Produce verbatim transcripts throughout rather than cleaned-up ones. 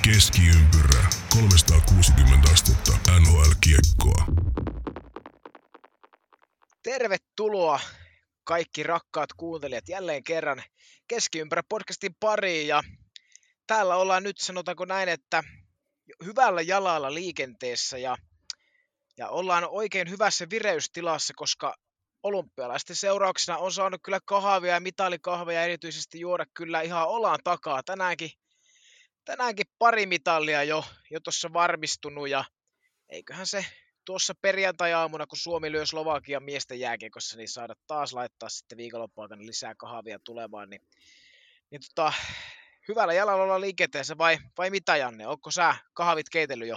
Keskiympyrä, kolmesataakuusikymmentä astetta N H L-kiekkoa. Tervetuloa kaikki rakkaat kuuntelijat jälleen kerran Keskiympyrä podcastin pariin. Ja täällä ollaan nyt, sanotaanko näin, että hyvällä jalalla liikenteessä ja, ja ollaan oikein hyvässä vireystilassa, koska olympialaisten seurauksena on saanut kyllä kahvia ja mitalikahveja erityisesti juoda kyllä ihan olan takaa. Tänäänkin, tänäänkin pari mitalia jo, jo tuossa varmistunut ja eiköhän se tuossa perjantai-aamuna, kun Suomi lyö Slovakian miesten jääkiekossa, niin saada taas laittaa sitten viikonloppuaikana lisää kahvia tulemaan. Niin, niin tota, hyvällä jalalla olla liikenteessä vai, vai mitä, Janne? Onko sä kahvit keitellyt jo?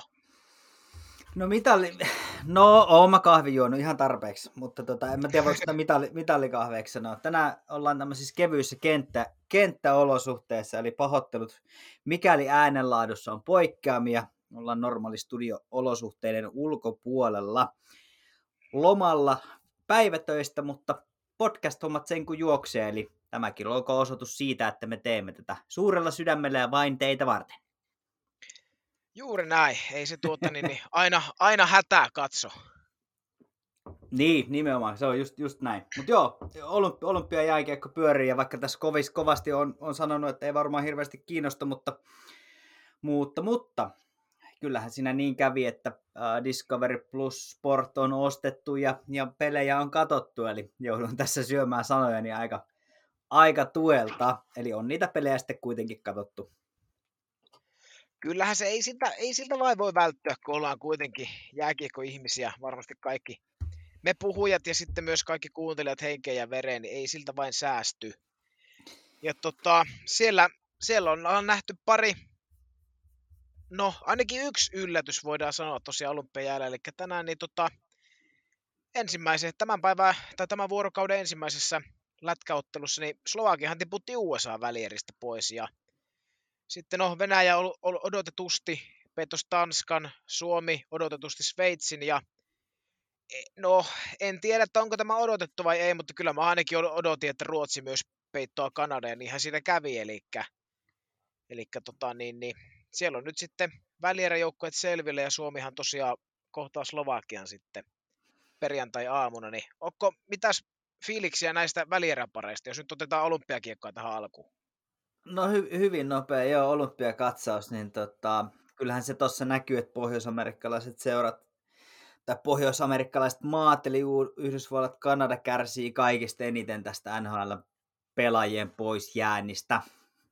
No mitali, no oon mä kahvi juonut ihan tarpeeksi, mutta tota, en mä tiedä voiko sitä mitali, mitalikahveeksi sanoa. Tänään ollaan tämmöisissä kevyissä kenttä, kenttäolosuhteissa, eli pahoittelut, mikäli äänenlaadussa on poikkeamia, ollaan normaali studio-olosuhteiden ulkopuolella lomalla päivätöistä, mutta podcast-hommat sen kun juoksee, eli tämäkin olkoon osoitus siitä, että me teemme tätä suurella sydämellä ja vain teitä varten. Juuri näin, ei se tuota niin, niin aina, aina hätää katso. Niin, nimenomaan, se on just, just näin. Mutta joo, olympi- olympiajääkiekko pyörii ja vaikka tässä kovis, kovasti on, on sanonut, että ei varmaan hirveästi kiinnosta, mutta, mutta, mutta kyllähän siinä niin kävi, että äh, Discovery Plus Sport on ostettu ja, ja pelejä on katsottu, eli joudun tässä syömään sanojani aika, aika tuelta, eli on niitä pelejä sitten kuitenkin katsottu. Kyllähän se ei siltä, ei siltä vai voi välttyä, kun ollaan kuitenkin jääkiekko-ihmisiä, varmasti kaikki me puhujat ja sitten myös kaikki kuuntelijat henkeen ja vereen, niin ei siltä vain säästy. Ja tota, siellä, siellä on nähty pari, no ainakin yksi yllätys voidaan sanoa tosiaan olympiajäällä, eli tänään niin tota, ensimmäisen, tämän päivän tai tämän vuorokauden ensimmäisessä lätkäottelussa, niin Slovakiahan tiputti U S A-välieristä pois ja sitten no Venäjä odotetusti petos Tanskan, Suomi odotetusti Sveitsin ja no en tiedä, että onko tämä odotettu vai ei, mutta kyllä mä ainakin odotin, että Ruotsi myös peittoa Kanada ja niinhän siinä kävi, eli, eli tota, niin, niin, siellä on nyt sitten välieräjoukkueet selville ja Suomihan tosiaan kohtaa Slovakian sitten perjantai-aamuna, niin onko mitäs fiiliksiä näistä välieräpareista, jos nyt otetaan olympiakiekkoa tähän alkuun? No hy- hyvin nopea, joo, olympiakatsaus, niin tota, kyllähän se tuossa näkyy, että pohjoisamerikkalaiset seurat tai pohjoisamerikkalaiset maat, eli Yhdysvallat, Kanada kärsii kaikista eniten tästä N H L-pelaajien pois jäänistä.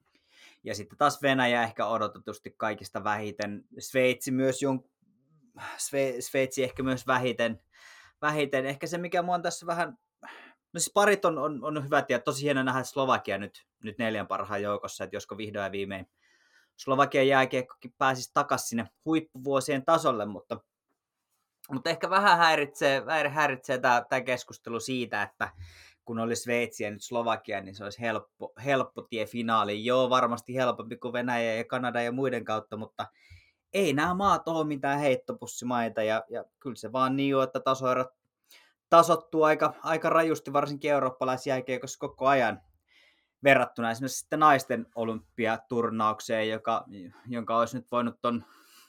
Ja sitten taas Venäjä ehkä odotetusti kaikista vähiten. Sveitsi myös jon... Sve... Sveitsi ehkä myös vähiten. vähiten. Ehkä se, mikä mua on tässä vähän... No siis parit on, on, on hyvät ja tosi hieno nähdä Slovakia nyt, nyt neljän parhaan joukossa, että josko vihdoin ja viimein Slovakian jääkiekkokin pääsisi takaisin sinne huippuvuosien tasolle, mutta Mutta ehkä vähän häiritsee, häiritsee tämä, tämä keskustelu siitä, että kun olisi Sveitsi ja nyt Slovakia, niin se olisi helppo, helppo tie finaaliin. Joo, varmasti helpompi kuin Venäjä ja Kanada ja muiden kautta, mutta ei nämä maat ole mitään heittopussimaita. Ja, ja kyllä se vaan niin on, että tasoerot tasottuu aika, aika rajusti, varsinkin eurooppalaisjääkiekossa koko ajan verrattuna esimerkiksi sitten naisten olympiaturnaukseen, joka, jonka olisi nyt voinut ton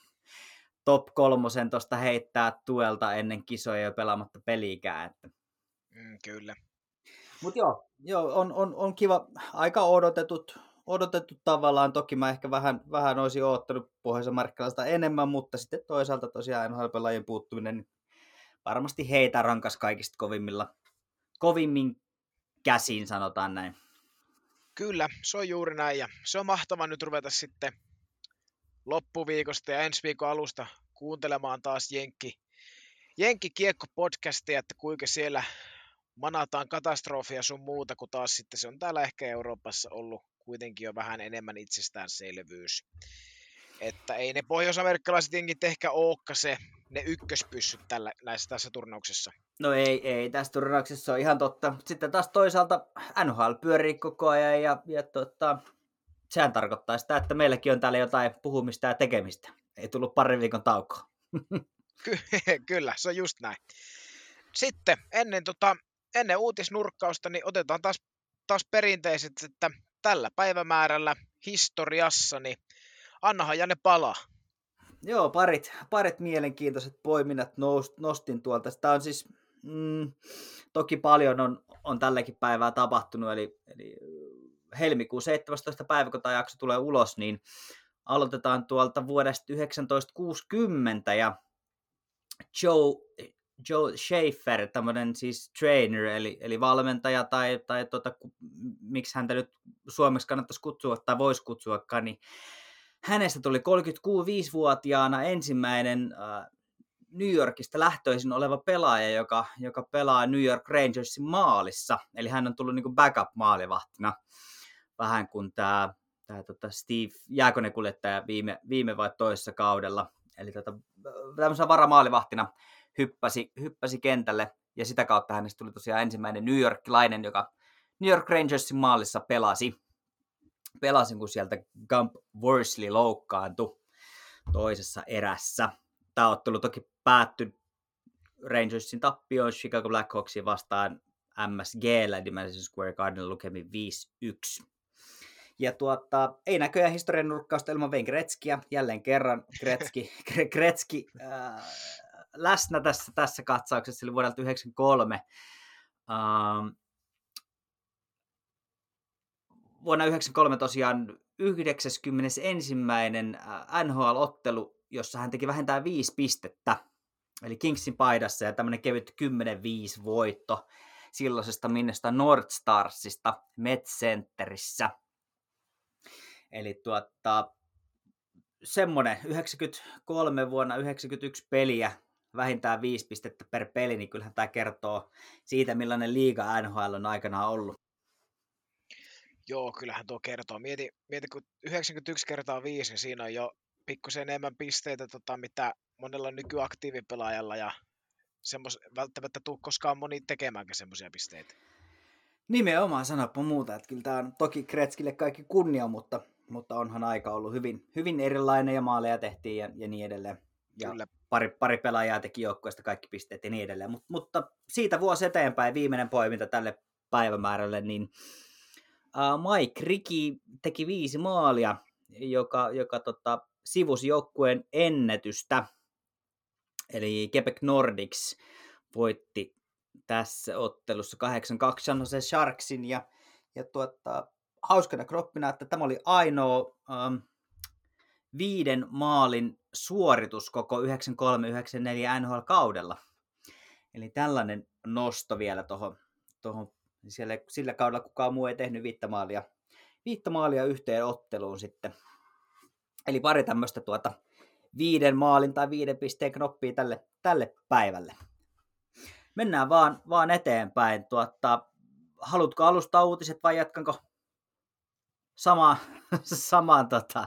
top kolmosen tuosta heittää tuelta ennen kisoja jo pelaamatta peliikään. Että. Mm, kyllä. Mutta joo, joo on, on, on kiva, aika odotetut, odotetut tavallaan. Toki mä ehkä vähän, vähän olisin odottanut pohjois-amerikkalaista enemmän, mutta sitten toisaalta tosiaan N H L-pelaajien puuttuminen niin varmasti heitä rankas kaikista kovimmilla, kovimmin käsin, sanotaan näin. Kyllä, se on juuri näin ja se on mahtavaa nyt ruveta sitten loppuviikosta ja ensi viikon alusta kuuntelemaan taas Jenkki, Jenkki Kiekko-podcastia, että kuinka siellä manataan katastrofia sun muuta, kun taas sitten se on täällä ehkä Euroopassa ollut kuitenkin jo vähän enemmän itsestäänselvyys. Että ei ne pohjois-amerikkalaiset jenkit ehkä olekaan se, ne ykköspyssyt tällä, näissä tässä turnauksessa. No ei, ei, tässä turnauksessa on ihan totta. Sitten taas toisaalta N H L pyörii koko ajan ja, ja tota, sehän tarkoittaa sitä, että meilläkin on täällä jotain puhumista ja tekemistä. Ei tullut parin viikon taukoa. Ky- Kyllä, se on just näin. Sitten ennen, tota, ennen uutisnurkkausta niin otetaan taas, taas perinteiset, että tällä päivämäärällä historiassa niin annahan ja ne palaa. Joo, parit, parit mielenkiintoiset poiminnat nous, nostin tuolta. Tämä on siis, mm, toki paljon on, on tälläkin päivää tapahtunut, eli, eli helmikuun seitsemästoista päivä, kun tämä jakso tulee ulos, niin aloitetaan tuolta vuodesta yhdeksäntoistasataakuusikymmentä, ja Joe, Joe Schaefer, tämmöinen siis trainer, eli, eli valmentaja, tai, tai tota, miksi häntä nyt suomeksi kannattaisi kutsua, tai voisi kutsuakaan, niin hänestä tuli kolmekymmentäviisivuotiaana ensimmäinen äh, New Yorkista lähtöisin oleva pelaaja, joka, joka pelaa New York Rangersin maalissa. Eli hän on tullut niin kuin backup-maalivahtina, vähän kuin tämä, tämä tota Steve Jääkonenkuljettaja viime, viime vai toisessa kaudella. Eli tota, tämmöisenä varamaalivahtina hyppäsi, hyppäsi kentälle, ja sitä kautta hänestä tuli tosiaan ensimmäinen New Yorkilainen, joka New York Rangersin maalissa pelasi. Pelasin, kun sieltä Gump Worsley loukkaantui toisessa erässä. Tämä ottelu toki päättyi Rangersin tappioon Chicago Blackhawksia vastaan M S G:llä Madison Square Garden lukemin viisi yksi. Ja tuota, ei näköjään historian nurkkausta ilman Wayne Gretzkyä. Jälleen kerran Gretzky, Gretzky äh, läsnä tässä, tässä katsauksessa, eli vuodelta yhdeksänkymmentäkolme. Ähm, Vuonna yhdeksänkymmentäkolme tosiaan yhdeksänkymmentäensimmäinen N H L-ottelu, jossa hän teki vähintään viisi pistettä, eli Kingsin paidassa, ja tämmöinen kevyt kymmenen viisi voitto silloisesta Minnesota North Starsista Met Centerissä. Eli tuota, semmoinen yhdeksänkymmentäkolme vuonna yhdeksänkymmentäyksi peliä, vähintään viisi pistettä per peli, niin kyllähän tämä kertoo siitä, millainen liiga N H L on aikanaan ollut. Joo, kyllähän tuo kertoo. Mieti, mieti kun yhdeksänkymmentäyksi kertaa viisi, niin siinä on jo pikkusen enemmän pisteitä, tota, mitä monella nykyaktiivipelaajalla, ja semmos, välttämättä tuu koskaan moni tekemäänkään semmoisia pisteitä. Nimenomaan, sanoppa muuta. Että kyllä tämä on toki Gretzkylle kaikki kunnia, mutta, mutta onhan aika ollut hyvin, hyvin erilainen, ja maaleja tehtiin ja, ja niin edelleen. Ja Kyllä. Pari, pari pelaajaa teki joukkueesta kaikki pisteet ja niin edelleen. Mut, mutta siitä vuosi eteenpäin, viimeinen poiminta tälle päivämäärälle, niin Uh, Mike Rickey teki viisi maalia, joka, joka tota, sivusi joukkueen ennätystä. Eli Quebec Nordics voitti tässä ottelussa kahdeksan kaksi San Jose Sharksin. Ja, ja tuota, hauskana kroppina, että tämä oli ainoa um, viiden maalin suoritus koko yhdeksänkymmentäkolme yhdeksänkymmentäneljä N H L-kaudella. Eli tällainen nosto vielä tuohon tuohon. Siellä, sillä kaudella kukaan muu ei tehnyt viittä maalia, viittä maalia yhteen otteluun sitten. Eli pari tämmöistä tuota viiden maalin tai viiden pisteen knoppia tälle, tälle päivälle. Mennään vaan, vaan eteenpäin. Tuota, haluatko alustaa uutiset vai jatkanko samaan, samaan tota...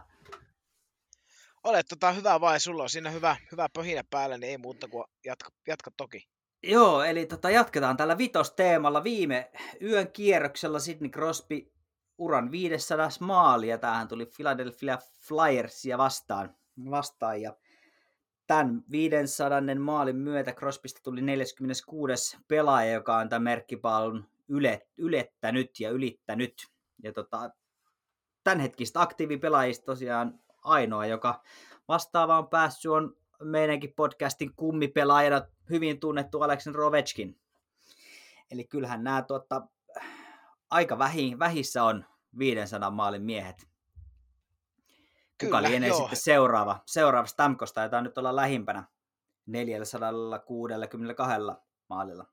Olet tota hyvä vai, sulla on siinä hyvä, hyvä pöhinä päällä, niin ei muuta kuin jatka, jatka toki. Joo, eli tota, jatketaan tällä vitosteemalla. Viime yön kierroksella Sidney Crosby uran viisisataa maalia. Tämähän tuli Philadelphia Flyersia vastaan. vastaan. Ja tämän viisisataa maalin myötä Crosbysta tuli neljäskymmeneskuudes pelaaja, joka on tämän merkkipaalun yle, ylettänyt ja ylittänyt. Ja tota, tämänhetkistä aktiivipelaajista tosiaan ainoa, joka vastaava on päässyt, on meidänkin podcastin kummipelaajana hyvin tunnettu Alexander Ovechkin. Eli kyllähän nämä tuota, aika vähi, vähissä on viisisataa maalin miehet. Kuka Kyllä, lienee joo. sitten seuraava, seuraava Stamkosta, jota nyt ollaan lähimpänä neljäsataakuusikymmentäkaksi maalilla.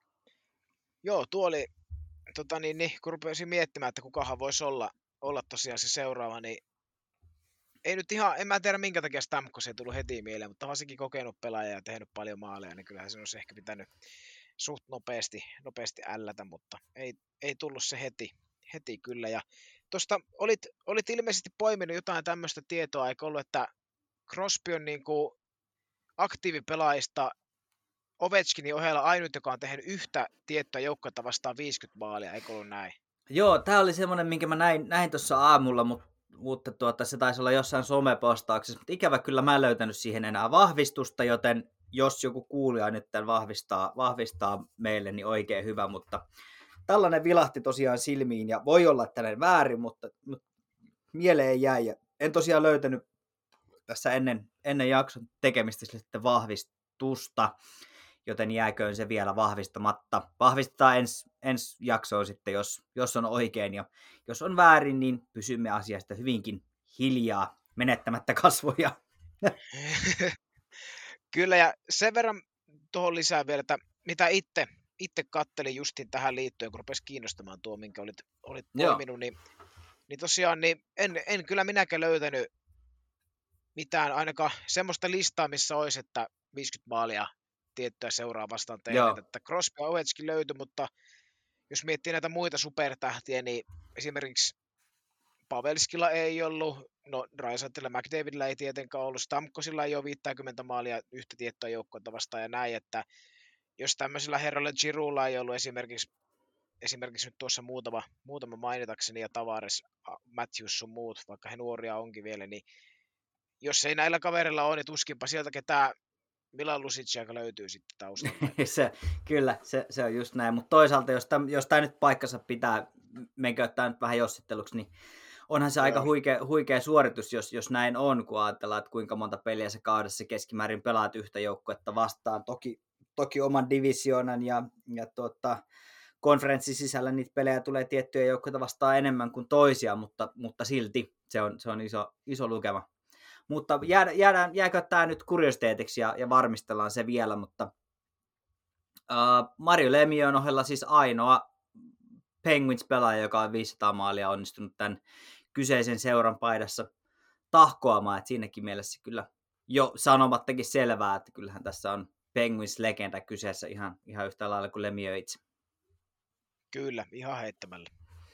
Joo, tuo oli, tota niin, niin, kun rupesin miettimään, että kukahan voisi olla, olla tosiaan se seuraava, niin ei nyt ihan, en mä tiedä minkä takia Stamkos ei tullut heti mieleen, mutta varsinkin kokenut pelaaja ja tehnyt paljon maaleja, niin kyllähän se olisi ehkä pitänyt suht nopeasti, nopeasti ällätä, mutta ei, ei tullut se heti, heti kyllä. Ja tuosta olit, olit ilmeisesti poiminut jotain tämmöistä tietoa, eikö ollut, että Crosby on niin kuin aktiivipelaajista Ovechkinin ohella ainut, joka on tehnyt yhtä tiettyä joukkuetta vastaan viisikymmentä maalia, eikö ollut näin? Joo, tämä oli semmoinen, minkä mä näin, näin tuossa aamulla, mutta, mutta tuota, se taisi olla jossain somepostauksessa, mutta ikävä kyllä mä en löytänyt siihen enää vahvistusta, joten jos joku kuulija nyt tämän vahvistaa, vahvistaa meille, niin oikein hyvä, mutta tällainen vilahti tosiaan silmiin, ja voi olla tällainen väärin, mutta, mutta mieleen jäi, ja en tosiaan löytänyt tässä ennen, ennen jakson tekemistä sitten vahvistusta, joten jääköön se vielä vahvistamatta. Vahvistetaan ensi ens jaksoon sitten, jos, jos on oikein, ja jos on väärin, niin pysymme asiasta hyvinkin hiljaa, menettämättä kasvoja. Kyllä, ja sen verran tuohon lisää vielä, että mitä itse, itse kattelin justiin tähän liittyen, kun rupesi kiinnostamaan tuo, minkä olit, olit poiminut, niin, niin tosiaan niin en, en kyllä minäkään löytänyt mitään, ainakaan semmoista listaa, missä olisi, että viisikymmentä maalia tiettyä seuraa vastaan tehneet, että Crosby ja Ovechkin löytyi, mutta jos miettii näitä muita supertähtiä, niin esimerkiksi Pavelskilla ei ollut, no Draisaitlilla ja McDavidillä ei tietenkään ollut, Stamkosilla ei ole viisikymmentä maalia yhtä tiettyä joukkoa vastaan ja näin, että jos tämmöisellä herralla Giroulla ei ollut esimerkiksi, esimerkiksi nyt tuossa muutama, muutama mainitakseni ja Tavares, Matthews sun muut, vaikka he nuoria onkin vielä, niin jos ei näillä kaverilla ole, niin tuskinpa sieltä ketään Milan Lucic löytyy sitten taustalla. se, kyllä, se, se on just näin, mutta toisaalta jos tämä jos nyt paikkansa pitää, menkö ottaa nyt vähän jossitteluksi, niin onhan se Joo. aika huikea, huikea suoritus, jos, jos näin on, kun ajatellaan, että kuinka monta peliä se kaudessa keskimäärin pelaat yhtä joukkuetta vastaan. Toki, toki oman divisioonan ja, ja tuota, konferenssin sisällä niitä pelejä tulee tiettyjä joukkoita vastaan enemmän kuin toisia, mutta, mutta silti se on, se on iso, iso lukema. Mutta jäädään, jääkö tämä nyt kuriositeetiksi ja, ja varmistellaan se vielä, mutta uh, Mario Lemieux ohella siis ainoa Penguins-pelaaja, joka on viisisataa maalia onnistunut tämän kyseisen seuran paidassa tahkoamaan, että siinäkin mielessä kyllä jo sanomattakin selvää, että kyllähän tässä on Penguins-legenda kyseessä ihan, ihan yhtä lailla kuin Lemieux itse. Kyllä, ihan heittämällä.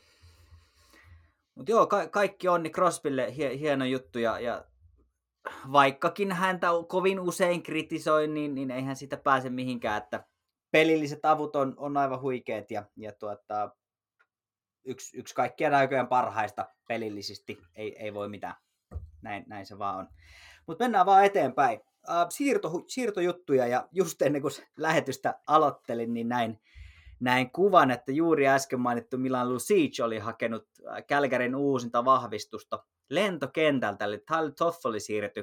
Mutta joo, ka- kaikki onni Crosbylle, hie- hieno juttu, ja, ja vaikkakin häntä kovin usein kritisoi, niin, niin eihän sitä pääse mihinkään, että pelilliset avut on, on aivan huikeat, ja, ja tuota, yksi, yksi kaikkien aikojen parhaista pelillisesti, ei, ei voi mitään. Näin, näin se vaan on. Mutta mennään vaan eteenpäin. Uh, siirto, siirtojuttuja, ja just ennen kuin lähetystä aloittelin, niin näin, näin kuvan, että juuri äsken mainittu Milan Lucic oli hakenut Calgaryn uusinta vahvistusta lentokentältä, eli Tyler Toffoli siirtyi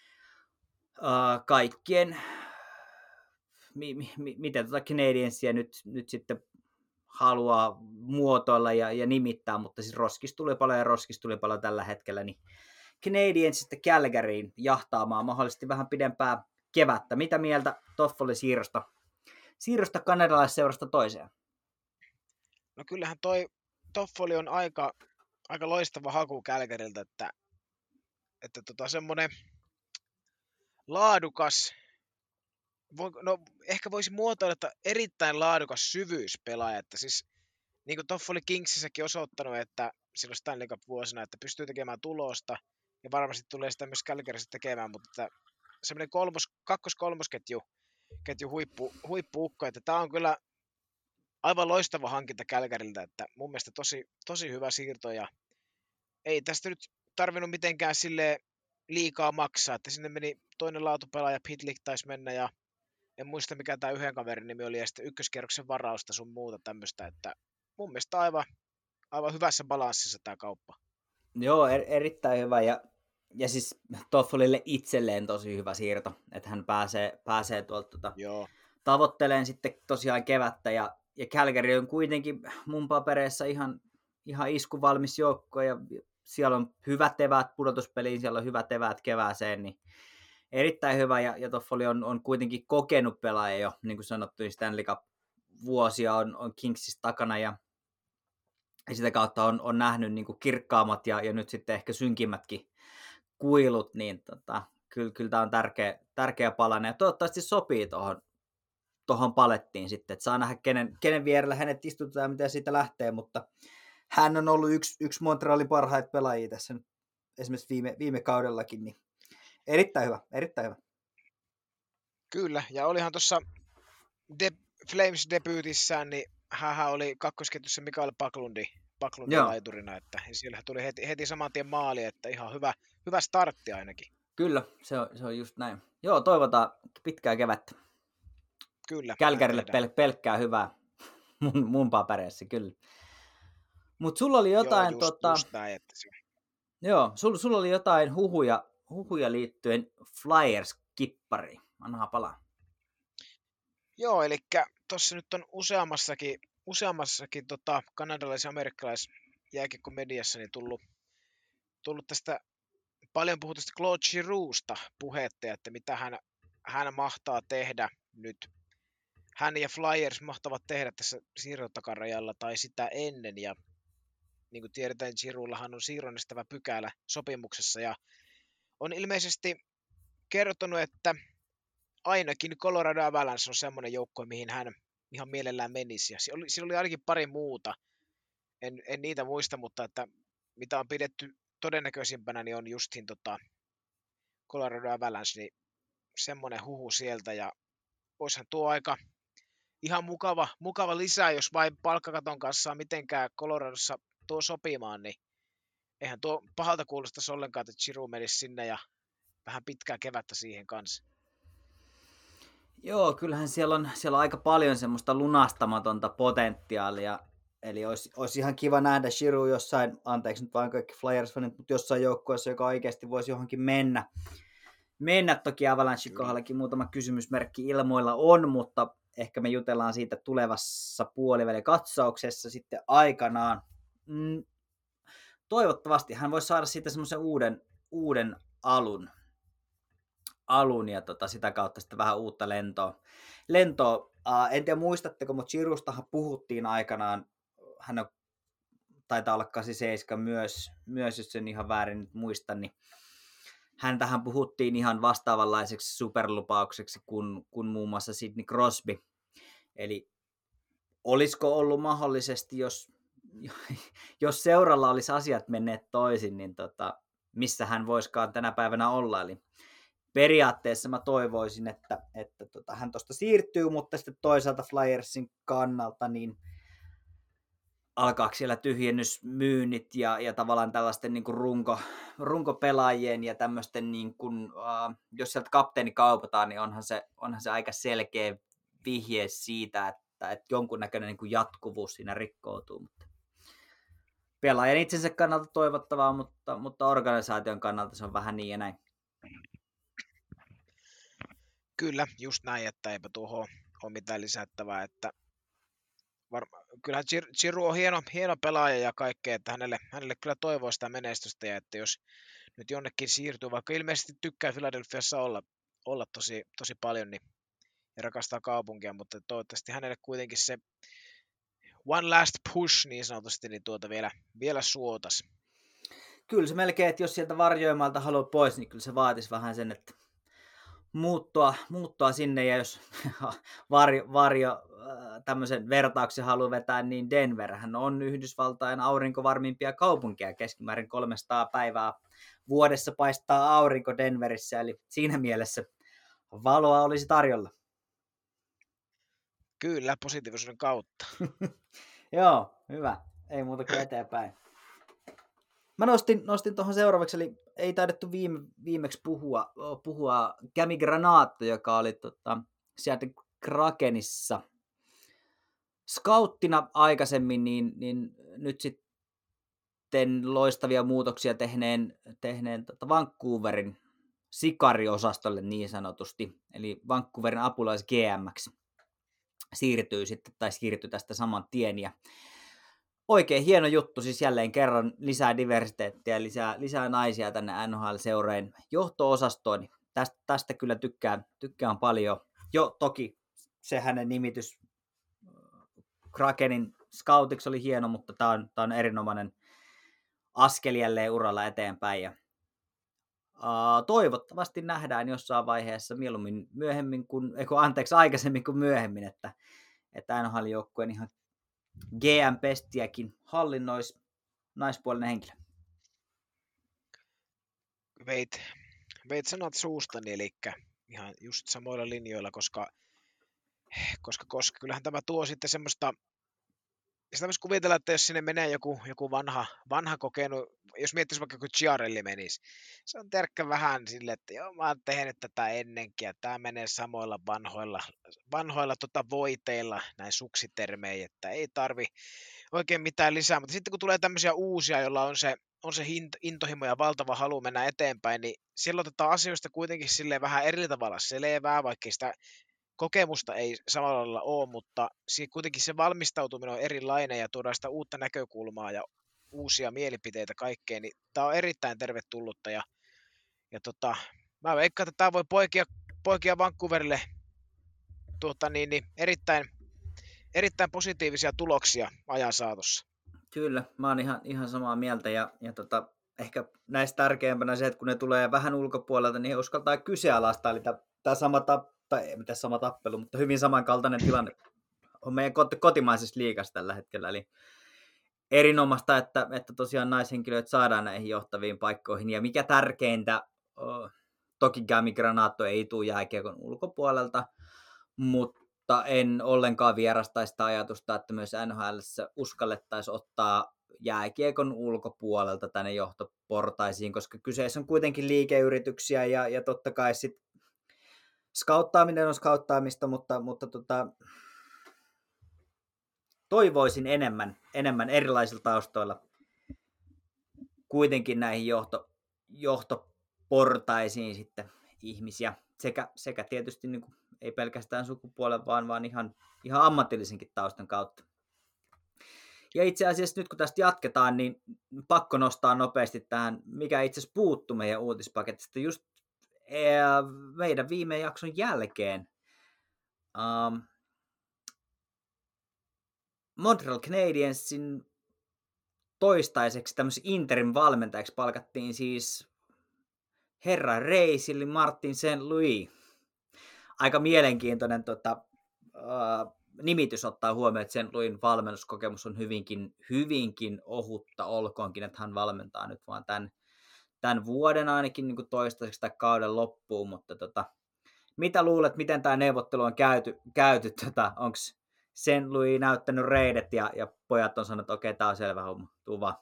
uh, kaikkien, mi, mi, miten tuota Canadiensia nyt, nyt sitten haluaa muotoilla ja, ja nimittää, mutta siis roskistulipalo ja roskistulipalo tällä hetkellä, niin Canadiensista Calgaryin jahtaamaan mahdollisesti vähän pidempää kevättä. Mitä mieltä Toffoli siirrosta, siirrosta kanadalaisseurasta toiseen? No kyllähän toi Toffoli on aika, aika loistava haku Calgaryltä, että, että tota semmoinen laadukas, no ehkä voisi muotoilla, että erittäin laadukas syvyyspelaaja, että siis niin kuin Toffoli Kingsissäkin osoittanut, että silloin Stanley Cup-vuosina, että pystyy tekemään tulosta, ja varmasti tulee sitä myös Calgaryssa tekemään, mutta semmoinen kolmos, kakkos-kolmosketju ketju huippu, huippu-ukko, että tämä on kyllä aivan loistava hankinta Calgaryltä, että mun mielestä tosi, tosi hyvä siirto, ja ei tästä nyt tarvinnut mitenkään silleen liikaa maksaa, että sinne meni toinen laatupelaaja, Pitlick taisi mennä, ja en muista mikä tämä yhden kaverin nimi oli, ja sitten ykköskierroksen varausta sun muuta tämmöistä, että mun mielestä aivan, aivan hyvässä balanssissa tämä kauppa. Joo, er, erittäin hyvä, ja, ja siis Toffolille itselleen tosi hyvä siirto, että hän pääsee, pääsee tuolta tuota, tavoitteleen sitten tosiaan kevättä, ja, ja Calgary on kuitenkin mun papereissa ihan, ihan iskuvalmis joukko, ja siellä on hyvät eväät pudotuspeliin, siellä on hyvät eväät kevääseen, niin erittäin hyvä, ja, ja Toffoli on, on kuitenkin kokenut pelaaja jo, niin kuin sanottu, niin Stanley Cup-vuosia on, on Kingsissa takana, ja, ja sitä kautta on, on nähnyt niin kuin kirkkaammat ja, ja nyt sitten ehkä synkimmätkin kuilut, niin tota, kyllä, kyllä tämä on tärkeä, tärkeä palanen, ja toivottavasti sopii tuohon tohon palettiin sitten, että saa nähdä, kenen, kenen vierellä hänet istutetaan ja miten siitä lähtee, mutta hän on ollut yksi, yksi Montrealin parhaita pelaajia tässä nyt, esimerkiksi viime, viime kaudellakin, niin erittäin hyvä, erittäin hyvä. Kyllä, ja olihan tuossa De- Flames-debyytissään, niin hän oli kakkosketjussa Mikael Backlundin, Backlundin laiturina, että siellä tuli heti, heti saman tien maali, että ihan hyvä, hyvä startti ainakin. Kyllä, se on, se on just näin. Joo, toivotaan pitkää kevättä. Kyllä. Calgarylle pel- pelkkää hyvää mun, mun papereissa, kyllä. Mutta sulla oli jotain, joo, just, tota, just näin, että se... joo, sul, sulla oli jotain huhuja, huhuja liittyen Flyers-kippariin. Anna palaa. Joo, eli tuossa nyt on useammassakin, useammassakin tota, kanadalais- ja amerikkalais jääkiekkomediassa niin tullut, tullut tästä paljon puhutusta Claude Girouxsta puhetta, että mitä hän, hän mahtaa tehdä nyt. Hän ja Flyers mahtavat tehdä tässä siirtotakarajalla tai sitä ennen, ja niin kuin tiedetään, Girouxllahan on siirronnistävä pykälä sopimuksessa, ja on ilmeisesti kertonut, että ainakin Colorado Avalanche on semmoinen joukkue, mihin hän ihan mielellään menisi, ja siellä oli, siellä oli ainakin pari muuta, en, en niitä muista, mutta että mitä on pidetty todennäköisimpänä, niin on justiin tota Colorado Avalanche, niin semmoinen huhu sieltä, ja olisihan tuo aika ihan mukava, mukava lisää, jos vain palkkakaton kanssa on mitenkään Coloradossa tuo sopimaan, niin eihän tuo pahalta kuulostaisi ollenkaan, että Giroux menisi sinne ja vähän pitkää kevättä siihen kanssa. Joo, kyllähän siellä on, siellä on aika paljon semmoista lunastamatonta potentiaalia, eli olisi, olisi ihan kiva nähdä Giroux jossain, anteeksi nyt vain kaikki Flyers-fanit, mutta jossain joukkueessa, joka oikeasti voisi johonkin mennä. Mennä toki Avalanchen kohdallakin muutama kysymysmerkki ilmoilla on, mutta ehkä me jutellaan siitä tulevassa puolivälikatsauksessa sitten aikanaan. Mm, toivottavasti hän voisi saada siitä semmoisen uuden, uuden alun, alun ja tota, sitä kautta sitten vähän uutta lentoa. lentoa. Uh, en tiedä muistatteko, mutta Girouxstahan puhuttiin aikanaan, hän on, taitaa olla kahdeksankymmentäseitsemän myös, myös, jos sen ihan väärin nyt muistan, niin häntähän puhuttiin ihan vastaavanlaiseksi superlupaukseksi kuin, kuin muun muassa Sidney Crosby. Eli olisiko ollut mahdollisesti, jos, jos seuralla olisi asiat menneet toisin, niin tota, missä hän voisikaan tänä päivänä olla. Eli periaatteessa mä toivoisin, että, että tota, hän tuosta siirtyy, mutta sitten toisaalta Flyersin kannalta niin alkaako siellä tyhjennysmyynnit ja, ja tavallaan tällaisten niin kuin runko, runkopelaajien ja tämmöisten, niin kuin, uh, jos sieltä kapteeni kaupataan, niin onhan se, onhan se aika selkeä vihje siitä, että, että jonkunnäköinen niin kuin jatkuvuus siinä rikkoutuu. Mutta pelaajan itsensä kannalta toivottavaa, mutta, mutta organisaation kannalta se on vähän niin ja näin. Kyllä, just näin, että eipä tuohon ole mitään lisättävää, että varma, kyllähän Giroux on hieno, hieno pelaaja ja kaikkea, että hänelle, hänelle kyllä toivoo sitä menestystä, ja että jos nyt jonnekin siirtyy, vaikka ilmeisesti tykkää Philadelphiassa olla, olla tosi, tosi paljon, niin ja rakastaa kaupunkia, mutta toivottavasti hänelle kuitenkin se one last push niin sanotusti, niin tuota vielä, vielä suotas. Kyllä se melkein, että jos sieltä varjoimalta haluaa pois, niin kyllä se vaatisi vähän sen, että muuttua, muuttua sinne, ja jos varjo, varjo tämmöisen vertauksen haluaa vetää, niin Denverhän on Yhdysvaltain aurinkovarmimpia kaupunkia, keskimäärin kolmesataa päivää vuodessa paistaa aurinko Denverissä, eli siinä mielessä valoa olisi tarjolla. Kyllä, positiivisuuden kautta. Joo, hyvä. Ei muuta kuin eteenpäin. Mä nostin, nostin tuohon seuraavaksi, eli ei taidettu viime, viimeksi puhua, puhua Cami Granato, joka oli tota, sieltä Krakenissa scouttina aikaisemmin, niin, niin nyt sitten loistavia muutoksia tehneen, tehneen tota Vancouverin sikariosastolle niin sanotusti, eli Vancouverin apulais G M:ksi siirtyy sitten, tai siirtyi tästä saman tien, ja oikein hieno juttu, siis jälleen kerran lisää diversiteettiä, lisää, lisää naisia tänne N H L-seureen johto-osastoon, niin tästä, tästä kyllä tykkään, tykkään paljon. Jo toki se hänen nimitys Krakenin scoutiksi oli hieno, mutta tämä on, tämä on erinomainen askel jälleen uralla eteenpäin, ja uh, toivottavasti nähdään jossain vaiheessa mieluummin myöhemmin kuin, eikö, anteeksi, aikaisemmin kuin myöhemmin, että, että N H L-joukkueen ihan G M-pestiäkin hallinnoisi naispuolinen henkilö. Veit, veit sanat suustani, eli ihan just samoilla linjoilla, koska, koska, koska kyllähän tämä tuo sitten semmoista, sitä voisi kuvitella, että jos sinne menee joku, joku vanha, vanha kokenut, jos miettisi vaikka kun Chiarelli menisi, se on terkkä vähän sille, että joo, mä oon tehnyt tätä ennenkin, ja tämä menee samoilla vanhoilla, vanhoilla tota voiteilla, näin suksitermejä, että ei tarvi oikein mitään lisää, mutta sitten kun tulee tämmöisiä uusia, joilla on se, on se intohimo ja valtava halu mennä eteenpäin, niin siellä otetaan asioista kuitenkin silleen vähän eri tavalla selvää, vaikka sitä kokemusta ei samalla lailla ole, mutta siinä kuitenkin se valmistautuminen on erilainen ja tuodaan sitä uutta näkökulmaa ja uusia mielipiteitä kaikkeen, niin tämä on erittäin tervetullutta ja, ja tota, mä veikkaan, että tämä voi poikia, poikia Vancouverille tuota, niin, niin, erittäin, erittäin positiivisia tuloksia ajan saatossa. Kyllä, mä oon ihan, ihan samaa mieltä ja, ja tota, ehkä näistä tärkeimpänä se, että kun ne tulee vähän ulkopuolelta, niin he uskaltaa kyseenalaistaa, eli tämä sama, tap, tai ei mitään sama tappelu, mutta hyvin samankaltainen tilanne on meidän kotimaisessa liigassa tällä hetkellä, eli erinomaista, että, että tosiaan naishenkilöitä saadaan näihin johtaviin paikkoihin, ja mikä tärkeintä, toki Gami Granato ei tule jääkiekon ulkopuolelta, mutta en ollenkaan vierastaisi sitä ajatusta, että myös N H L:ssä uskallettaisiin ottaa jääkiekon ulkopuolelta tänne johtoportaisiin, koska kyseessä on kuitenkin liikeyrityksiä, ja, ja totta kai sitten skauttaaminen on skauttaamista, mutta, mutta tota, toivoisin enemmän, enemmän erilaisilla taustoilla kuitenkin näihin johto, johtoportaisiin sitten ihmisiä, sekä, sekä tietysti niin kuin, ei pelkästään sukupuolen, vaan, vaan ihan, ihan ammatillisenkin taustan kautta. Ja itse asiassa nyt kun tästä jatketaan, niin pakko nostaa nopeasti tähän, mikä itse asiassa puuttui meidän uutispaketista just meidän viime jakson jälkeen. Um, Montreal Canadiensin toistaiseksi tämmöisen Interin valmentajaksi palkattiin siis herra Reis, eli Martin Saint Louis. Aika mielenkiintoinen tota, uh, nimitys ottaa huomioon, että Saint Louisin valmennuskokemus on hyvinkin, hyvinkin ohutta, olkoonkin, että hän valmentaa nyt vaan tämän, tämän vuoden ainakin niin kuin toistaiseksi tai kauden loppuun, mutta tota, mitä luulet, miten tämä neuvottelu on käyty, käyty tota, onko Saint Louis näyttänyt reidet ja, ja pojat on sanonut, että okei, tämä on selvä homma, tuu vaan.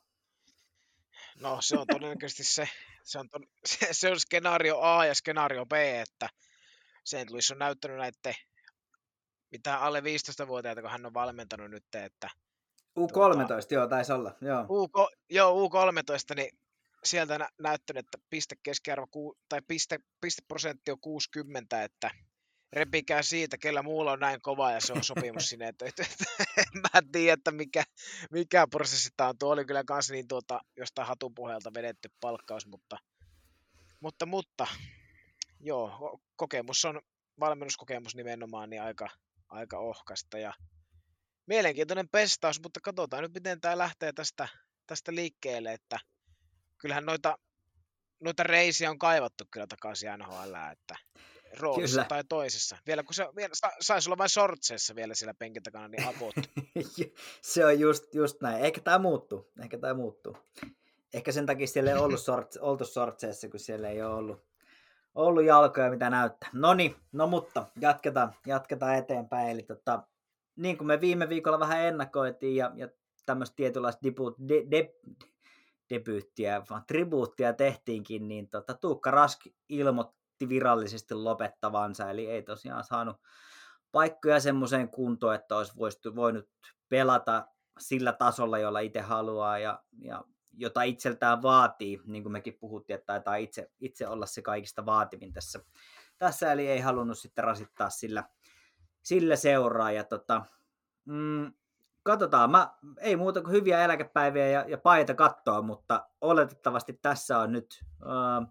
No se on todennäköisesti se, se, on, se, se on skenaario A ja skenaario B, että Saint Louis on näyttänyt näiden mitä alle viisitoistavuotiaita, kun hän on valmentanut nyt, että U kolmetoista, tuota, joo, taisi olla, joo. U, joo, U kolmetoista, niin sieltä nä- näyttänyt, että piste keskiarvo ku, tai piste, pisteprosentti on kuusikymmentä, että repikää siitä, kellä muulla on näin kova ja se on sopimus sinne, että, että, että mä en tiedä, että mikä, mikä prosessi tämä on. Tuo oli kyllä kans niin tuota, jostain hatupohjalta vedetty palkkaus, mutta, mutta, mutta joo, kokemus on, valmennuskokemus nimenomaan, niin aika, aika ohkasta ja mielenkiintoinen pestaus, mutta katsotaan nyt, miten tämä lähtee tästä, tästä liikkeelle, että kyllähän noita, noita reisiä on kaivattu kyllä takaisin N H L, että roolissa kyllä tai toisessa. Vielä kun se vielä, saisi olla vain sortseissa vielä siellä penkin takana, niin avot. Se on just, just näin. Ehkä tämä muuttuu. Ehkä tämä muuttuu. Ehkä sen takia siellä ei ollut sort, oltu sortseissa, kun siellä ei ole ollut, ollut jalkoja, mitä näyttää. Noniin, no mutta jatketaan, jatketaan eteenpäin. Eli tota, niin kuin me viime viikolla vähän ennakoitiin ja, ja tämmöistä tietynlaista debu, de, de, debyyttiä, vaan tribuuttia tehtiinkin, niin tota, Tuukka Rask ilmoitti virallisesti lopettavansa, eli ei tosiaan saanut paikkoja semmoiseen kuntoon, että olisi voinut pelata sillä tasolla, jolla itse haluaa ja, ja jota itseltään vaatii, niin kuin mekin puhuttiin, että taitaa itse, itse olla se kaikista vaativin tässä, tässä eli ei halunnut sitten rasittaa sillä, sillä seuraa. Ja tota, mm, katsotaan, mä, ei muuta kuin hyviä eläkepäiviä ja, ja paita kattoa, mutta oletettavasti tässä on nyt ää,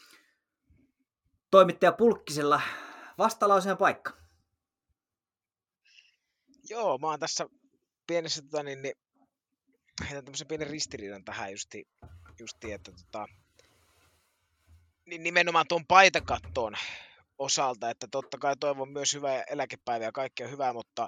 toimittaja Pulkkisella vastalauseen paikka. Joo, mä oon tässä pienessä, tota, niin, niin, heitän tämmöisen pienen ristiriidan tähän justi, justi että tota, niin nimenomaan tuon paitakattoon osalta, että totta kai toivon myös hyvää eläkepäivää ja kaikkea hyvää, mutta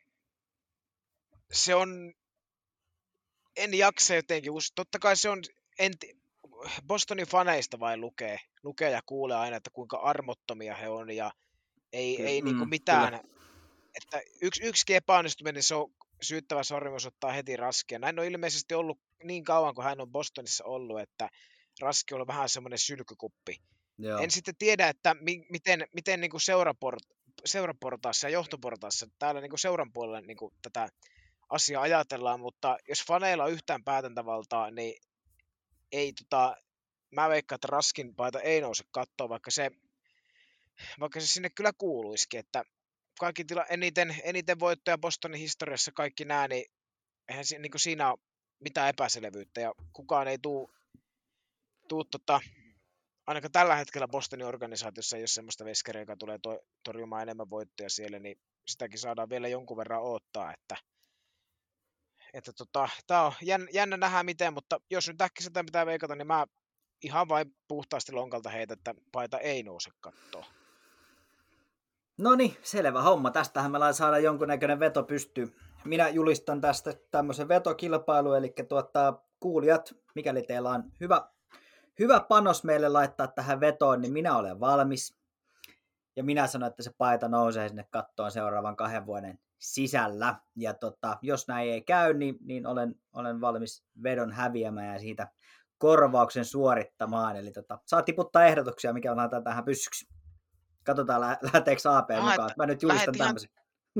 se on, en jaksa jotenkin, totta kai se on, en, Bostonin faneista vain lukee, lukee ja kuulee aina, että kuinka armottomia he on ja ei, mm, ei niinku mitään, kyllä. Että yksi, yksikin epäonnistuminen se on syyttävä sormus ottaa heti Raskia. Näin on ilmeisesti ollut niin kauan, kun hän on Bostonissa ollut, että Raski on ollut vähän semmoinen sylkykuppi. Joo. En sitten tiedä, että mi- miten, miten niin kuin seuraport- seuraportaassa ja johtoportaassa täällä niin kuin seuran puolella niin kuin tätä asiaa ajatellaan, mutta jos faneilla on yhtään päätäntävaltaa, niin ei tota, mä veikkaan, että Raskin paita ei nouse kattoon, vaikka se, vaikka se sinne kyllä kuuluisikin, että kaikki tila, eniten, eniten voittoja Bostonin historiassa kaikki nää, niin eihän si, niin siinä ole mitään epäselvyyttä, ja kukaan ei tuu, tuu tota, ainakaan tällä hetkellä Bostonin organisaatiossa ei ole semmoista veskereä, joka tulee to, torjumaan enemmän voittoja siellä, niin sitäkin saadaan vielä jonkun verran odottaa, että, että tota, tää on jännä, jännä nähdä miten, mutta jos nyt äkkiseltä pitää veikata, niin mä ihan vain puhtaasti lonkalta heitä, että paita ei nouse kattoon. No niin, selvä homma. Tästähän me saadaan jonkunnäköinen veto pystyyn. Minä julistan tästä tämmöisen vetokilpailun, eli tuota, kuulijat, mikäli teillä on hyvä, hyvä panos meille laittaa tähän vetoon, niin minä olen valmis. Ja minä sanon, että se paita nousee sinne kattoon seuraavan kahden vuoden sisällä. Ja tota, jos näin ei käy, niin, niin olen, olen valmis vedon häviämään ja siitä korvauksen suorittamaan. Eli tota, saa tiputtaa ehdotuksia, mikä on laitetaan tähän pyssyksi. Katsotaan, lä- lähteekö A P Ah, mukaan. Mä nyt julistan ihan... tämmöisen.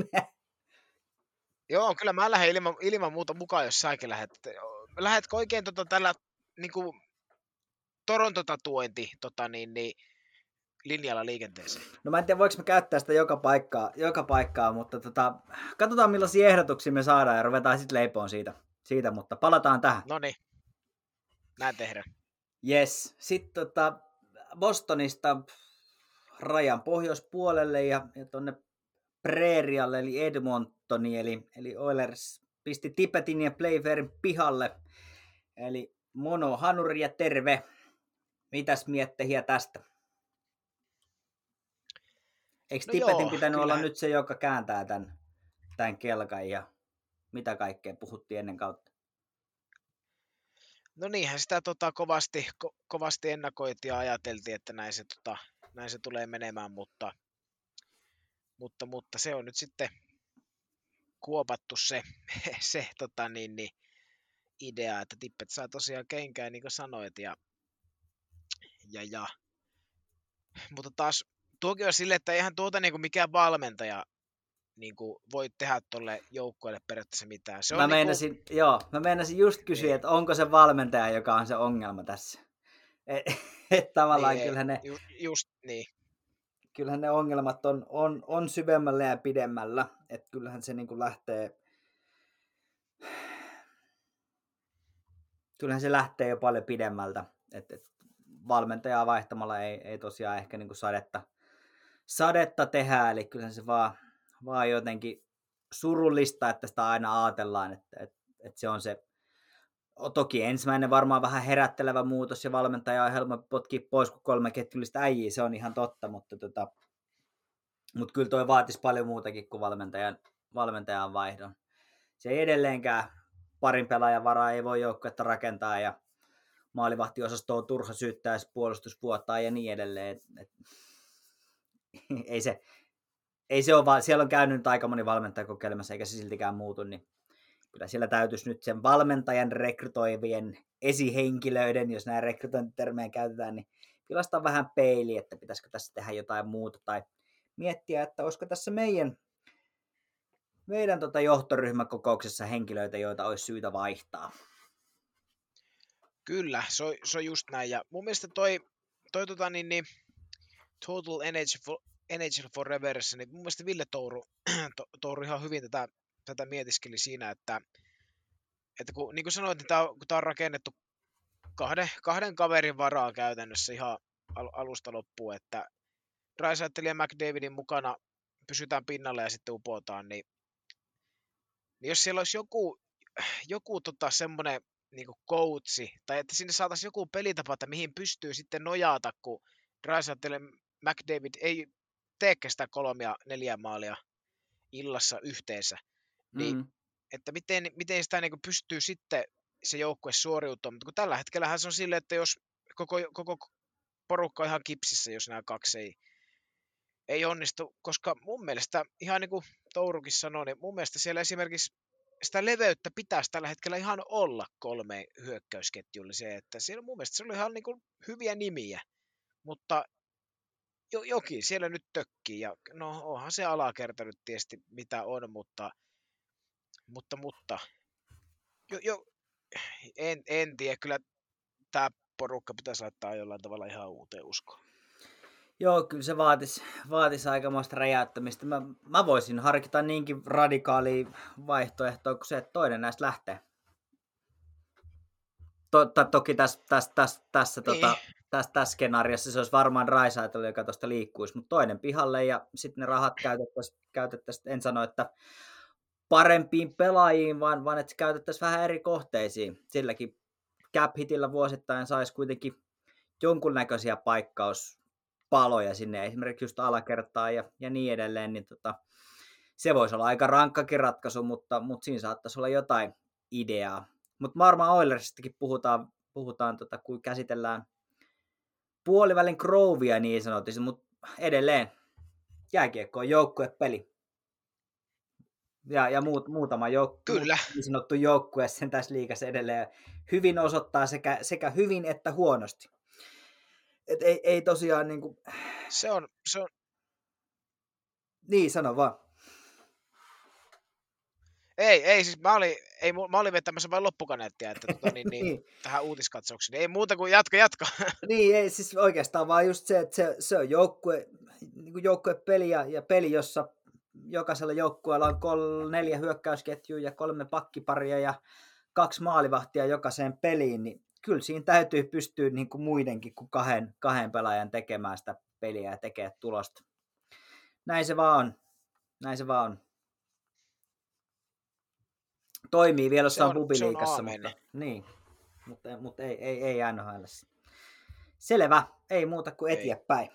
Joo, kyllä mä lähden ilman, ilman muuta mukaan, jos säkin lähdet. Lähdetkö oikein tota, tällä niin kuin Toronto-tatuointi tota, niin, niin, linjalla liikenteeseen? No mä en tiedä, voiko me käyttää sitä joka paikkaa, joka paikkaa mutta tota, katsotaan millaisia ehdotuksia me saadaan ja ruvetaan sitten leipoon siitä, siitä, mutta palataan tähän. No niin, näin tehdään. Yes, sitten tota Bostonista rajan pohjoispuolelle ja, ja tuonne Prairialle eli Edmontoni, eli, eli Oilers pisti Tippetin ja Playfairin pihalle, eli Mono, Hanuri ja terve. Mitäs miettehiä tästä? Eikö No Tippetin joo, pitänyt kyllähän... olla nyt se, joka kääntää tämän, tämän kelkan ja mitä kaikkea puhuttiin ennen kautta? No niinhän sitä tota, kovasti, ko, kovasti ennakoitiin ja ajateltiin, että näin se, tota, näin se tulee menemään, mutta, mutta, mutta se on nyt sitten kuopattu se, se tota, niin, niin, idea, että Tippet saa tosiaan kenkään, niin kuin sanoit, ja, ja, ja. Mutta taas tuokin on silleen, että eihän tuota niin kuin mikään valmentaja niin kuin voi tehdä tuolle joukkueelle periaatteessa mitään. Se mä, on meinasin, niin kuin... joo, mä meinasin just kysyä, että onko se valmentaja, joka on se ongelma tässä. Että et, tavallaan niin, kyllähän, ne, ju, just, niin. kyllähän ne ongelmat on, on, on syvemmällä ja pidemmällä. Että kyllähän se niin kuin lähtee... Kyllähän se lähtee jo paljon pidemmältä. Että et, valmentajaa vaihtamalla ei, ei tosiaan ehkä niin kuin sadetta, sadetta tehdä. Eli kyllähän se vaan, vaan jotenkin surullista, että sitä aina ajatellaan, että, että, että se on se... Toki ensimmäinen varmaan vähän herättelevä muutos ja valmentaja on helpompi potkia pois kuin kolme ketjullista äijiä, se on ihan totta, mutta, tota, mutta kyllä toi vaatisi paljon muutakin kuin valmentajan, valmentajan vaihdon. Se ei edelleenkään parin pelaajan varaa ei voi joukkuetta rakentaa ja maalivahtiosasto on turha syyttää, puolustus vuottaa ja niin edelleen. Et, et, ei se, ei se ole vaan, siellä on käynyt nyt aika moni valmentaja kokeilemassa eikä se siltikään muutu, niin kyllä siellä täytyisi nyt sen valmentajan rekrytoivien esihenkilöiden, jos nämä rekrytointitermejä käytetään, niin pilastaa vähän peiliä, että pitäisikö tässä tehdä jotain muuta tai miettiä, että olisiko tässä meidän, meidän tota johtoryhmäkokouksessa henkilöitä, joita olisi syytä vaihtaa. Kyllä, se on, se on just näin. Ja mun mielestä toi, toi tota, niin, niin, Total N H L, N H L Foreverissa, niin mun mielestä Ville Touru, to, Touru ihan hyvin tätä, tätä mietiskeli siinä, että, että kun, niin kuin sanoit, niin tämä, kun tämä on rakennettu kahden, kahden kaverin varaa käytännössä ihan al, alusta loppuun, että Draisaitl ja McDavidin mukana pysytään pinnalla ja sitten upotaan, niin, niin jos siellä olisi joku, joku tota, semmoinen niin coachi, tai että sinne saataisiin joku pelitapa, että mihin pystyy sitten nojata, kun Draisaitl ja McDavid ei teekään sitä kolmea neljä maalia illassa yhteensä, niin mm. että miten, miten sitä niin pystyy sitten se joukkue suoriutumaan, mutta kun tällä hetkellähän se on silleen, että jos koko, koko porukka on ihan kipsissä, jos nämä kaksi ei, ei onnistu, koska mun mielestä, ihan niin kuin Tourukin sanoi, niin mun mielestä siellä esimerkiksi sitä leveyttä pitäisi tällä hetkellä ihan olla kolme hyökkäysketjulliseen, että siellä mun mielestä se oli ihan niin kuin hyviä nimiä, mutta jo, jokin siellä nyt tökkii, ja no onhan se alakerta nyt tietysti mitä on, mutta, mutta, mutta jo, jo, en, en tiedä, kyllä tämä porukka pitäisi laittaa jollain tavalla ihan uuteen uskoon. Joo, kyllä se vaatisi, vaatisi aikamoista räjäyttämistä. Mä, mä voisin harkita niinkin radikaalia vaihtoehtoa kuin se, että toinen näistä lähtee. To, to, toki tässä, tässä, tässä, tässä, Niin. tota, tässä, tässä skenaariossa se olisi varmaan Draisaitl, joka tuosta liikkuisi, mutta toinen pihalle ja sitten ne rahat käytettäisiin, käytettäisiin, en sano, että parempiin pelaajiin, vaan, vaan että se käytettäisiin vähän eri kohteisiin. Silläkin cap-hitillä vuosittain saisi kuitenkin jonkunnäköisiä paikkauspaloja sinne, esimerkiksi just alakertaan ja, ja niin edelleen, niin tota, se voisi olla aika rankkakin ratkaisu, mutta, mutta siinä saattaisi olla jotain ideaa. Mutta varmaan Oilersistakin puhutaan, puhutaan tota, kun käsitellään puolivälin Grovea niin sanotusti, mutta edelleen jääkiekko on joukkuepeli. Ja, ja muut, muutama jouk- Kyllä. niin sanottu joukkue sen tässä liigassa edelleen hyvin osoittaa sekä, sekä hyvin että huonosti. Et ei, ei tosiaan niin kuin... Se on, se on... Niin, sano vaan. Ei, ei, siis mä olin, ei, mä olin vetämässä vain loppukaneettia, että tota, niin, niin, niin. tähän uutiskatsaukseen. Ei muuta kuin jatka, jatka. Niin, ei, siis oikeastaan vaan just se, että se, se on joukkue, niin joukkuepeli ja, ja peli, jossa jokaisella joukkueella on kol, neljä hyökkäysketjua ja kolme pakkiparia ja kaksi maalivahtia jokaiseen peliin, niin kyllä siinä täytyy pystyä niin kuin muidenkin kuin kahden, kahden pelaajan tekemään sitä peliä ja tekemään tulosta. Näin se vaan on. Näin se vaan on. Toimii vielä jossain pubiliigassa, mutta, niin, mutta, mutta ei, ei, ei N H L:ssä. Selvä, ei muuta kuin eteenpäin.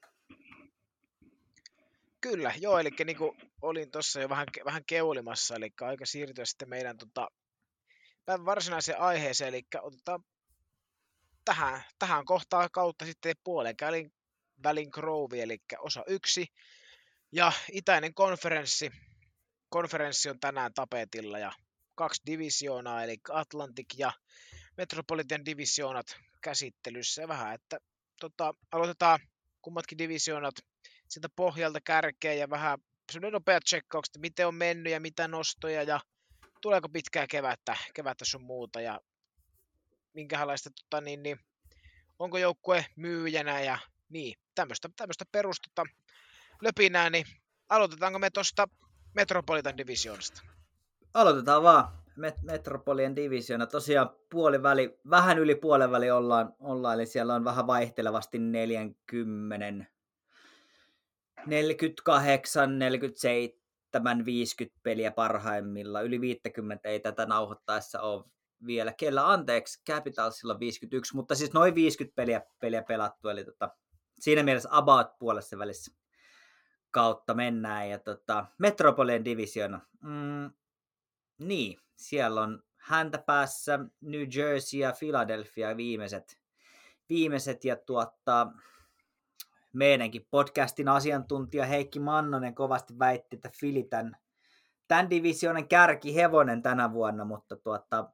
Kyllä, joo, eli niin kuin olin tuossa jo vähän, vähän keulimassa, eli aika siirtyä sitten meidän tota, päivän varsinaiseen aiheeseen, eli otetaan tähän, tähän kohtaan kautta sitten puolen välin, välin Grove, eli osa yksi, ja itäinen konferenssi, konferenssi on tänään tapetilla, ja kaksi divisioonaa, eli Atlantic ja Metropolitan divisioonat käsittelyssä, ja vähän, että tota, aloitetaan kummatkin divisioonat sieltä pohjalta kärkeä ja vähän semmoinen nopea tsekkaukset, että miten on mennyt ja mitä nostoja ja tuleeko pitkää kevättä, kevättä sun muuta ja minkälaista, tota, niin, niin, onko joukkue myyjänä ja niin, tämmöistä, tämmöistä perustutta löpinää, niin aloitetaanko me tuosta Metropolitan divisioonasta? Aloitetaan vaan. Met- Metropolian divisioona. Tosiaan puoliväli, vähän yli puolen väli ollaan, ollaan, eli siellä on vähän vaihtelevasti neljäkymmentä neljäkymmentäkahdeksan, neljäkymmentäseitsemän, viisikymmentä peliä parhaimmilla. Yli viisikymmentä ei tätä nauhoittaessa ole vielä. Kellä anteeksi, Capitalsilla on viisikymmentäyksi, mutta siis noin viisikymmentä peliä, peliä pelattu. Eli tota, siinä mielessä about puolessa välissä kautta mennään. Ja tota, Metropolian divisioona. Mm, niin, siellä on häntä päässä New Jersey ja Philadelphia viimeiset. viimeiset ja tuottaa... Meidänkin podcastin asiantuntija Heikki Mannonen kovasti väitti, että Philly tämän, tämän divisioonan kärkihevonen tänä vuonna, mutta tuota,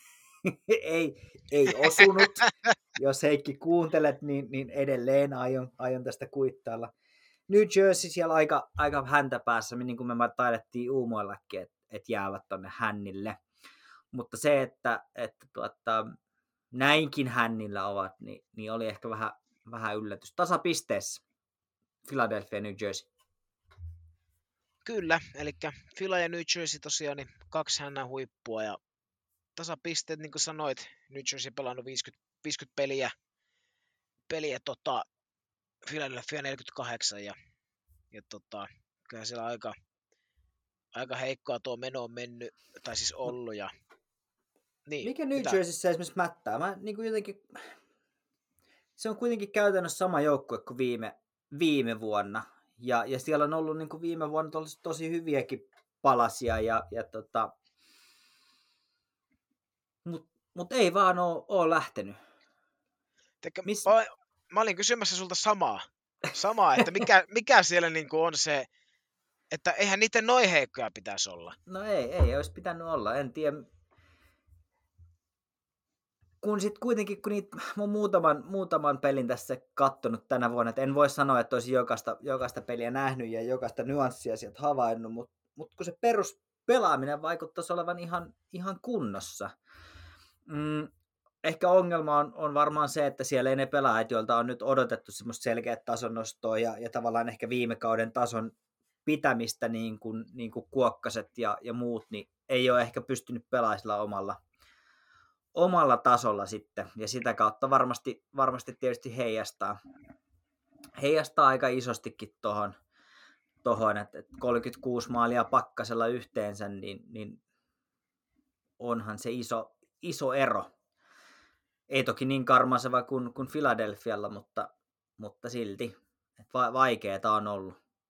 ei, ei osunut. Jos Heikki kuuntelet, niin, niin edelleen aion, aion tästä kuittailla. New Jersey siellä aika, aika häntä päässä, niin kuin me taidettiin uumoillakin, että, että jäävät tuonne hännille. Mutta se, että, että tuota, näinkin hännillä ovat, niin, niin oli ehkä vähän Vähän yllätys. Tasapisteessä Philadelphia ja New Jersey. Kyllä, eli Phila ja New Jersey tosiaan niin kaksi hännän huippua ja tasapisteet, niin kuin sanoit, New Jersey pelannut viisikymmentä, viisikymmentä peliä, peliä tota, Philadelphia neljäkymmentäkahdeksan ja, ja tota, kyllä siellä aika, aika heikkoa tuo meno on mennyt, tai siis ollut. Ja, niin, mikä New mitä? Jerseyssä esimerkiksi mättää? Mä niin kuin jotenkin... Se on kuitenkin käytännössä sama joukkue kuin viime, viime vuonna. Ja, ja siellä on ollut niin kuin viime vuonna tosi, tosi hyviäkin palasia. Ja, ja tota... Mutta mut ei vaan ole, ole lähtenyt. Teikö, Miss... mä, mä olin kysymässä sulta samaa. Samaa, että mikä, mikä siellä niin kuin on se, että eihän niiden noin heikkoja pitäisi olla. No ei, ei olisi pitänyt olla. En tiedä. Kun sitten kuitenkin, kun niitä, mä oon muutaman, muutaman pelin tässä kattonut tänä vuonna, että en voi sanoa, että olisi jokaista, jokaista peliä nähnyt ja jokaista nyanssia sieltä havainnut, mutta mut kun se peruspelaaminen vaikuttaisi olevan ihan, ihan kunnossa. Mm, ehkä ongelma on, on varmaan se, että siellä ei ne pelaajat, joilta on nyt odotettu semmoista selkeät tason nostoa ja, ja tavallaan ehkä viime kauden tason pitämistä niin kuin, niin kuin Kuokkaset ja, ja muut, niin ei ole ehkä pystynyt pelaamaan omalla, omalla tasolla sitten, ja sitä kautta varmasti, varmasti tietysti heijastaa, heijastaa aika isostikin tuohon, tohon, että kolmekymmentäkuusi maalia Pakkasella yhteensä, niin, niin onhan se iso, iso ero. Ei toki niin karmaiseva kuin, kuin Philadelphialla, mutta, mutta silti va- vaikeaa on ollut.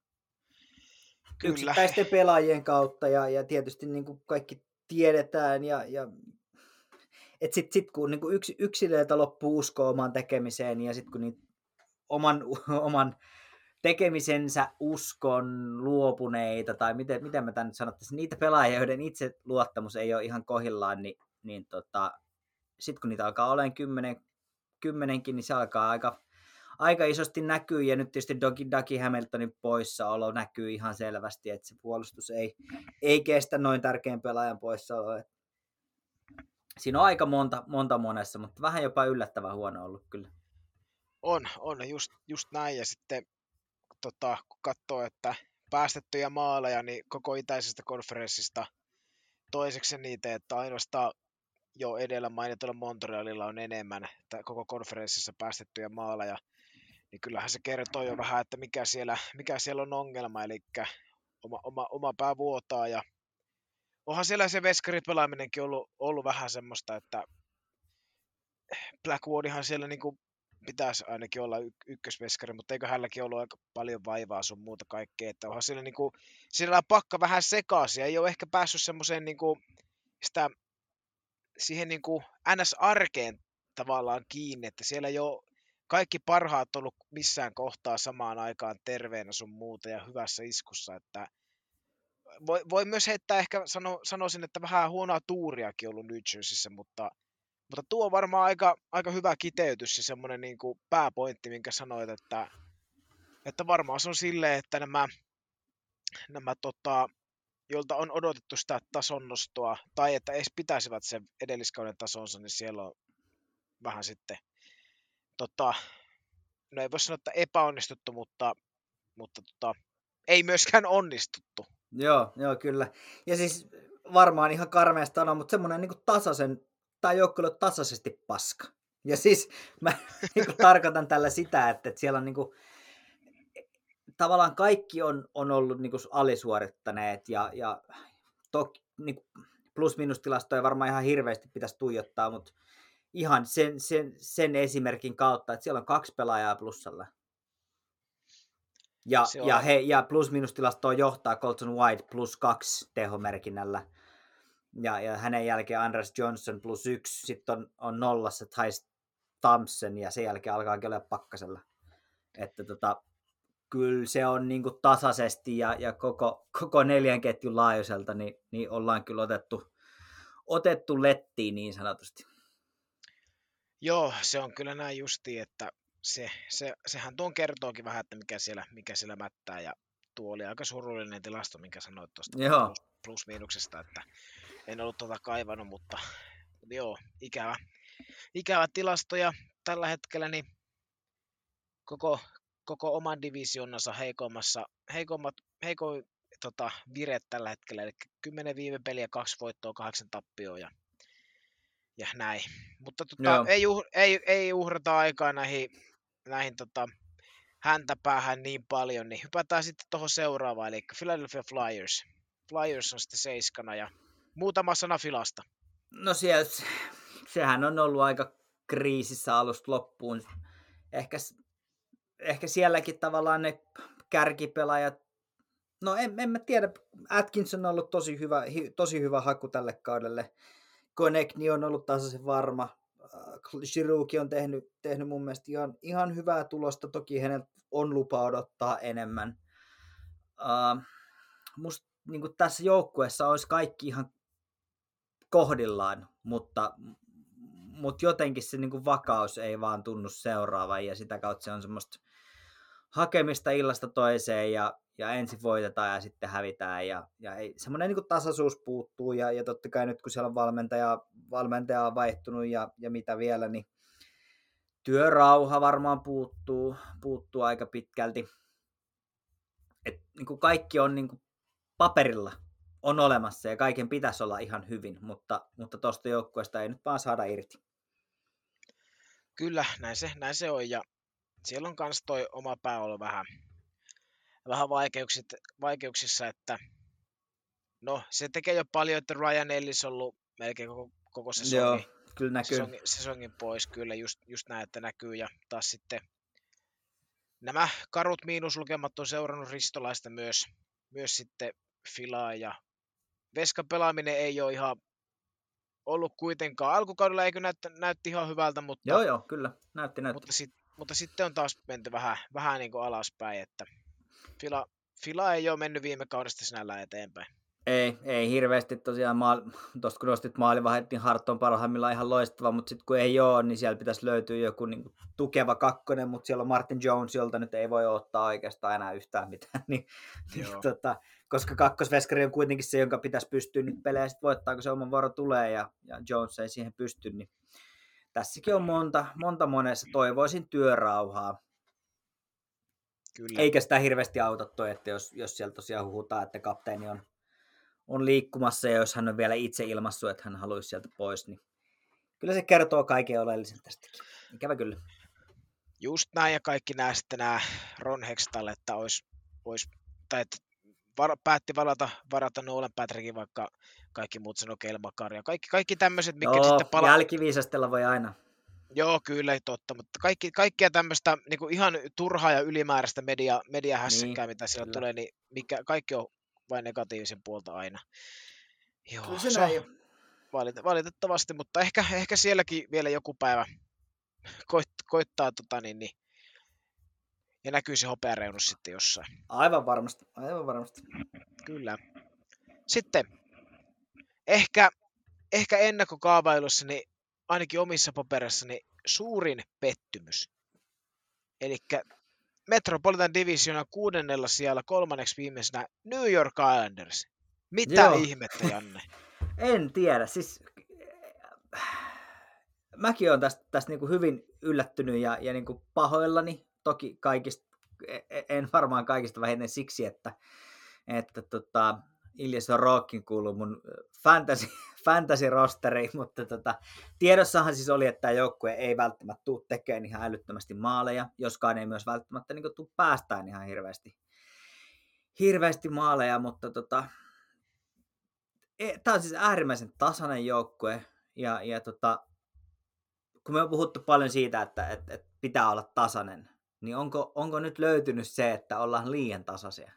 Kyllä. Yksittäisten pelaajien kautta, ja, ja tietysti niin kuin kaikki tiedetään, ja, ja että sitten sit, kun niin kuin yks, yksilöiltä loppuu usko omaan tekemiseen, ja sitten kun niin oman, oman tekemisensä uskon luopuneita, tai miten, miten mä tämän nyt sanottaisin, niitä pelaajia, joiden itse luottamus ei ole ihan kohillaan, niin, niin tota, sitten kun niitä alkaa olemaan kymmenen, kymmenenkin, niin se alkaa aika, aika isosti näkyy, ja nyt tietysti Dougie Hamiltonin poissaolo näkyy ihan selvästi, että se puolustus ei, ei kestä noin tärkeän pelaajan poissaoloa. Siinä on aika monta, monta monessa, mutta vähän jopa yllättävän huono ollut kyllä. On, on just, just näin, ja sitten tota, kun katsoo, että päästettyjä maaleja, niin koko itäisestä konferenssista toiseksi niitä, että ainoastaan jo edellä mainitulla Montrealilla on enemmän koko konferenssissa päästettyjä maaleja, niin kyllähän se kertoo jo vähän, että mikä siellä, mikä siellä on ongelma, eli oma, oma, oma pää vuotaa, ja onhan siellä se veskaripelaaminenkin ollut, ollut vähän semmoista, että Blackwoodihan siellä niin kuin pitäisi ainakin olla y- ykkösveskari, mutta eikö hänelläkin ollut aika paljon vaivaa sun muuta kaikkea, että onhan siellä, niin kuin, siellä on pakka vähän sekaisin, ei ole ehkä päässyt semmoiseen niin kuin sitä, siihen niin kuin N S-arkeen tavallaan kiinni, että siellä ei ole kaikki parhaat ollut missään kohtaa samaan aikaan terveenä sun muuta ja hyvässä iskussa, että voi, voi myös heittää ehkä, sano, sanoisin, että vähän huonoa tuuriakin ollut New Jerseyssä, mutta Mutta tuo on varmaan aika, aika hyvä kiteytys ja semmoinen niin kuin pääpointti, minkä sanoit, että, että varmaan se on silleen, että nämä, nämä tota, joilta on odotettu sitä tasonnostoa, tai että edes pitäisivät sen edelliskauden tasonsa, niin siellä on vähän sitten, tota, no ei voi sanoa, että epäonnistuttu, mutta, mutta tota, ei myöskään onnistuttu. Joo, joo, kyllä. Ja siis varmaan ihan karmeasta sanoa, mutta semmoinen niin kuin tasaisen, tai joukkue on tasaisesti paska. Ja siis mä niin kuin tarkoitan tällä sitä, että, että siellä on niin kuin, tavallaan kaikki on, on ollut niin kuin alisuorittaneet, ja, ja toki niin plus-minus-tilastoja varmaan ihan hirveästi pitäisi tuijottaa, mutta ihan sen, sen, sen esimerkin kautta, että siellä on kaksi pelaajaa plussalla. Ja, ja, he, ja plus-minus-tilastoa johtaa Colton White plus kaksi tehomerkinnällä. Ja, ja hänen jälkeen Andres Johnson plus yksi. Sitten on, on nollassa Tyce Thompson ja sen jälkeen alkaa olla Pakkasella. Että tota, kyllä se on niinku tasaisesti ja, ja koko, koko neljän ketjun laajuiselta, niin, niin ollaan kyllä otettu, otettu lettiin niin sanotusti. Joo, se on kyllä näin justiin, että se, se, sehän tuon kertookin vähän, että mikä siellä, mikä siellä mättää, ja tuo oli aika surullinen tilasto, minkä sanoit tuosta plus, plus-miinuksesta, että en ollut tuota kaivannut, mutta, mutta joo, ikävä, ikävä tilasto, ja tällä hetkellä niin koko, koko oman divisionnansa heikommassa, heikommat, heikoin tota, vire tällä hetkellä, eli kymmenen viime peliä, kaksi voittoa, kahdeksan tappioa, ja ja näin. Mutta tota, ei, uh, ei, ei uhrata aikaa näihin, näihin tota, häntäpäähän niin paljon, niin hypätään sitten tuohon seuraavaan, eli Philadelphia Flyers. Flyers on sitten seiskana, ja muutama sana Filasta. No siellä, sehän on ollut aika kriisissä alusta loppuun. Ehkä, ehkä sielläkin tavallaan ne kärkipelaajat, no en, en mä tiedä, Atkinson on ollut tosi hyvä, tosi hyvä haku tälle kaudelle. Konechny on ollut tasaisen varma. Girouxkin on tehnyt, tehnyt mun mielestä ihan, ihan hyvää tulosta. Toki hänellä on lupa odottaa enemmän. Uh, musta niin kuin tässä joukkueessa olisi kaikki ihan kohdillaan, mutta, mutta jotenkin se niin kuin vakaus ei vaan tunnu seuraavan, ja sitä kautta se on semmoista hakemista illasta toiseen, ja, ja ensin voitetaan ja sitten hävitään. Ja, ja ei, semmoinen niin kuin tasaisuus puuttuu ja, ja totta kai nyt kun siellä on valmentaja, valmentaja on vaihtunut ja, ja mitä vielä, niin työrauha varmaan puuttuu, puuttuu aika pitkälti. Et, niin kuin kaikki on niin kuin paperilla on olemassa ja kaiken pitäisi olla ihan hyvin, mutta, mutta tuosta joukkueesta ei nyt vaan saada irti. Kyllä, näin se, näin se on, ja siellä on myös toi oma pää ollut vähän, vähän vaikeuksissa, että no se tekee jo paljon, että Ryan Ellis on ollut melkein koko, koko sesongin, Joo, kyllä näkyy. sesongin, sesongin pois, kyllä just, just näin, että näkyy, ja taas sitten nämä karut miinuslukemat on seurannut Ristolaista myös, myös sitten Filaa, ja Veskan pelaaminen ei ole ihan ollut kuitenkaan. Alkukaudella eikö näytti, näytti ihan hyvältä, mutta, joo, joo, kyllä, näytti, näytti. Mutta, sit, mutta sitten on taas menty vähän, vähän niin kuin alaspäin, että Fila, Fila ei ole mennyt viime kaudesta sinällään eteenpäin. Ei, ei hirveästi tosiaan, tuosta kun nostit maalivahdit, niin Hart on parhaimmillaan ihan loistava, mutta sitten kun ei ole, niin siellä pitäisi löytyä joku niin kuin tukeva kakkonen, mutta siellä on Martin Jones, jolta nyt ei voi ottaa oikeastaan enää yhtään mitään, niin, niin, tota, koska kakkosveskari on kuitenkin se, jonka pitäisi pystyä nyt pelejä sitten voittaa, kun se oma vuoro tulee ja, ja Jones ei siihen pysty, niin tässäkin on monta, monta monessa, toivoisin työrauhaa. Kyllä. Eikä sitä hirveästi auta toi, että jos, jos siellä tosiaan huhutaan, että kapteeni on on liikkumassa, ja jos hän on vielä itse ilmassut, että hän haluaisi sieltä pois, niin kyllä se kertoo kaiken oleellisen tästäkin. Ikävä kyllä. Just näin, ja kaikki nämä sitten nämä Ron Hextall, että olisi, olisi tai että var, päätti valata, varata Nolan Patrickin, vaikka kaikki muut sanoo Kelmakar, ja kaikki, kaikki tämmöiset, mikä Joo, sitten palaa. Jälkiviisastella voi aina. Joo, kyllä, totta, mutta kaikki, kaikkia tämmöistä niin kuin ihan turhaa ja ylimääräistä media, mediahässäkkää, niin, mitä siellä kyllä tulee, niin mikä, kaikki on vain negatiivisen puolta aina. Joo, se, se on valit- valitettavasti, mutta ehkä, ehkä sielläkin vielä joku päivä koit, koittaa tota, niin, niin, ja näkyy se hopeareunus sitten jossain. Aivan varmasti, aivan varmasti. Kyllä. Sitten ehkä, ehkä ennakkokaavailussa, niin ainakin omissa paperissani suurin pettymys. Elikkä Metropolitan Divisiona kuudennella sijalla kolmanneksi viimeisenä New York Islanders. Mitä Joo. ihmettä, Janne? En tiedä. Siis, mäkin olen tästä, tästä niin kuin hyvin yllättynyt ja, ja niin kuin pahoillani. Toki kaikista, en varmaan kaikista vähiten siksi, että, että tota, Iljas Rockin kuuluu mun fantasy, fantasy-rosteriin, mutta tota, tiedossahan siis oli, että tämä joukkue ei välttämättä tule tekemään ihan älyttömästi maaleja, joskaan ei myös välttämättä niin kuin tule päästään ihan hirveästi, hirveästi maaleja, mutta tota, tämä on siis äärimmäisen tasainen joukkue, ja, ja tota, kun me on puhuttu paljon siitä, että, että, että pitää olla tasainen, niin onko, onko nyt löytynyt se, että ollaan liian tasaisia?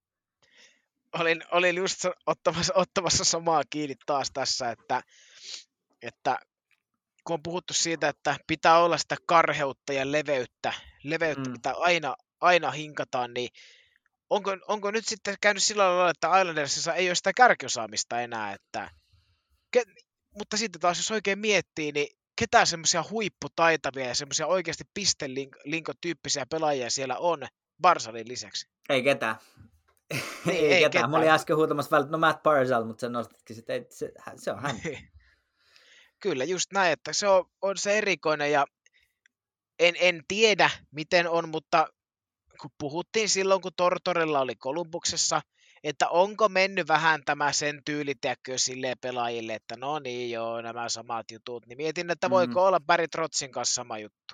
Olin, olin just ottamassa, ottamassa samaa kiinni taas tässä, että, että kun on puhuttu siitä, että pitää olla sitä karheutta ja leveyttä, leveyttä mm. mitä aina, aina hinkataan, niin onko, onko nyt sitten käynyt sillä lailla, että Islandersissa ei ole sitä kärkiosaamista enää, että, ke, mutta sitten taas jos oikein miettii, niin ketään semmoisia huipputaitavia ja semmoisia oikeasti pistelinkotyyppisiä pelaajia siellä on Barzalin lisäksi? Ei ketään. Ei, ei, ei ketään. ketään. Mä olin äsken huutamassa välillä, no Matt Barzal, mutta sä nostitkin sitä, että se, se on hän. Kyllä, just näin, että se on, on se erikoinen ja en, en tiedä miten on, mutta kun puhuttiin silloin, kun Tortorella oli Kolumbuksessa, että onko mennyt vähän tämä sen tyylitäkkö silleen pelaajille, että no niin joo, nämä samat jutut, niin mietin, että voiko mm. olla Barry Trotzin kanssa sama juttu.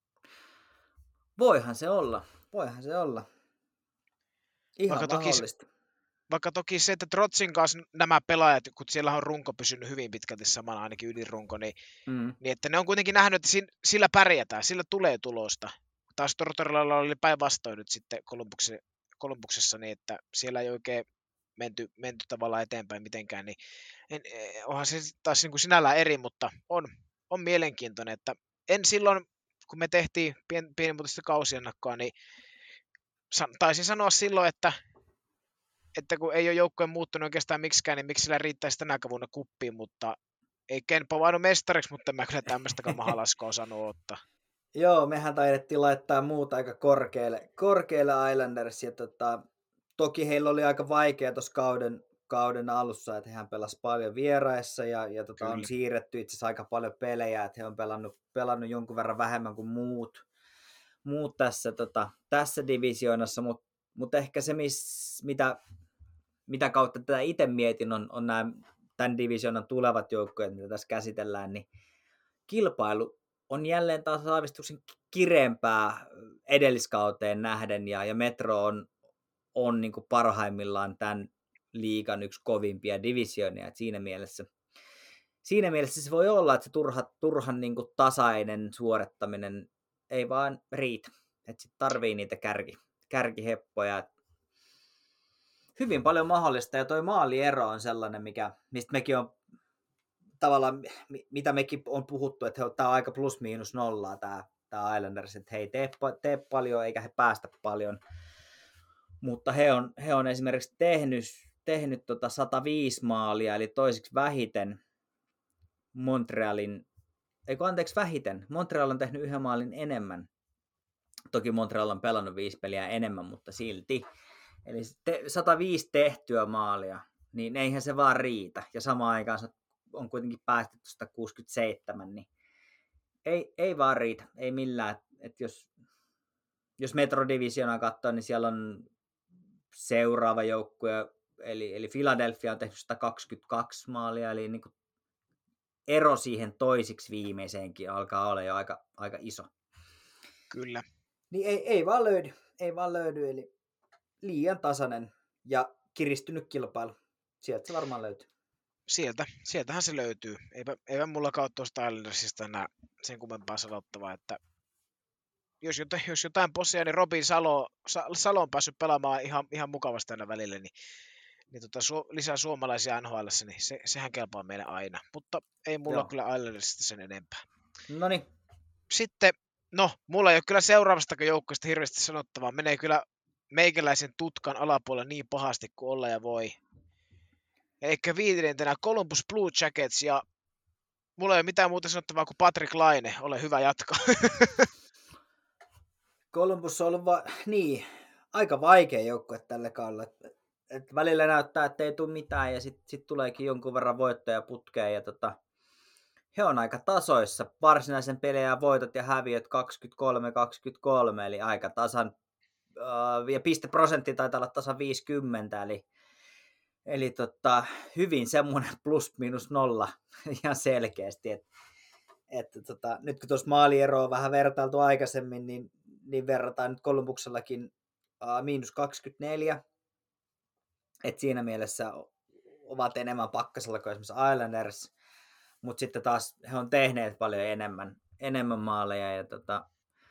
Voihan se olla, voihan se olla. Ihan vaikka mahdollista. Toki, vaikka toki se, että Trotzin kanssa nämä pelaajat, kun siellä on runko pysynyt hyvin pitkälti samana, ainakin ydinrunko, niin, mm. niin että ne on kuitenkin nähnyt, että sillä pärjätään, sillä tulee tulosta. Taas Tortorella oli päinvastoin nyt sitten Kolumbuksessa, Kolumbuksessa, niin että siellä ei oikein menty, menty tavallaan eteenpäin mitenkään, niin en, onhan se taas niin kuin sinällään eri, mutta on, on mielenkiintoinen, että en silloin, kun me tehtiin pien, pienimuotoista kausiennakkoa, niin taisin sanoa silloin, että, että kun ei ole joukkojen muuttunut oikeastaan miksikään, niin miksi sillä riittäisi tänä vuonna kuppiin, mutta ei Kenpo vain mestariksi, mutta mä kyllä tämmöistäkään mahalaskua osannut ottaa. Joo, mehän taidettiin laittaa muuta aika korkealle, korkealle Islanders, ja tota, toki heillä oli aika vaikea tuossa kauden, kauden alussa, että hän pelasi paljon vieraissa ja, ja tota, on siirretty itse asiassa aika paljon pelejä, että he on pelannut, pelannut jonkun verran vähemmän kuin muut, muut tässä, tota, tässä divisioonassa, mutta mut ehkä se, mis, mitä, mitä kautta tätä itse mietin, on, on nämä tämän divisioonan tulevat joukkueet, mitä tässä käsitellään, niin kilpailu on jälleen taas aavistuksen kireempää edelliskauteen nähden, ja, ja Metro on, on niin kuin parhaimmillaan tämän liigan yksi kovimpia divisioonia, että siinä mielessä, siinä mielessä se voi olla, että se turha, turhan niin kuin tasainen suorittaminen ei vaan riitä, että sit tarvii niitä kärki, kärkiheppoja. Hyvin paljon mahdollista, ja toi maaliero on sellainen, mikä, mistä mekin on tavallaan, mitä mekin on puhuttu, että tämä on aika plus miinus nollaa tämä, tämä Islanders, että he ei tee, tee paljon eikä he päästä paljon, mutta he on, he on esimerkiksi tehnyt, tehnyt tota sata viisi maalia, eli toiseksi vähiten Montrealin, eikö anteeksi vähiten, Montreal on tehnyt yhden maalin enemmän, toki Montreal on pelannut viisi peliä enemmän, mutta silti, eli te, sata viisi tehtyä maalia, niin eihän se vaan riitä, ja samaan aikaan on kuitenkin päästetty sitä kuusikymmentäseitsemän, niin ei, ei vaan riitä, ei millään. Et jos, jos Metro-divisioonaa katsoo, niin siellä on seuraava joukkue, eli, eli Philadelphia on tehnyt sata kaksikymmentäkaksi maalia, eli niin kuin ero siihen toisiksi viimeiseenkin alkaa olla jo aika, aika iso. Kyllä. Niin ei, ei vaan löydy, ei vaan löydy, eli liian tasainen ja kiristynyt kilpailu. Sieltä se varmaan löytyy. Sieltä, sieltähän se löytyy. Eipä, eipä mullakaan ole tuosta Islandersista enää sen kummempaa sanottavaa, että jos jotain, jos jotain possia, niin Robin Salo, Salo on päässyt pelaamaan ihan, ihan mukavasti aina välillä, niin, niin tota, su, lisää suomalaisia N H L:ssä, niin se, sehän kelpaa meille aina. Mutta ei mulla Joo. kyllä Islandersista sen enempää. Noniin. Sitten, no, mulla ei ole kyllä seuraavastakaan joukkueesta hirveästi sanottavaa. Menee kyllä meikäläisen tutkan alapuolella niin pahasti kuin olla ja voi. Eikä viidentenä Columbus Blue Jackets, ja mulla ei ole mitään muuta sanottavaa kuin Patrick Laine. Ole hyvä, jatka. Columbus on ollut va- niin, aika vaikea joukkue tälle kaudelle. Et, et välillä näyttää, että ei tule mitään, ja sitten sit tuleekin jonkun verran voittoja putkeen. Ja tota, he on aika tasoissa. Varsinaisen pelejä voitot ja häviöt kaksikymmentäkolme kaksikymmentäkolme, eli aika tasan. Uh, ja pisteprosentti taitaa olla tasan viisikymmentä, eli Eli tota, hyvin semmoinen plus miinus nolla ihan selkeästi. Et, et, tota, nyt kun tuossa maalieroa on vähän vertailtu aikaisemmin, niin, niin verrataan nyt Columbuksellakin uh, miinus kaksikymmentäneljä. Et siinä mielessä ovat enemmän pakkasella kuin esimerkiksi Islanders. Mutta sitten taas he on tehneet paljon enemmän, enemmän maaleja. Ja tota,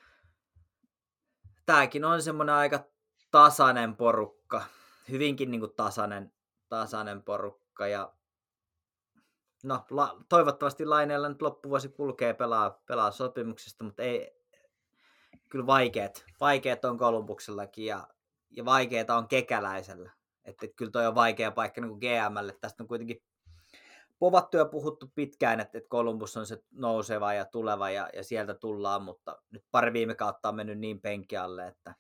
tämäkin on semmoinen aika tasainen porukka. Hyvinkin niin kuin tasainen. tasainen porukka, ja no, la, toivottavasti Laineella nyt loppuvuosi kulkee pelaa, pelaa sopimuksesta, mutta ei, kyllä vaikeat, vaikeat on Columbuksellakin, ja, ja vaikeita on Kekäläisellä, että et kyllä toi on vaikea paikka niin kuin G M:lle, tästä on kuitenkin povattu ja puhuttu pitkään, että et Columbus on se nouseva ja tuleva, ja, ja sieltä tullaan, mutta nyt pari viime kautta on mennyt niin penki alle, että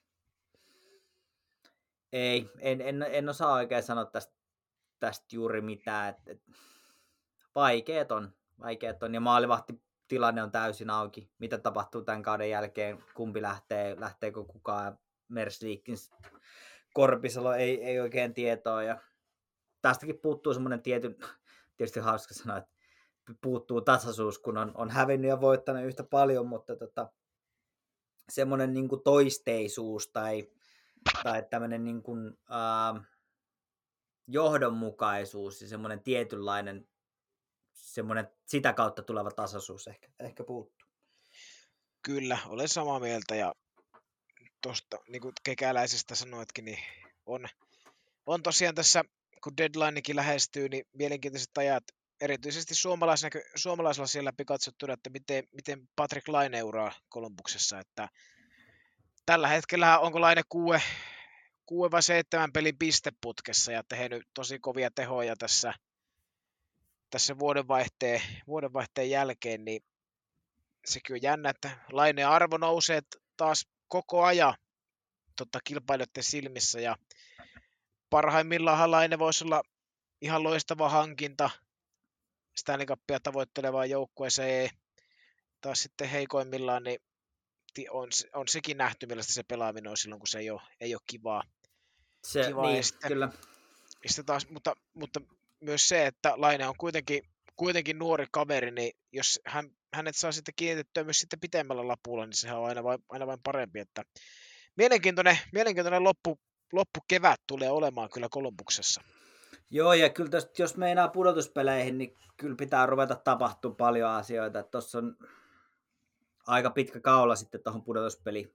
ei, en, en, en osaa oikein sanoa tästä tästä juuri mitään, että et, vaikeet on, vaikeet on, ja maalivahtitilanne on täysin auki, mitä tapahtuu tämän kauden jälkeen, kumpi lähtee, lähteekö kukaan, Merslikins, Korpisalo, ei, ei oikein tietoa, ja tästäkin puuttuu semmoinen tietyn, tietysti hauska sanoa, että puuttuu tasaisuus, kun on, on hävinnyt ja voittanut yhtä paljon, mutta tota, semmoinen niin kuin toisteisuus, tai, tai tämmöinen niin kuin, ää, johdonmukaisuus ja semmoinen tietynlainen semmoinen sitä kautta tuleva tasaisuus ehkä, ehkä puuttuu. Kyllä, olen samaa mieltä, ja tuosta niin kuin Kekäläisestä sanoitkin, niin on, on tosiaan tässä, kun deadlinekin lähestyy, niin mielenkiintoiset ajat, erityisesti suomalaisella siellä pikatsottuna, että miten, miten Patrick Laine euraa Columbuksessa, että tällä hetkellä onko Laine kuue kuusi vai seitsemän pelin pisteputkessa ja tehnyt tosi kovia tehoja tässä, tässä vuodenvaihteen, vuodenvaihteen jälkeen, niin sekin on jännä, että Laineen arvo nousee taas koko ajan tota, kilpailijoiden silmissä, ja parhaimmillaan Laine voisi olla ihan loistava hankinta Stanley Cupia tavoittelevaan joukkueeseen. Taas sitten heikoimmillaan niin on, on sekin nähty, millaista se pelaaminen on silloin, kun se ei ole, ei ole kivaa. Se, kivaa. niin, sitten, kyllä. Sitten taas, mutta, mutta myös se, että Laine on kuitenkin, kuitenkin nuori kaveri, niin jos hän, hänet saa sitten kiinnitettyä myös sitten pitemmällä lapulla, niin sehän on aina vain, aina vain parempi. Että mielenkiintoinen, mielenkiintoinen loppu, loppukevät tulee olemaan kyllä Kolumbuksessa. Joo, ja kyllä tosta, jos meinaa pudotuspeleihin, niin kyllä pitää ruveta tapahtua paljon asioita. Tuossa on aika pitkä kaula sitten tuohon pudotuspeliin.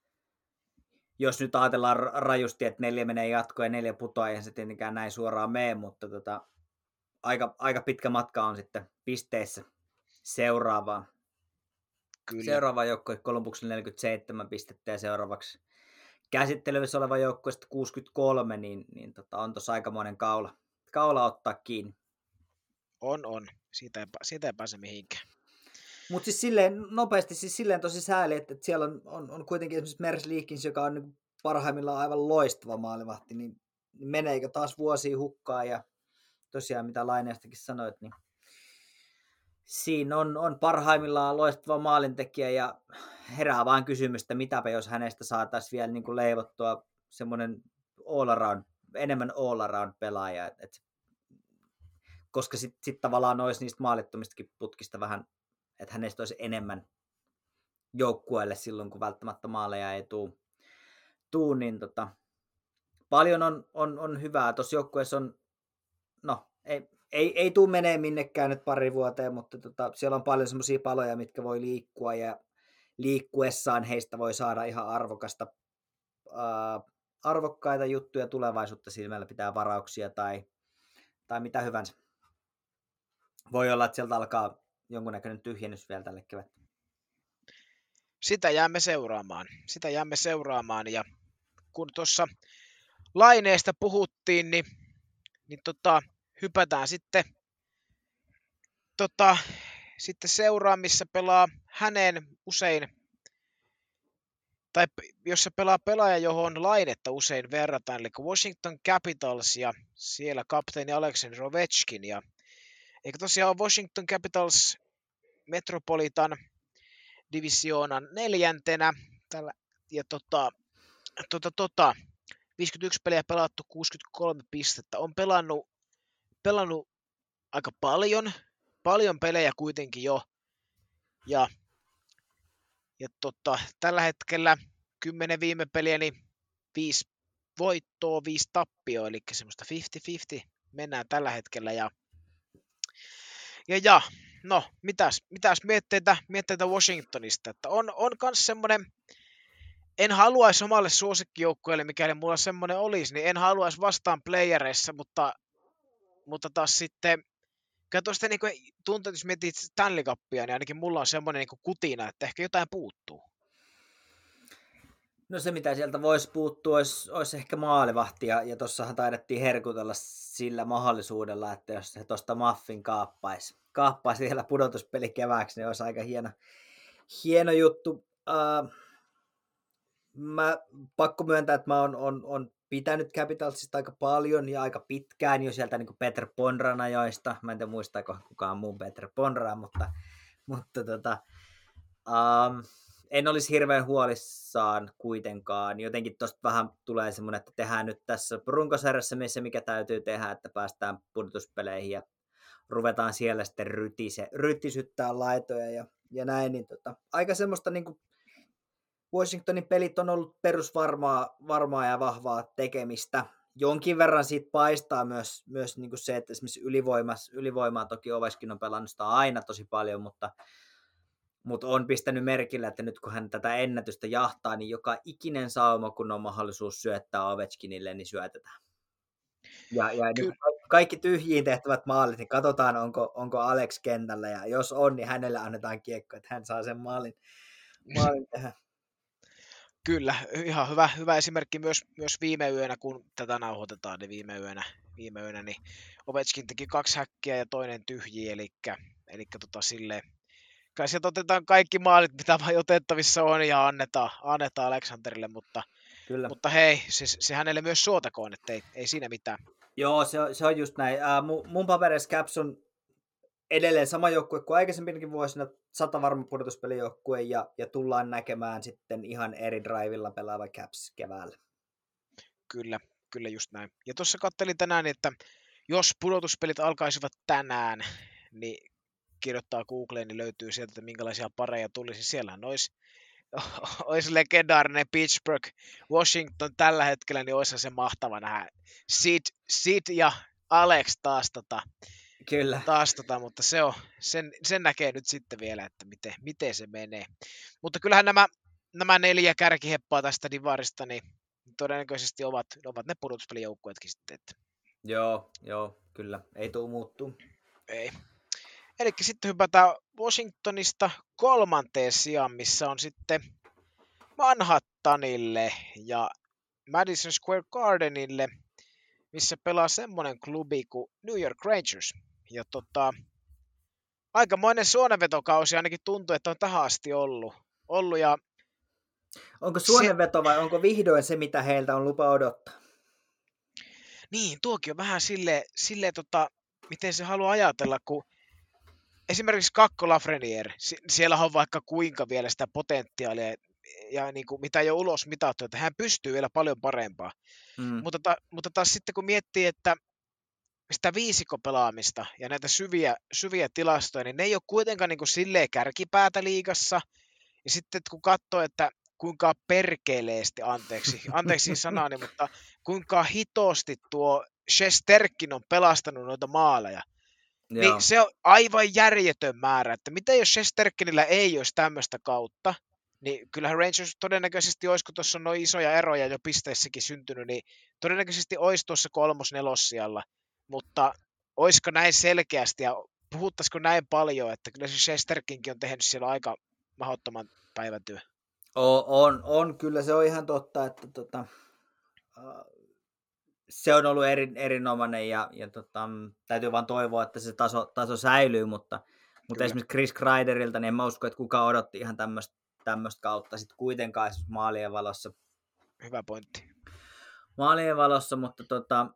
Jos nyt ajatellaan rajusti, että neljä menee jatkoon ja neljä putoaa, eihän se tietenkään näin suoraan mene, mutta tota, aika, aika pitkä matka on sitten pisteissä seuraavaan. Kyllä. Seuraava joukkue Kolumbuksella neljäkymmentäseitsemän pistettä ja seuraavaksi käsittelyssä oleva joukkue kuusikymmentäkolme, niin, niin tota, on tuossa aikamoinen kaula, kaula ottaa kiinni. On, on. Siitä ei, siitä ei pääse mihinkään. Mutta siis silleen nopeasti, siis silleen tosi sääli, että, että siellä on, on, on kuitenkin esimerkiksi Mers Leakins, joka on niin parhaimmillaan aivan loistava maalivahti, niin, niin meneekö taas vuosia hukkaan, ja tosiaan mitä Laineestakin sanoit, niin siinä on, on parhaimmillaan loistava maalintekijä, ja herää vaan kysymystä, mitäpä jos hänestä saataisiin vielä niin kuin leivottua semmoinen all around, enemmän all around pelaaja, et, et, koska sitten sit tavallaan olisi niistä maalittomistakin putkista vähän, että hänestä olisi enemmän joukkueelle silloin, kun välttämättä maaleja ei tuu, tuu niin tota, paljon on, on, on hyvää. Tuossa joukkueessa on, no ei, ei, ei tule menee minnekään nyt pari vuoteen, mutta tota, siellä on paljon semmoisia paloja, mitkä voi liikkua, ja liikkuessaan heistä voi saada ihan arvokasta, ää, arvokkaita juttuja tulevaisuutta silmällä, pitää varauksia tai, tai mitä hyvänsä. Voi olla, että sieltä alkaa jonkunnäköinen tyhjennys vielä tälle kevät. Sitä jäämme seuraamaan. Sitä jäämme seuraamaan, ja kun tuossa Laineesta puhuttiin, niin, niin tota, hypätään sitten, tota, sitten seuraan, missä pelaa hänen usein, tai jossa pelaa pelaaja, johon Lainetta usein verrataan, eli Washington Capitals, ja siellä kapteeni Alexander Ovechkin, ja eikö tosiaan Washington Capitals Metropolitan divisioonan neljäntenä, tällä, ja tota, tota, tota, viisikymmentäyksi peliä pelattu, kuusikymmentäkolme pistettä, on pelannut, pelannut aika paljon, paljon pelejä kuitenkin jo, ja, ja tota, tällä hetkellä kymmenen viime peliä, niin viisi voittoa, viisi tappioa, eli semmoista viisikymmentä viisikymmentä mennään tällä hetkellä, ja, ja, ja no, mitäs, mitäs mietteitä, mietteitä Washingtonista, että on, on kans semmoinen, en haluaisi omalle suosikkijoukkueelle, mikäli mulla semmoinen olisi, niin en haluaisi vastaan playereissa, mutta, mutta taas sitten, kyllä tuosta niin tuntuu, että jos mietit Stanley Cupia, niin ainakin mulla on semmoinen niin kutina, että ehkä jotain puuttuu. No se, mitä sieltä voisi puuttua, olisi, olisi ehkä maalivahti, ja, ja tuossahan taidettiin herkutella sillä mahdollisuudella, että jos se tuosta Muffin kaappaisi, kaappaisi vielä pudotuspeli kevääksi, niin olisi aika hieno, hieno juttu. Uh, mä pakko myöntää, että mä oon on, on pitänyt Capitalsista aika paljon ja aika pitkään jo sieltä niin kuin Peter Ponran ajoista. Mä en tiedä muistaako kukaan muun Peter Ponraa, mutta, mutta tota, um, en olisi hirveän huolissaan kuitenkaan. Jotenkin tuosta vähän tulee semmoinen, että tehdään nyt tässä runkosarjassa missä mikä täytyy tehdä, että päästään pudotuspeleihin ja ruvetaan siellä sitten rytise, rytisyttää laitoja ja, ja näin. Niin tota, aika semmoista niin kuin Washingtonin pelit on ollut perusvarmaa varmaa ja vahvaa tekemistä. Jonkin verran siitä paistaa myös, myös niin kuin se, että esimerkiksi ylivoimaa toki Ovechkin on pelannut sitä aina tosi paljon, mutta, mutta on pistänyt merkille, että nyt kun hän tätä ennätystä jahtaa, niin joka ikinen sauma, kun on mahdollisuus syöttää Ovechkinille, niin syötetään. Ja, ja niin kaikki tyhjiin tehtävät maalit, niin katsotaan, onko, onko Alex kentällä, ja jos on, niin hänelle annetaan kiekko, että hän saa sen maalin, maalin tehdä. Kyllä, ihan hyvä, hyvä esimerkki myös, myös viime yönä, kun tätä nauhoitetaan, niin viime yönä, viime yönä niin Ovechkin teki kaksi häkkiä ja toinen tyhjiä, eli, eli tota silleen, kai sieltä otetaan kaikki maalit, mitä vain otettavissa on, ja annetaan, annetaan Alexanderille, mutta Kyllä. Mutta hei, se, se hänelle myös suotakoon, että ei, ei siinä mitään. Joo, se on, se on just näin. Ää, mun, mun papereissa Caps on edelleen sama joukkue kuin aikaisempinakin vuosina, sata varma pudotuspelijoukkue, ja, ja tullaan näkemään sitten ihan eri drivilla pelaava Caps keväällä. Kyllä, kyllä just näin. Ja tuossa kattelin tänään, että jos pudotuspelit alkaisivat tänään, niin kirjoittaa Googleen, niin löytyy sieltä, että minkälaisia pareja tulisi. Siellähän olisi, olisi legendaarinen Pittsburgh, Washington tällä hetkellä, niin olisi se mahtava nähdä. Sid, Sid ja Alex taas tota, Kyllä. taas tota, mutta se on, sen, sen näkee nyt sitten vielä, että miten, miten se menee. Mutta kyllähän nämä, nämä neljä kärkiheppaa tästä divarista, niin todennäköisesti ovat, ovat ne pudotuspelijoukkueetkin sitten. Että Joo, joo, kyllä. Ei tule muuttuu. ei. Eli sitten hypätään Washingtonista kolmanteen sijaan, missä on sitten Manhattanille ja Madison Square Gardenille, missä pelaa semmoinen klubi kuin New York Rangers. Ja tota, aikamoinen suonenvetokausi ainakin tuntuu, että on tähän asti ollut. ollut ja onko suonenveto vai onko vihdoin se, mitä heiltä on lupa odottaa? Niin, tuokin on vähän silleen, sille, tota, miten se haluaa ajatella, kun esimerkiksi Kakko Lafreniere, siellä on vaikka kuinka vielä sitä potentiaalia, ja niin kuin, mitä ei ole ulos mitattu, että hän pystyy vielä paljon parempaa. Mm. Mutta, ta, mutta taas sitten kun miettii, että sitä viisikopelaamista ja näitä syviä, syviä tilastoja, niin ne ei ole kuitenkaan niin kuin silleen kärkipäätä liigassa. Ja sitten kun katsoo, että kuinka perkeleesti, anteeksi, anteeksi sanani, mutta kuinka hitosti tuo Shesterkin on pelastanut noita maaleja, Joo. niin se on aivan järjetön määrä, että mitä jos Shesterkinillä ei olisi tämmöistä kautta, niin kyllähän Rangers todennäköisesti olisi, kun tuossa on noin isoja eroja jo pisteissäkin syntynyt, niin todennäköisesti olisi tuossa kolmos-nelossijalla, mutta olisiko näin selkeästi ja puhuttaisiko näin paljon, että kyllä se Shesterkinkin on tehnyt siellä aika mahdottoman päivätyö. On, on, on, kyllä se on ihan totta, että tota, se on ollut eri, erinomainen ja, ja tota, täytyy vaan toivoa, että se taso, taso säilyy, mutta, mutta esimerkiksi Chris Kreiderilta, niin en mä usko, että kukaan odotti ihan tämmöistä kautta sitten kuitenkaan maalien valossa. Hyvä pointti. Maalien valossa, mutta tota,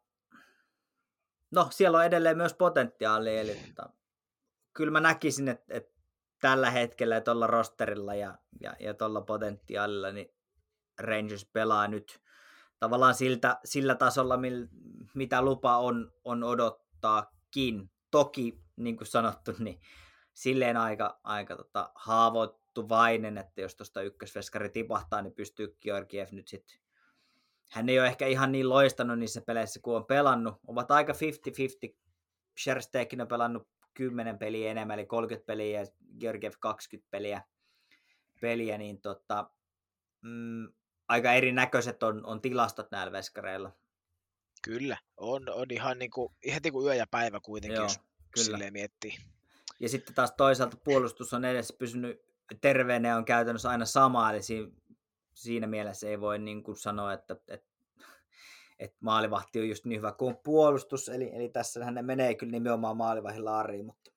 no siellä on edelleen myös potentiaalia, eli tota, kyllä mä näkisin, että, että tällä hetkellä tuolla rosterilla ja, ja, ja tuolla potentiaalilla niin Rangers pelaa nyt tavallaan siltä, sillä tasolla, mil, mitä lupa on, on odottaakin. Toki, niin kuin sanottu, niin silleen aika, aika tota, haavoittuvainen, että jos tuosta ykkösveskari tipahtaa, niin pystyy Georgiev nyt sitten. Hän ei ole ehkä ihan niin loistanut niissä peleissä, kun on pelannut. Ovat aika viisikymmentä viisikymmentä. Scherstekin on pelannut kymmenen peliä enemmän, eli kolmekymmentä peliä ja Georgiev kaksikymmentä peliä, peliä niin tota, mm, aika erinäköiset on, on tilastot näillä veskareilla. Kyllä, on, on ihan niin kuin, heti kuin yö ja päivä kuitenkin, Joo, jos kyllä. silleen miettii. Ja sitten taas toisaalta puolustus on edessä pysynyt terveenä ja on käytännössä aina sama, eli siinä, siinä mielessä ei voi niin kuin sanoa, että, että, että maalivahti on just niin hyvä kuin puolustus, eli, eli tässä ne menee kyllä nimenomaan maalivahdin laariin, mutta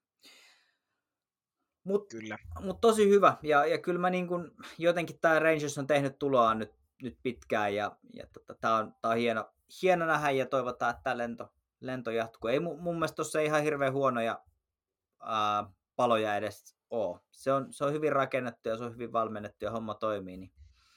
Mutta mut tosi hyvä, ja, ja kyllä mä niin kun, jotenkin tämä Rangers on tehnyt tuloa nyt, nyt pitkään, ja, ja tota, tämä on, tää on hieno, hieno nähdä, ja toivotaan, että tämä lento, lento jatkuu. Ei mun, mun mielestä tuossa ihan hirveän huonoja ää, paloja edes ole. Se on, se on hyvin rakennettu, ja se on hyvin valmennettu, ja homma toimii, niin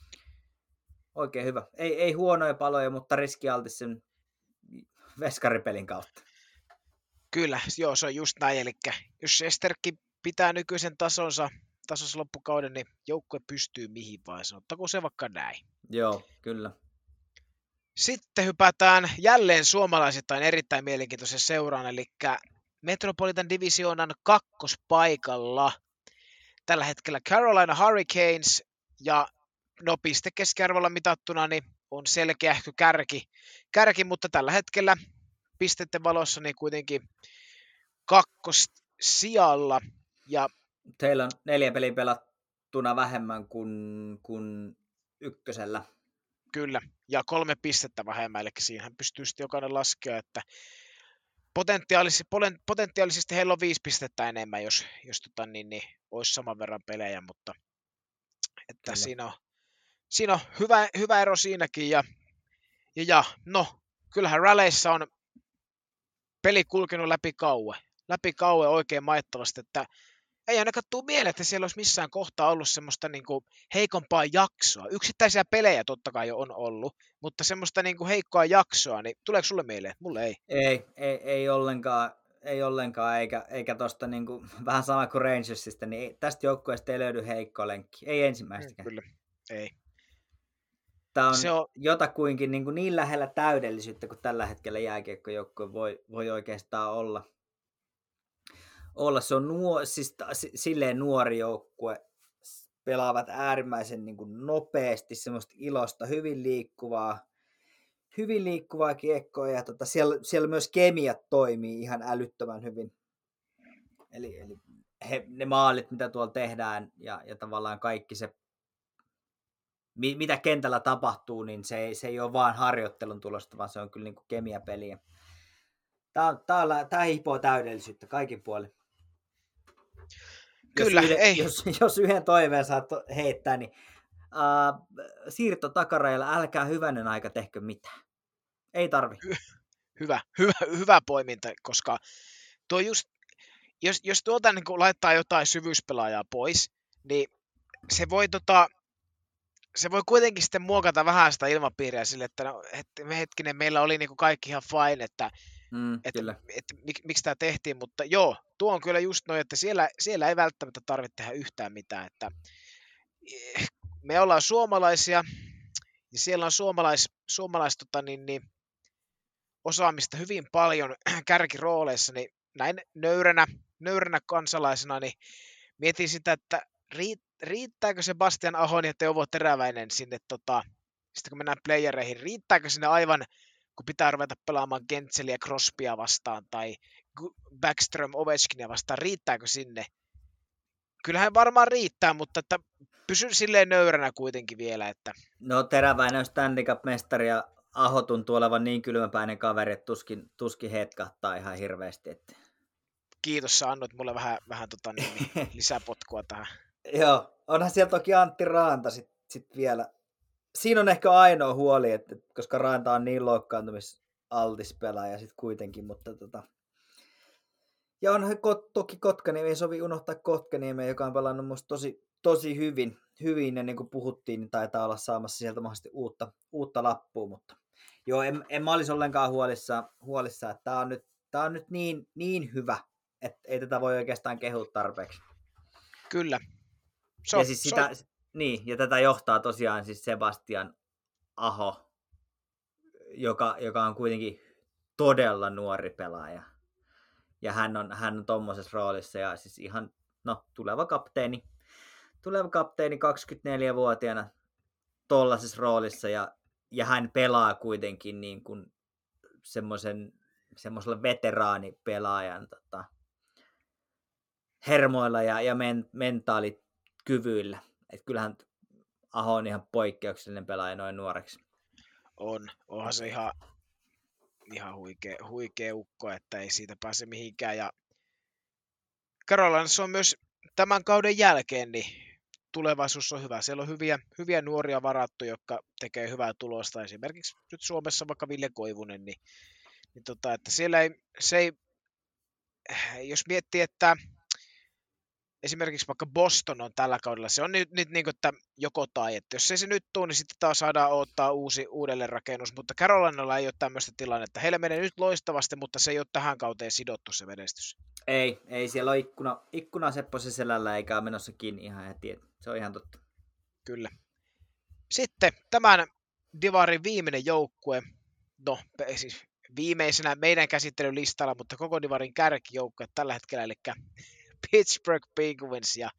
oikein hyvä. Ei, ei huonoja paloja, mutta riskialtis sen veskaripelin kautta. Kyllä, joo, se on just näin, eli jos Esterkin pitää nykyisen tasonsa, tasonsa loppukauden, niin joukkue pystyy mihin vaan, sanottakoon se vaikka näin. Joo, kyllä. Sitten hypätään jälleen suomalaisittain erittäin mielenkiintoisen seuraan, eli Metropolitan Divisioonan kakkospaikalla tällä hetkellä Carolina Hurricanes, ja no piste keskiarvolla mitattuna niin on selkeä kärki, kärki, mutta tällä hetkellä pisteiden valossa niin kuitenkin kakkossijalla. Ja teillä on neljä peliä pelattuna vähemmän kuin, kuin ykkösellä. Kyllä, ja kolme pistettä vähemmän, eli siinähän pystyy sitten jokainen laskea, että potentiaalisesti, potentiaalisesti heillä on viisi pistettä enemmän, jos, jos tota, niin, niin, olisi saman verran pelejä, mutta että siinä on, siinä on hyvä, hyvä ero siinäkin. Ja, ja, ja no, kyllähän ralleissa on peli kulkenut läpi kauan. Läpi kauan oikein maittavasti, että ei ainakaan tule mieleen, että siellä olisi missään kohtaa ollut semmoista niin kuin heikompaa jaksoa. Yksittäisiä pelejä totta kai jo on ollut, mutta semmoista niin kuin heikkoa jaksoa, niin tuleeko sulle mieleen? Mulle ei. Ei, ei, ei ollenkaan, ei ollenkaan, eikä, eikä tosta niin kuin, vähän sama kuin Rangersista, niin ei, tästä joukkueesta ei löydy heikko lenkki. Ei ensimmäistäkään. Kyllä, ei. Tämä on, Se on jotakuinkin niin, kuin niin lähellä täydellisyyttä, kuin tällä hetkellä jääkiekkojoukkue voi, voi oikeastaan olla. olla. Se on nuo, siis, silleen nuori joukkue, pelaavat äärimmäisen niin kuin nopeasti, semmoista ilosta, hyvin liikkuvaa, hyvin liikkuvaa kiekkoa, ja tota, siellä, siellä myös kemiat toimii ihan älyttömän hyvin. Eli, eli he, ne maalit, mitä tuolla tehdään, ja, ja tavallaan kaikki se, mitä kentällä tapahtuu, niin se ei, se ei ole vaan harjoittelun tulosta, vaan se on kyllä niin kuin kemiapeliä. Tämä, on, tämä, on, tämä hipoo täydellisyyttä kaikin puolin. Kyllä, jos, ei. Jos, jos yhden toiveen saat heittää, niin uh, siirto takarajalla, älkää hyvänen aika tehkö mitään. Ei tarvi. Hyvä, hyvä, hyvä poiminta, koska tuo just, jos, jos tuolta niin kun laittaa jotain syvyyspelaajaa pois, niin se voi, tota, se voi kuitenkin sitten muokata vähän sitä ilmapiiriä sille, että no, et, hetkinen, meillä oli niin kuin kaikki ihan fine, että Mm, että et, mik, miksi tämä tehtiin, mutta joo, tuo on kyllä just noin, että siellä, siellä ei välttämättä tarvitse tehdä yhtään mitään, että me ollaan suomalaisia, ja siellä on suomalais, suomalais tota, niin, niin, osaamista hyvin paljon kärkirooleissa, niin näin nöyränä, nöyränä kansalaisena, niin mietin sitä, että riitt, riittääkö se Bastian Ahon ja Teuvo Teräväinen sinne, tota, sitten kun mennään playereihin, riittääkö sinne aivan, kun pitää ruveta pelaamaan Gentseliä Crosbya vastaan tai Backström Ovechkinia vastaan, riittääkö sinne? Kyllähän varmaan riittää, mutta että pysy silleen nöyränä kuitenkin vielä. Että... No Teräväinen on Stanley Cup-mestari ja Aho tuntuu olevan niin kylmäpäinen kaveri, että tuskin, tuskin hetkahtaa ihan hirveästi. Että... Kiitos, sä annoit mulle vähän, vähän tota, niin, lisäpotkua tähän. Joo, onhan siellä toki Antti Raanta sitten sit vielä. Siinä on ehkä ainoa huoli, että, koska Raanta on niin loukkaantumisaltis pelaaja sitten kuitenkin, mutta tota... Ja onhan kot, toki Kotkaniemi, ei sovi unohtaa Kotkaniemiä, joka on pelannut musta tosi, tosi hyvin, hyvin, ja niin kuin puhuttiin, niin taitaa olla saamassa sieltä mahdollisesti uutta, uutta lappua, mutta joo, en, en mä olisi ollenkaan huolissaan, huolissaan että tää on nyt, tää on nyt niin, niin hyvä, että ei tätä voi oikeastaan kehua tarpeeksi. Kyllä. So, ja, siis sitä, so... niin, ja tätä johtaa tosiaan siis Sebastian Aho, joka, joka on kuitenkin todella nuori pelaaja. Ja hän on, hän on tommosessa roolissa ja siis ihan, no, tuleva kapteeni, tuleva kapteeni kaksikymmentäneljävuotiaana tollaisessa roolissa ja, ja hän pelaa kuitenkin niin kuin semmoisen, semmoisella veteraanipelaajan tota, hermoilla ja, ja men, mentaalikyvyillä. Et kyllähän Aho on ihan poikkeuksellinen pelaaja noin nuoreksi. On, onhan se ihan... ihan huikea, huikea ukko, että ei siitä pääse mihinkään. Ja Carolinassa on myös tämän kauden jälkeen, niin tulevaisuus on hyvä. Siellä on hyviä, hyviä nuoria varattu, jotka tekee hyvää tulosta. Esimerkiksi nyt Suomessa vaikka Ville Koivunen, niin, niin tota, että siellä ei, se ei, jos miettii, että esimerkiksi vaikka Boston on tällä kaudella, se on nyt, nyt niin kuin, että joko tai, että jos ei se nyt tule, niin sitten taas saadaan odottaa uusi uudelleenrakennus, mutta Carolinalla ei ole tämmöistä tilannetta. Heillä menee nyt loistavasti, mutta se ei ole tähän kauteen sidottu se menestys. Ei, ei siellä ole ikkuna, ikkuna Sepposen selällä eikä ole menossa kiinni ihan heti, se on ihan totta. Kyllä. Sitten tämän divarin viimeinen joukkue, no siis viimeisenä meidän käsittelylistalla, mutta koko divarin kärkijoukkue tällä hetkellä, eli Pittsburgh Penguins ja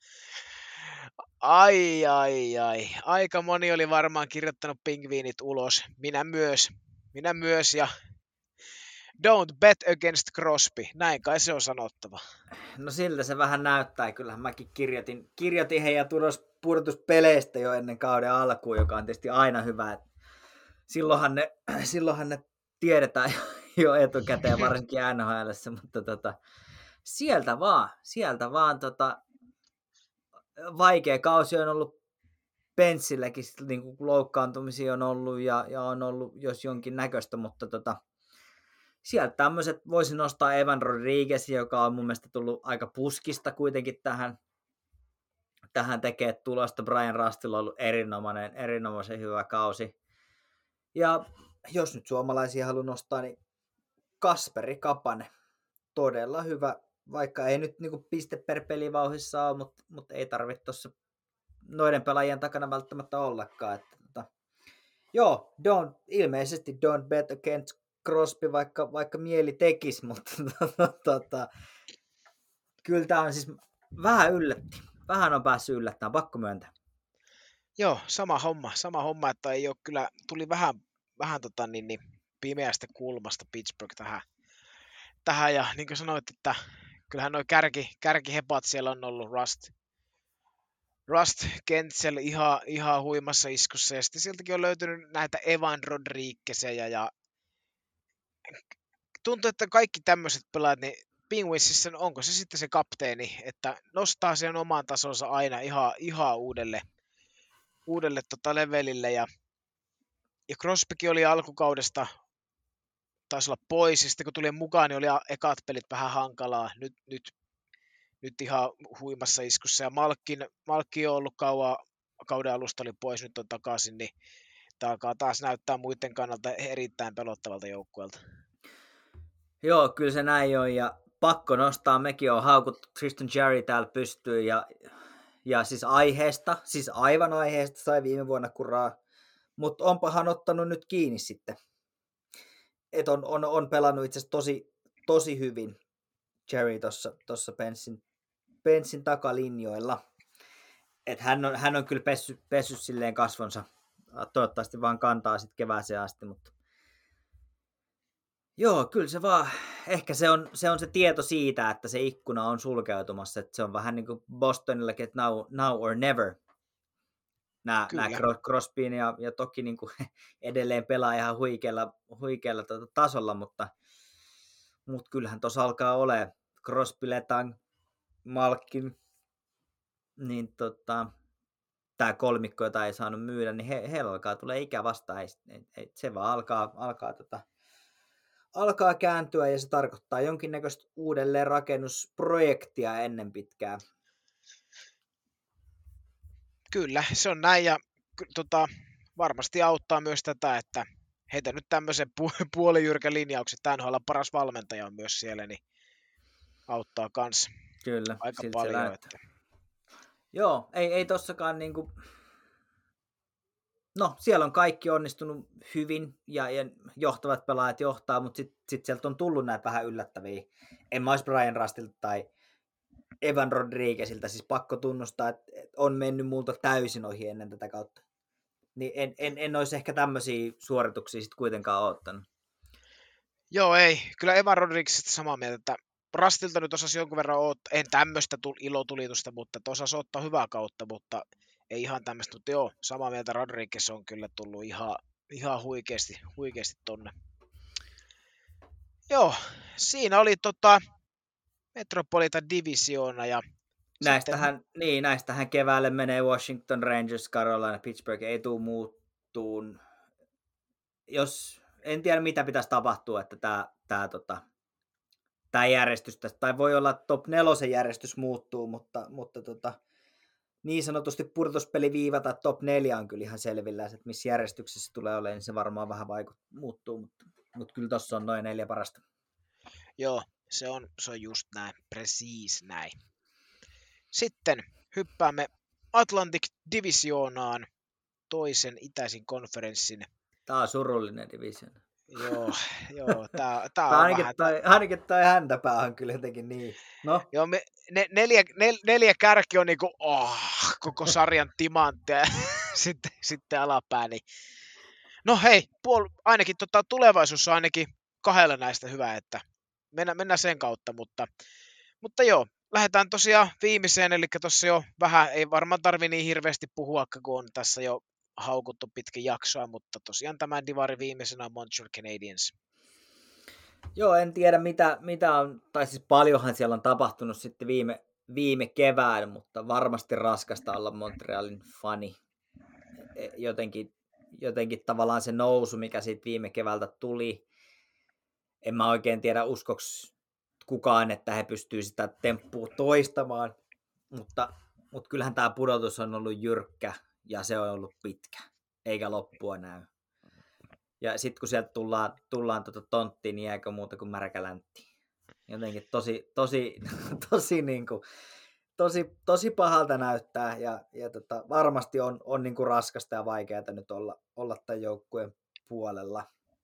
ai ai ai, aika moni oli varmaan kirjoittanut pingviinit ulos, minä myös, minä myös ja don't bet against Crosby, näin kai se on sanottava. No siltä se vähän näyttää, kyllähän mäkin kirjoitin, kirjoitin heidän pudotuspeleistä jo ennen kauden alkuun, joka on tietysti aina hyvä, silloinhan ne, silloinhan ne tiedetään jo etukäteen varsinkin N H L:ssä, mutta tota sieltä vaan, sieltä vaan tota, vaikea kausi on ollut Pensilläkin niin kuin loukkaantumisia on ollut ja, ja on ollut jos jonkin näköistä, mutta tota, sieltä tämmöiset voisi nostaa Evan Rodriguez, joka on mun mielestä tullut aika puskista kuitenkin tähän, tähän tekee tulosta. Brian Rustilla on ollut erinomainen, erinomaisen hyvä kausi. Ja jos nyt suomalaisia haluaa nostaa, niin Kasperi Kapanen, todella hyvä, vaikka ei nyt niinku piste per peli vauhissa ole, mutta, mutta ei tarvitse tuossa noiden pelaajien takana välttämättä ollakaan. Että, tota, joo, don't, ilmeisesti don't bet against Crosby, vaikka, vaikka mieli tekisi, mutta tota, kyllä tämä on siis vähän yllätti. Vähän on päässyt yllättämään, pakko myöntää. Joo, sama homma, sama homma, että ei ole kyllä, tuli vähän, vähän tota, niin, niin, pimeästä kulmasta Pittsburgh tähän, tähän ja niin kuin sanoit, että kyllähän nuo kärki, kärkihepat siellä on ollut Rust, Rust Kentsel ihan, ihan huimassa iskussa ja sitten sieltäkin on löytynyt näitä Evan Rodriguezia ja tuntuu, että kaikki tämmöiset pelaajat, niin Penguinsissä onko se sitten se kapteeni, että nostaa sen oman tasonsa aina ihan, ihan uudelle, uudelle tota levelille ja, ja Crosbykin oli alkukaudesta taisi olla pois ja sitten kun tuli mukaan, niin oli ekat pelit vähän hankalaa, nyt, nyt, nyt ihan huimassa iskussa ja Malkkin, Malkki on ollut kauan, kauden alusta oli pois, nyt on takaisin, niin tämä alkaa taas näyttää muiden kannalta erittäin pelottavalta joukkueelta. Joo, kyllä se näin on ja pakko nostaa, mekin on haukuttu Tristan Jarry täällä pystyy ja, ja siis aiheesta, siis aivan aiheesta sai viime vuonna kuraa, mutta onpa hän ottanut nyt kiinni sitten. Et on, on, on pelannut itse asiassa tosi, tosi hyvin Jarry tuossa Pensin, Pensin takalinjoilla. Et hän, on, hän on kyllä pessy, pessy silleen kasvonsa, toivottavasti vaan kantaa sitten kevääseen asti, mutta joo, kyllä se vaan, ehkä se on, se on se tieto siitä, että se ikkuna on sulkeutumassa, että se on vähän niin kuin Bostonillakin, että now, now or never. Nämä, nämä Crosbyn ja, ja toki niin kuin edelleen pelaa ihan huikealla, huikealla tuota tasolla, mutta, mutta kyllähän tuossa alkaa olemaan Crosby, Letang, Malkin, niin tota, tämä kolmikko, jota ei saanut myydä, niin he, heillä alkaa tulee ikä vastaan, ei, ei, ei, se vaan alkaa, alkaa tota, alkaa kääntyä ja se tarkoittaa jonkinnäköistä uudelleenrakennusprojektia ennen pitkää. Kyllä, se on näin ja tota, varmasti auttaa myös tätä, että heitä nyt tämmöisen pu- puolijyrkän linjauksen, tämän N H L paras valmentaja on myös siellä, niin auttaa kans Kyllä, aika paljon. Että... Joo, ei, ei tossakaan niinku... No, siellä on kaikki onnistunut hyvin ja, ja johtavat pelaajat johtaa, mutta sitten sit sieltä on tullut näitä vähän yllättäviä. En mä olisi Brian Rustilta tai Evan Rodriguezilta, siis pakko tunnustaa, että on mennyt multa täysin ohi ennen tätä kautta. Niin en, en, en olisi ehkä tämmöisiä suorituksia sitten kuitenkaan odottanut. Joo, ei. Kyllä Evan Rodriguezista samaa mieltä, että Rustilta nyt osasi jonkun verran odottaa, en tämmöistä ilotulitusta, mutta osasi ottaa hyvää kautta, mutta ei ihan tämmöistä, mutta joo, samaa mieltä Rodriguez on kyllä tullut ihan, ihan huikeasti, huikeasti tonne. Joo, siinä oli tota Metropolitan Divisioona ja näistähän, sitten... niin, näistähän keväälle menee Washington, Rangers, Carolina, Pittsburgh, ei tule muuttuun. Jos, en tiedä mitä pitäisi tapahtua, että tämä, tämä, tota, tämä järjestys, tai voi olla top nelosen järjestys muuttuu, mutta, mutta tota, niin sanotusti pudotuspeliviiva tai top neljä on kyllä ihan selvillä, että missä järjestyksessä tulee olemaan, niin se varmaan vähän vaikut, muuttuu, mutta, mutta kyllä tuossa on noin neljä parasta. Joo, se on, se on just näin, precis näin. Sitten hyppäämme Atlantic Divisioonaan, toisen itäisin konferenssin. Tämä on surullinen divisioona. Joo, joo, tää, tää on ainakin vähän... Toi, ainakin toi häntäpää on kyllä jotenkin niin. No. Joo, me, ne, neljä, nel, neljä kärki on niinku, oh, koko sarjan timanttia, sitten, sitten alapää. Niin. No hei, puol, ainakin tota, tulevaisuus on ainakin kahdella näistä hyvä, että mennään, mennään sen kautta, mutta, mutta joo, lähdetään tosiaan viimeiseen, eli tuossa jo vähän, ei varmaan tarvi niin hirveästi puhua, kun on tässä jo haukuttu pitkin jaksoa, mutta tosiaan tämän divari viimeisenä on Montreal Canadiens. Joo, en tiedä mitä, mitä on, tai siis paljonhan siellä on tapahtunut sitten viime, viime kevään, mutta varmasti raskasta olla Montrealin fani. jotenkin, jotenkin tavallaan se nousu, mikä siitä viime keväältä tuli, en mä oikein tiedä uskoks kukaan, että he pystyy sitä temppua toistamaan, mutta, mutta kyllähän tämä pudotus on ollut jyrkkä ja se on ollut pitkä, eikä loppua näy. Ja sitten kun sieltä tullaan, tullaan tuota tonttiin, niin jääkö muuta kuin märkäläntti. Jotenkin tosi, tosi, tosi, niin kuin, tosi, tosi pahalta näyttää ja, ja tota, varmasti on, on niin kuin raskasta ja vaikeaa nyt olla, olla tämän joukkueen puolella.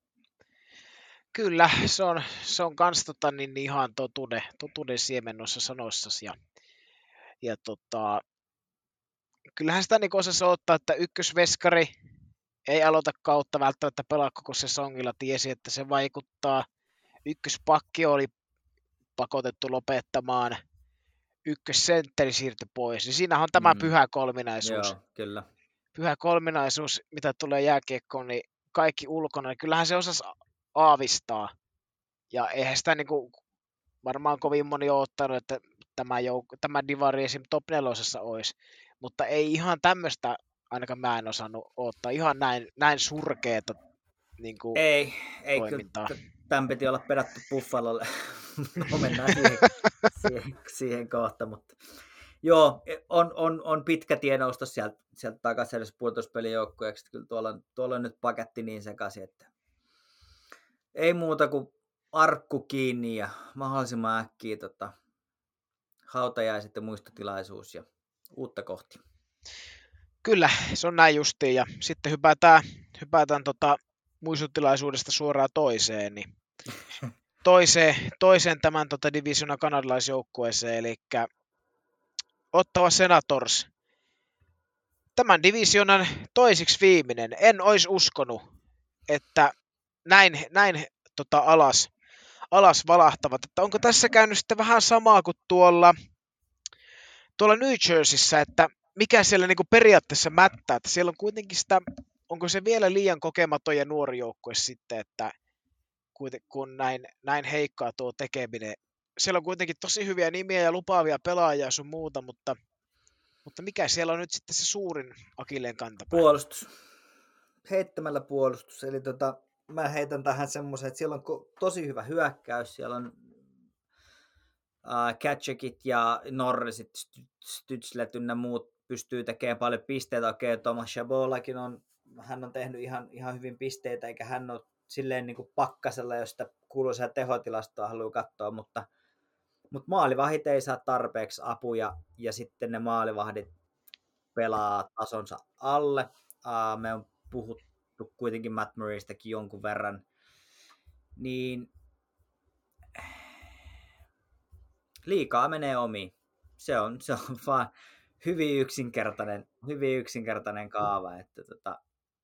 Kyllä, se on, se on kans tota, niin ihan totuuden, totuuden siemen noissa sanoissasi. Ja, ja tota, kyllähän sitä niin osasi ottaa, että ykkösveskari ei aloita kautta välttämättä pelaa koko sesongilla, tiesi, että se vaikuttaa. Ykköspakki oli pakotettu lopettamaan, ykkössentteri siirtyi pois. Niin siinähän on tämä mm. pyhä kolminaisuus. Joo, kyllä. Pyhä kolminaisuus, mitä tulee jääkiekkoon, niin kaikki ulkona, niin kyllähän se osasi aavistaa. Ja eihän sitä niin kuin, varmaan kovin moni ole ottanut, että tämä, jouk- tämä divari esim. Top nelosessa olisi. Mutta ei ihan tämmöistä, ainakaan mä en osannut ottaa, ihan näin, näin surkeeta niin kuin ei, ei toimintaa. Kyllä, tämän piti olla pedattu Buffalolle. No mennään siihen, siihen, siihen kohta, mutta joo, on, on, on pitkä tie nousta sieltä, sieltä takaisin edes pudotuspelijoukkueeksi. Kyllä tuolla, tuolla on nyt paketti niin sekaisin, että ei muuta kuin arkku kiinni ja mahdollisimman äkkiä tota, hautajaiset ja muistotilaisuus ja uutta kohti. Kyllä, se on näin justiin ja sitten hypätään, hypätään tota muistotilaisuudesta suoraan toiseen, niin toiseen, toiseen tämän tota divisionan kanadalaisjoukkueeseen, eli Ottawa Senators. Tämän divisionan toisiksi viimeinen. En olisi uskonut, että näin, näin tota alas, alas valahtavat. Että onko tässä käynyt sitten vähän samaa kuin tuolla, tuolla New Jerseyssä, että mikä siellä niinku periaatteessa mättää, että siellä on kuitenkin sitä, onko se vielä liian kokematon ja nuori joukkue sitten, että kun näin, näin heikkaa tuo tekeminen. Siellä on kuitenkin tosi hyviä nimiä ja lupaavia pelaajia sun muuta, mutta, mutta mikä siellä on nyt sitten se suurin akilleen kantapää? Puolustus. Heittämällä puolustus. Eli tota, mä heitän tähän semmoisen, että siellä on tosi hyvä hyökkäys. Siellä on uh, Katchekit ja Norrisit, Stützlet ynnä muut pystyy tekemään paljon pisteitä. Okei, Thomas Chabollakin on, hän on tehnyt ihan, ihan hyvin pisteitä, eikä hän ole silleen niin kuin pakkasella, jos sitä kuuluisaa tehotilastoa haluaa katsoa, mutta, mutta maalivahdit ei saa tarpeeksi apuja, ja sitten ne maalivahdit pelaa tasonsa alle. Uh, me on puhuttu kuitenkin Matt Murraystäkin jonkun verran, niin liikaa menee omiin. Se on, se on vaan hyvin yksinkertainen, hyvin yksinkertainen kaava, että tota,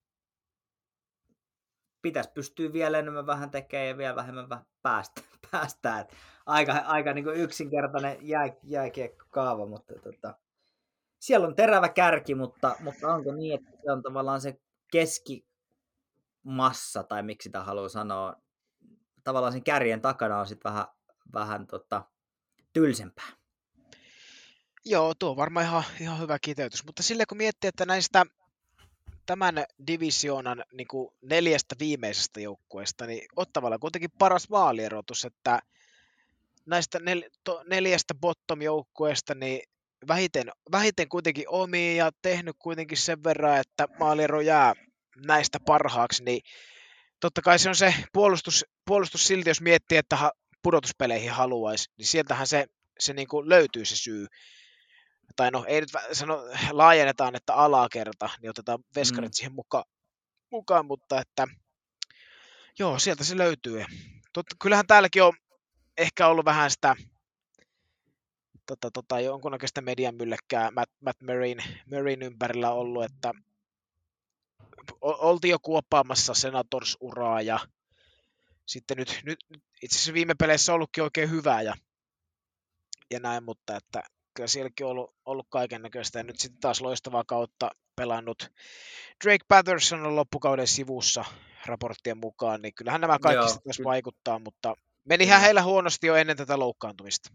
pitäisi pystyä vielä enemmän vähän tekemään ja vielä vähemmän päästä, päästään. Aika, aika niin kuin yksinkertainen jää, jääkiekkokaava, mutta tota, siellä on terävä kärki, mutta, mutta onko niin, että se on tavallaan se keskimassa, tai miksi sitä haluaa sanoa, tavallaan sen kärjen takana on sitten vähän, vähän tota, tylsempää. Joo, tuo on varmaan ihan, ihan hyvä kiteytys, mutta sille kun miettii, että näistä tämän divisioonan niin kuin neljästä viimeisestä joukkueesta, niin Ottawalla on kuitenkin paras maalierotus, että näistä nel, to, neljästä bottom-joukkueesta niin vähiten, vähiten kuitenkin omia ja tehnyt kuitenkin sen verran, että maaliero jää näistä parhaaksi, niin totta kai se on se puolustus, puolustus silti, jos miettii, että ha, pudotuspeleihin haluaisi, niin sieltähän se, se niin kuin löytyy se syy. Tai no, ei nyt sano, laajennetaan, että alakerta, niin otetaan veskarit mm. siihen mukaan, mukaan, mutta että joo, sieltä se löytyy. Totta, kyllähän täälläkin on ehkä ollut vähän sitä tota, tota, jonkunnäköistä median mylläkkää Matt, Matt Murrayn, Murrayn ympärillä ollut, että oltiin jo kuoppaamassa Senators-uraa ja sitten nyt, nyt itse asiassa viime peleissä on ollutkin oikein hyvää ja, ja näin, mutta että kyllä sielläkin on ollut, ollut kaiken näköistä ja nyt sitten taas loistavaa kautta pelannut. Drake Patterson on loppukauden sivussa raporttien mukaan, niin kyllähän nämä kaikki Joo, sitten ky- vaikuttaa, mutta menihän heillä huonosti jo ennen tätä loukkaantumista.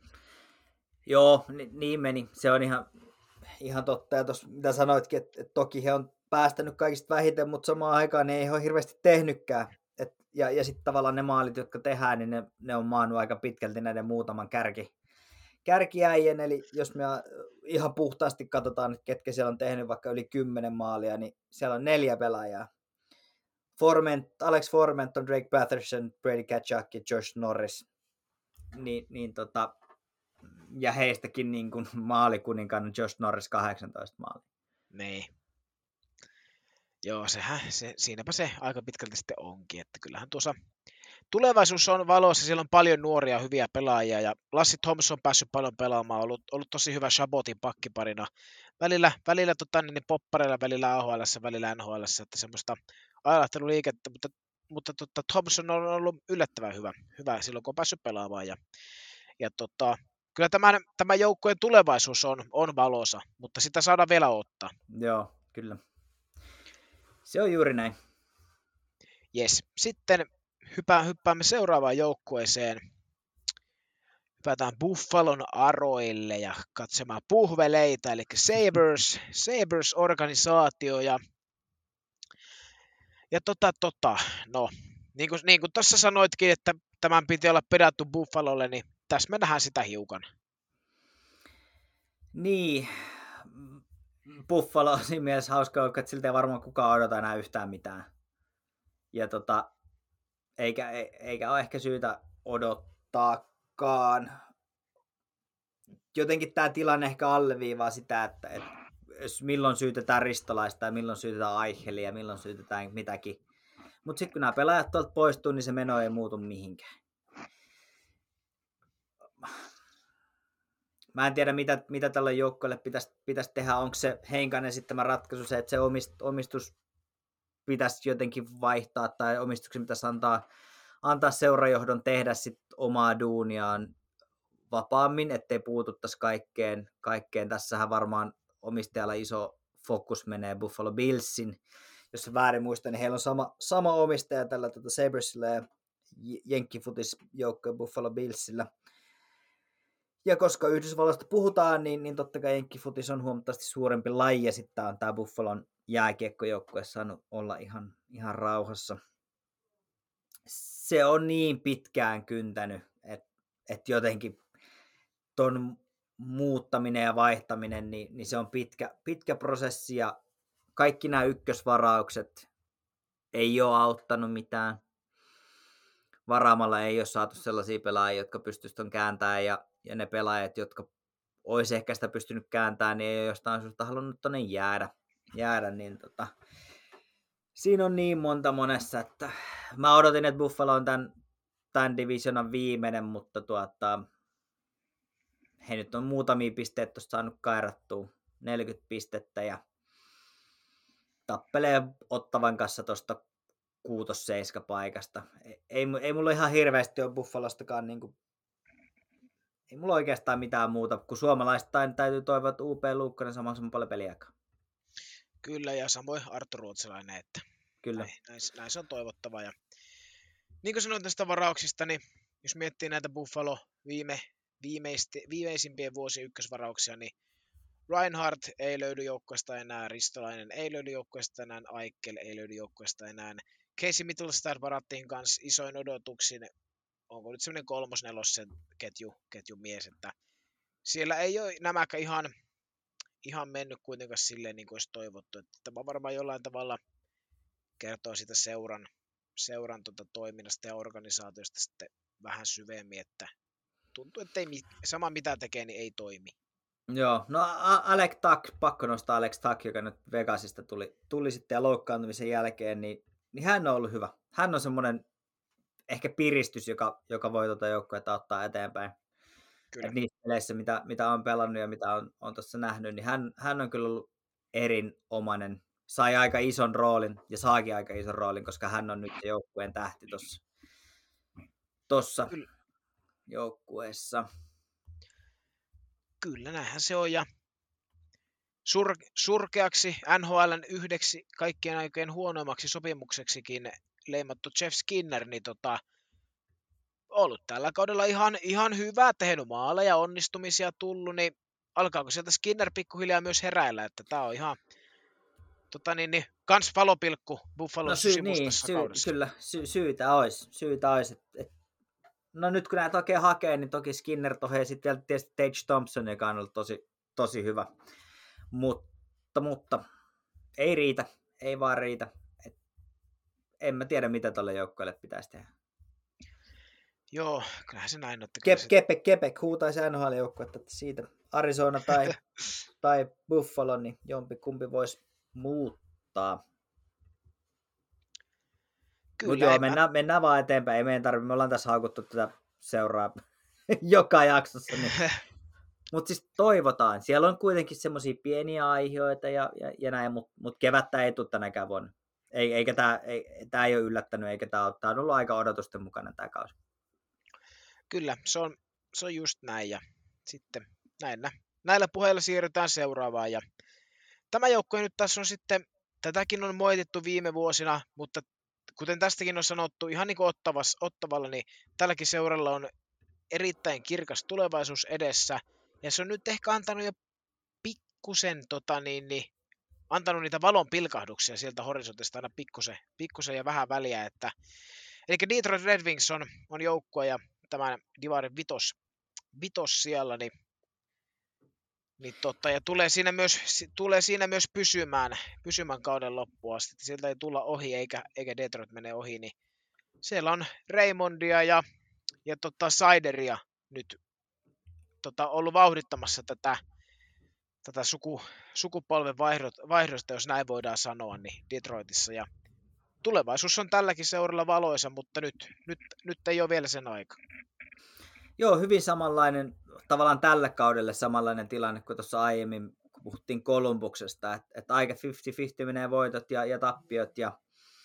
Joo, niin, niin meni. Se on ihan, ihan totta. Ja tuossa mitä sanoitkin, että, että toki he on päästänyt kaikista vähiten, mutta samaan aikaan ne ei ole hirveästi tehnytkään. Et, ja ja sitten tavallaan ne maalit, jotka tehdään, niin ne, ne on maannut aika pitkälti näiden muutaman kärki, kärkiäijän. Eli jos me ihan puhtaasti katsotaan, että ketkä siellä on tehnyt vaikka yli kymmenen maalia, niin siellä on neljä pelaajaa. Forment, Alex Formenton, Drake Patterson, Brady Tkachuk ja Josh Norris. Ni, niin tota, ja heistäkin niin kuin maalikuninkaan Josh Norris kahdeksantoista maalia. Niin. Joo, sehän, se, siinäpä se aika pitkälti sitten onkin, että kyllähän tuossa tulevaisuus on valossa, siellä on paljon nuoria hyviä pelaajia ja Lassi Thompson on päässyt paljon pelaamaan, ollut, ollut tosi hyvä Chabotin pakkiparina. Välillä, välillä tota, niin poppareilla, välillä A H L:ssä, välillä N H L:ssä, että semmoista ailahteluliikettä, mutta, mutta tota, Thompson on ollut yllättävän hyvä, hyvä silloin, kun on päässyt pelaamaan. Ja, ja tota, kyllä tämän, tämän joukkueen tulevaisuus on, on valoisa, mutta sitä saadaan vielä ottaa. Joo, kyllä. Se on juuri näin. Jes. Sitten hyppää, hyppäämme seuraavaan joukkueeseen. Hypätään Buffalon aroille ja katsomaan puhveleita, eli Sabres, Sabres-organisaatio. Ja, ja tota, tota, no, niin kuin, niin kuin tuossa sanoitkin, että tämän piti olla pedattu Buffalolle, niin tässä me nähdään sitä hiukan. Niin, Buffalo on siinä mielessä hauska, että siltä ei varmaan kukaan odota enää yhtään mitään. Ja tota, eikä, eikä ole ehkä syytä odottaakaan. Jotenkin tämä tilanne ehkä alleviivaa sitä, että, että milloin syytetään Ristolaista ja milloin syytetään Aichelia ja milloin syytetään mitäkin. Mutta sitten kun nämä pelaajat tuolta poistuu, niin se meno ei muutu mihinkään. Mä en tiedä, mitä, mitä tällä joukkueelle pitäisi, pitäisi tehdä. Onko se Heinkan esittämä ratkaisu se, että se omist, omistus pitäisi jotenkin vaihtaa tai omistuksen pitäisi antaa, antaa seurajohdon tehdä sit omaa duuniaan vapaammin, ettei puututtaisi kaikkeen. kaikkeen. Tässähän varmaan omistajalla iso fokus menee Buffalo Billsin. Jos väärin muistan, niin heillä on sama, sama omistaja tällä tuota Sabresilla ja jenkkifutisjoukkojen Buffalo Billsillä. Ja koska Yhdysvalloista puhutaan, niin, niin totta kai jenkkifutis on huomattavasti suurempi laji, ja sitten on tämä Buffalon jääkiekkojoukkue saanut olla ihan, ihan rauhassa. Se on niin pitkään kyntänyt, että et jotenkin ton muuttaminen ja vaihtaminen, niin, niin se on pitkä, pitkä prosessi, ja kaikki nämä ykkösvaraukset ei ole auttanut mitään. Varaamalla ei ole saatu sellaisia pelaajia, jotka pystyisivät ton kääntämään, ja, ja ne pelaajat, jotka olisi ehkä sitä pystynyt kääntämään, niin ei ole jostain syystä halunnut tuonne jäädä. jäädä niin tota, siinä on niin monta monessa, että mä odotin, että Buffalo on tämän, tämän divisionan viimeinen, mutta tuota, he nyt on muutamia pisteitä tuosta saanut kairattua, neljäkymmentä pistettä, ja tappelee Ottavan kanssa tuosta kuutos seiska paikasta. Ei, ei, ei mulla ihan hirveästi ole Buffalostakaan, niin kuin, ei mulla oikeastaan mitään muuta, kun suomalaistain täytyy toivoa, että U P Luukkonen saa mahdollisimman paljon peliaikaa. Kyllä, ja samoin Arttu Ruotsalainen, että Kyllä. Näin, näin, näin se on toivottava. Ja niin kuin sanoin tästä varauksista, niin jos miettii näitä Buffalo viime, viimeisimpien vuosien ykkösvarauksia, niin Reinhardt ei löydy joukkueesta enää, Ristolainen ei löydy joukkueesta enää, Eichel ei löydy joukkueesta enää. Casey Mittelstadt varattiin kanssa isoin odotuksin, onko nyt semmoinen kolmos-nelosen ketju, ketjumies, että siellä ei ole nämäkään ihan, ihan mennyt kuitenkaan silleen niin kuin olisi toivottu. Että tämä varmaan jollain tavalla kertoo siitä seuran, seuran tuota toiminnasta ja organisaatiosta sitten vähän syvemmin, että tuntuu, että ei, sama mitä tekee, niin ei toimi. Joo, no Alex Tuch, pakko nostaa Alex Tuch, joka nyt Vegasista tuli, tuli sitten ja loukkaantumisen jälkeen, niin, niin hän on ollut hyvä. Hän on semmoinen ehkä piristys, joka, joka voi tuota joukkuetta ottaa eteenpäin. Kyllä. Et niissä peleissä, mitä, mitä on pelannut ja mitä on, on tuossa nähnyt, niin hän, hän on kyllä ollut erinomainen. Sai aika ison roolin ja saakin aika ison roolin, koska hän on nyt joukkueen tähti tuossa tossa joukkueessa. Kyllä, näinhän se on. Ja sur, surkeaksi N H L:n yhdeksi kaikkien aikojen huonoimmaksi sopimukseksikin leimattu Jeff Skinner, niin tota, ollut tällä kaudella ihan, ihan hyvää, tehnyt maaleja, onnistumisia tullut, niin alkaako sieltä Skinner pikkuhiljaa myös heräillä, että tämä on ihan tota niin, niin, kans valopilkku Buffalon No sy- niin, mustassa sy- kaudessa. kyllä, sy- syytä olisi. Syytä olisi et, et, no nyt kun näitä oikein hakee, niin toki Skinner tohee ja sitten vielä tietysti Tage Thompson, joka on ollut tosi, tosi hyvä. Mutta, mutta ei riitä, ei vaan riitä. Et, en mä tiedä, mitä tälle joukkueelle pitäisi tehdä. Joo, kyllähän se näin on. Kep, Kepek, Kepek huutaisi N H L-joukkuetta, että siitä Arizona tai, tai Buffalo, niin jompikumpi voisi muuttaa. Mutta joo, mennään, mennään vaan eteenpäin. Ei meidän tarvitse, me ollaan tässä haukuttu tätä seuraa joka jaksossa. Niin. Mutta siis toivotaan. Siellä on kuitenkin semmoisia pieniä aiheita ja, ja, ja näin, mutta mut kevättä ei tule tänäkään vuonna. Ei, eikä tämä ei, tää ei ole yllättänyt, eikä tämä ole, on ollut aika odotusten mukana tämä kausi. Kyllä, se on, se on just näin. Ja sitten näillä, näillä puheilla siirrytään seuraavaan. Ja tämä joukkue nyt tässä on sitten, tätäkin on moitittu viime vuosina, mutta kuten tästäkin on sanottu, ihan niin kuin Ottavas, Ottavalla, niin tälläkin seuralla on erittäin kirkas tulevaisuus edessä. Ja se on nyt ehkä antanut jo pikkusen, tota niin, niin, antanut niitä valon pilkahduksia sieltä horisontista aina pikkusen, pikkusen ja vähän väliä. Että, eli Detroit Red Wings on, on joukkue ja tämän Divarin vitos, vitos siellä, niin, niin totta, ja tulee siinä myös, tulee siinä myös pysymään, pysymään kauden loppuun asti. Sieltä ei tulla ohi eikä, eikä Detroit mene ohi, niin siellä on Raymondia ja, ja tota Sideria nyt tota, ollut vauhdittamassa tätä, tätä suku, sukupolven vaihdosta, jos näin voidaan sanoa, niin Detroitissa. Ja tulevaisuus on tälläkin seuralla valoisa, mutta nyt, nyt, nyt ei ole vielä sen aika. Joo, hyvin samanlainen, tavallaan tällä kaudelle samanlainen tilanne kuin tuossa aiemmin, kun puhuttiin Columbuksesta, että, että aika viisikymmentä viisikymmentä menee voitot ja, ja tappiot, ja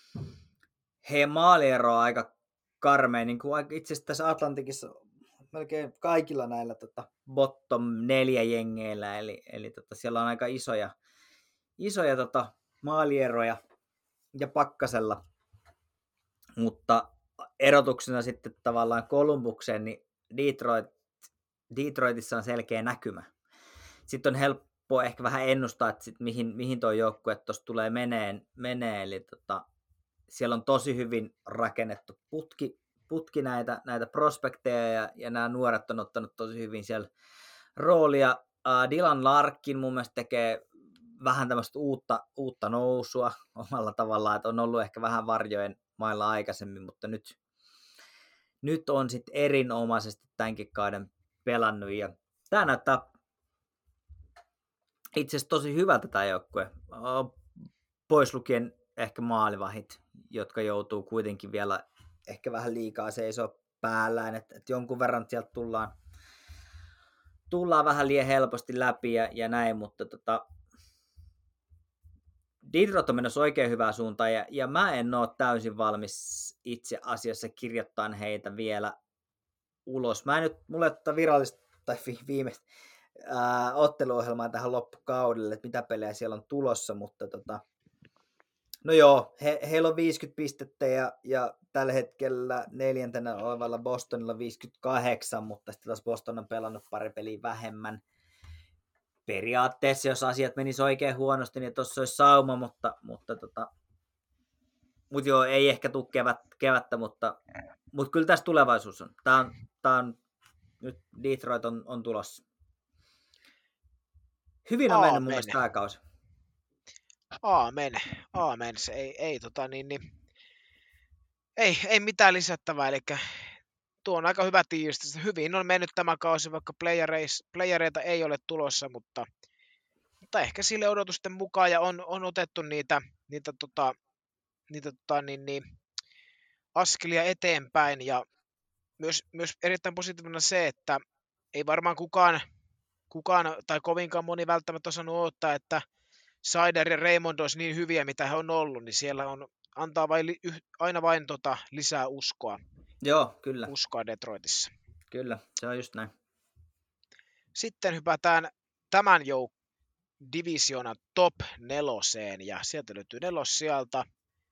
heidän maaliero on aika karmea, niin kuin itse asiassa tässä Atlantikissa melkein kaikilla näillä tota, bottom neljä jengeillä, eli, eli tota, siellä on aika isoja, isoja tota, maalieroja ja pakkasella, mutta erotuksena sitten tavallaan Columbukseen, niin Detroit, Detroitissa on selkeä näkymä. Sitten on helppo ehkä vähän ennustaa, että sit mihin, mihin tuo joukkue tuossa tulee meneen, menee. Eli tota, siellä on tosi hyvin rakennettu putki, putki näitä, näitä prospekteja ja, ja nämä nuoret on ottanut tosi hyvin siellä roolia. Uh, Dylan Larkin mun mielestä tekee vähän tämmöistä uutta, uutta nousua omalla tavallaan, että on ollut ehkä vähän varjojen mailla aikaisemmin, mutta nyt Nyt on sitten erinomaisesti tämänkin kauden pelannut, ja tämä näyttää itse asiassa tosi hyvältä tämä joukkue, pois lukien ehkä maalivahit, jotka joutuu kuitenkin vielä ehkä vähän liikaa seisoo päällään, että et jonkun verran sieltä tullaan, tullaan vähän liian helposti läpi ja, ja näin, mutta tota, Detroit on menossa oikein hyvää suuntaan, ja, ja mä en ole täysin valmis itse asiassa kirjoittamaan heitä vielä ulos. Mä en nyt, mulla ei ole virallista tai viimeistä ää, otteluohjelmaa tähän loppukaudelle, että mitä pelejä siellä on tulossa, mutta tota, no joo, he, heillä on viisikymmentä pistettä ja, ja tällä hetkellä neljäntenä olevalla Bostonilla viisikymmentäkahdeksan, mutta sitten taas Boston on pelannut pari peliä vähemmän. Periaatteessa, jos asiat menis oikein huonosti, niin tuossa olisi sauma, mutta, mutta, tota, mutta joo, ei ehkä tule kevät, kevättä, mutta, mutta kyllä tässä tulevaisuus on. Tämä on, tämä on nyt Detroit on, on tulossa. Hyvin on Aamen. mennyt mun mielestä tämä kausi. Aamen, aamen. Se ei, ei, tota, niin, niin, ei, ei mitään lisättävää, eli tuo on aika hyvä tiivistys. Hyvin on mennyt tämä kausi, vaikka playereita ei ole tulossa, mutta, mutta ehkä sille odotusten mukaan ja on, on otettu niitä, niitä, tota, niitä tota, niin, niin, askelia eteenpäin. Ja myös, myös erittäin positiivinen se, että ei varmaan kukaan, kukaan tai kovinkaan moni välttämättä osannut odottaa, että Seider ja Raymond olisi niin hyviä, mitä he on ollut, niin siellä on, antaa vain, aina vain tota, lisää uskoa. Joo, kyllä. Uskoa Detroitissa. Kyllä, se on just näin. Sitten hypätään tämän jouk divisionan top neloseen, ja sieltä löytyy nelos sieltä.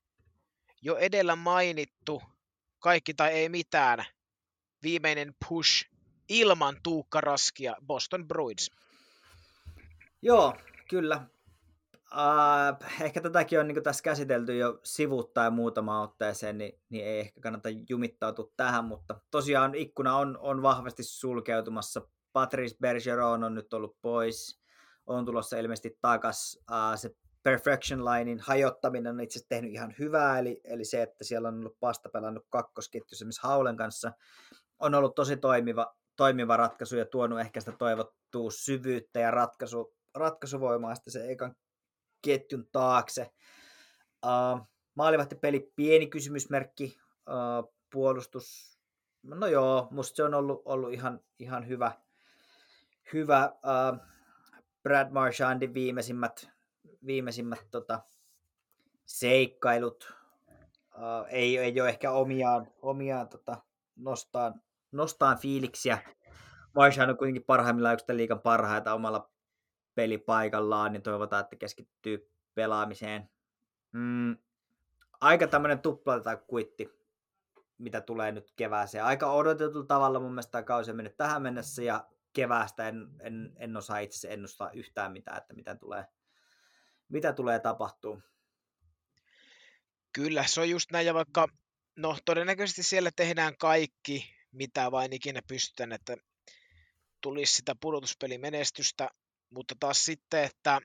Jo edellä mainittu, kaikki tai ei mitään, viimeinen push ilman Tuukka Raskia, Boston Bruins. Joo, kyllä. Uh, ehkä tätäkin on niin tässä käsitelty jo sivuuttain muutama otteeseen, niin, niin ei ehkä kannata jumittautua tähän, mutta tosiaan ikkuna on, on vahvasti sulkeutumassa. Patrice Bergeron on nyt ollut pois, on tulossa ilmeisesti takas. Uh, se Perfection Linein hajottaminen on itse asiassa tehnyt ihan hyvää, eli, eli se, että siellä on ollut Pasta pelannut kakkosketjussa esimerkiksi Haulen kanssa, on ollut tosi toimiva, toimiva ratkaisu ja tuonut ehkä sitä toivottua syvyyttä ja ratkaisu, ratkaisuvoimaa sitten se ekan ketjun taakse. Uh, maalivahtipeli pieni kysymysmerkki, uh, puolustus, no joo, musta se on ollut, ollut ihan, ihan hyvä, hyvä uh, Brad Marchandin viimeisimmät, viimeisimmät tota, seikkailut uh, ei, ei ole ehkä omiaan, omiaan tota, nostaa, nostaa fiiliksiä. Marchand on kuitenkin parhaimmillaan yksi liigan parhaita omalla pelipaikallaan, niin toivotaan, että keskittyy pelaamiseen. Mm, aika tämmöinen tupla tai kuitti, mitä tulee nyt kevääseen. Aika odotetulla tavalla mun mielestä tämä kausi on mennyt tähän mennessä, ja keväästä en, en, en osaa itse asiassa ennustaa yhtään mitään, että mitä tulee, mitä tulee tapahtuu. Kyllä, se on just näin, ja vaikka no todennäköisesti siellä tehdään kaikki, mitä vain ikinä pystytään, että tulisi sitä pudotuspelimenestystä, mutta taas sitten, että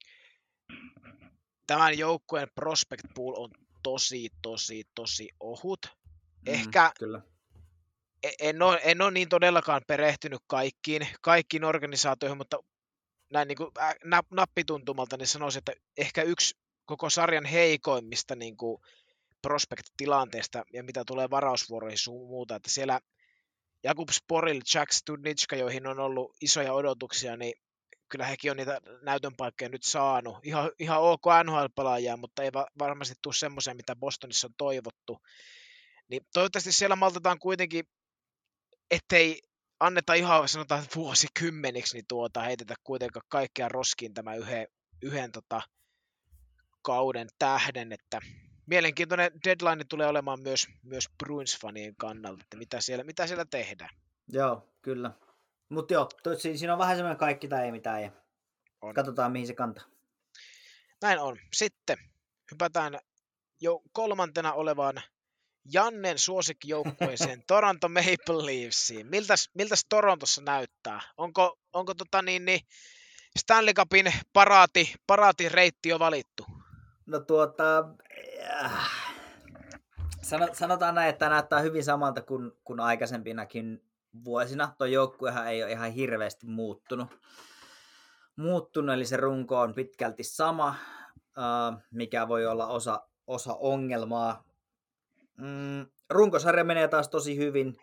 tämän joukkueen prospect pool on tosi, tosi, tosi ohut. Ehkä mm, kyllä. En, ole, en ole niin todellakaan perehtynyt kaikkiin, kaikkiin organisaatioihin, mutta näin niin kuin nappituntumalta niin sanoisin, että ehkä yksi koko sarjan heikoimmista niin kuin prospect-tilanteesta ja mitä tulee varausvuoroihin sun muuta, että siellä Jakub Sporil, Jack Studnicka, joihin on ollut isoja odotuksia, niin kyllä hekin on niitä näytön paikkoja nyt saanut. Ihan, ihan ok N H L-pelaajia, mutta ei varmasti tule semmoisia, mitä Bostonissa on toivottu. Niin toivottavasti siellä maltetaan kuitenkin, ettei anneta ihan sanotaan vuosikymmeniksi, niin tuota, heitetä kuitenkaan kaikkea roskiin tämä yhden, yhden tota, kauden tähden, että mielenkiintoinen deadline tulee olemaan myös, myös Bruins-fanien kannalta, että mitä siellä, mitä siellä tehdään. Joo, kyllä. Mutta joo, tosi, siinä on vähän semmoinen kaikki tai ei mitään, ja on. Katsotaan mihin se kantaa. Näin on. Sitten hypätään jo kolmantena olevaan Jannen suosikkijoukkueeseen Toronto Maple Leafsiin. Miltäs, miltäs Torontossa näyttää? Onko, onko tota niin, niin Stanley Cupin paraati, paraatireitti jo valittu? No tuota, äh, sanotaan näin, että tämä näyttää hyvin samalta kuin, kuin aikaisempinakin vuosina. Tuo joukkuehan ei ole ihan hirveästi muuttunut. muuttunut, eli se runko on pitkälti sama, äh, mikä voi olla osa, osa ongelmaa. Mm, runkosarja menee taas tosi hyvin.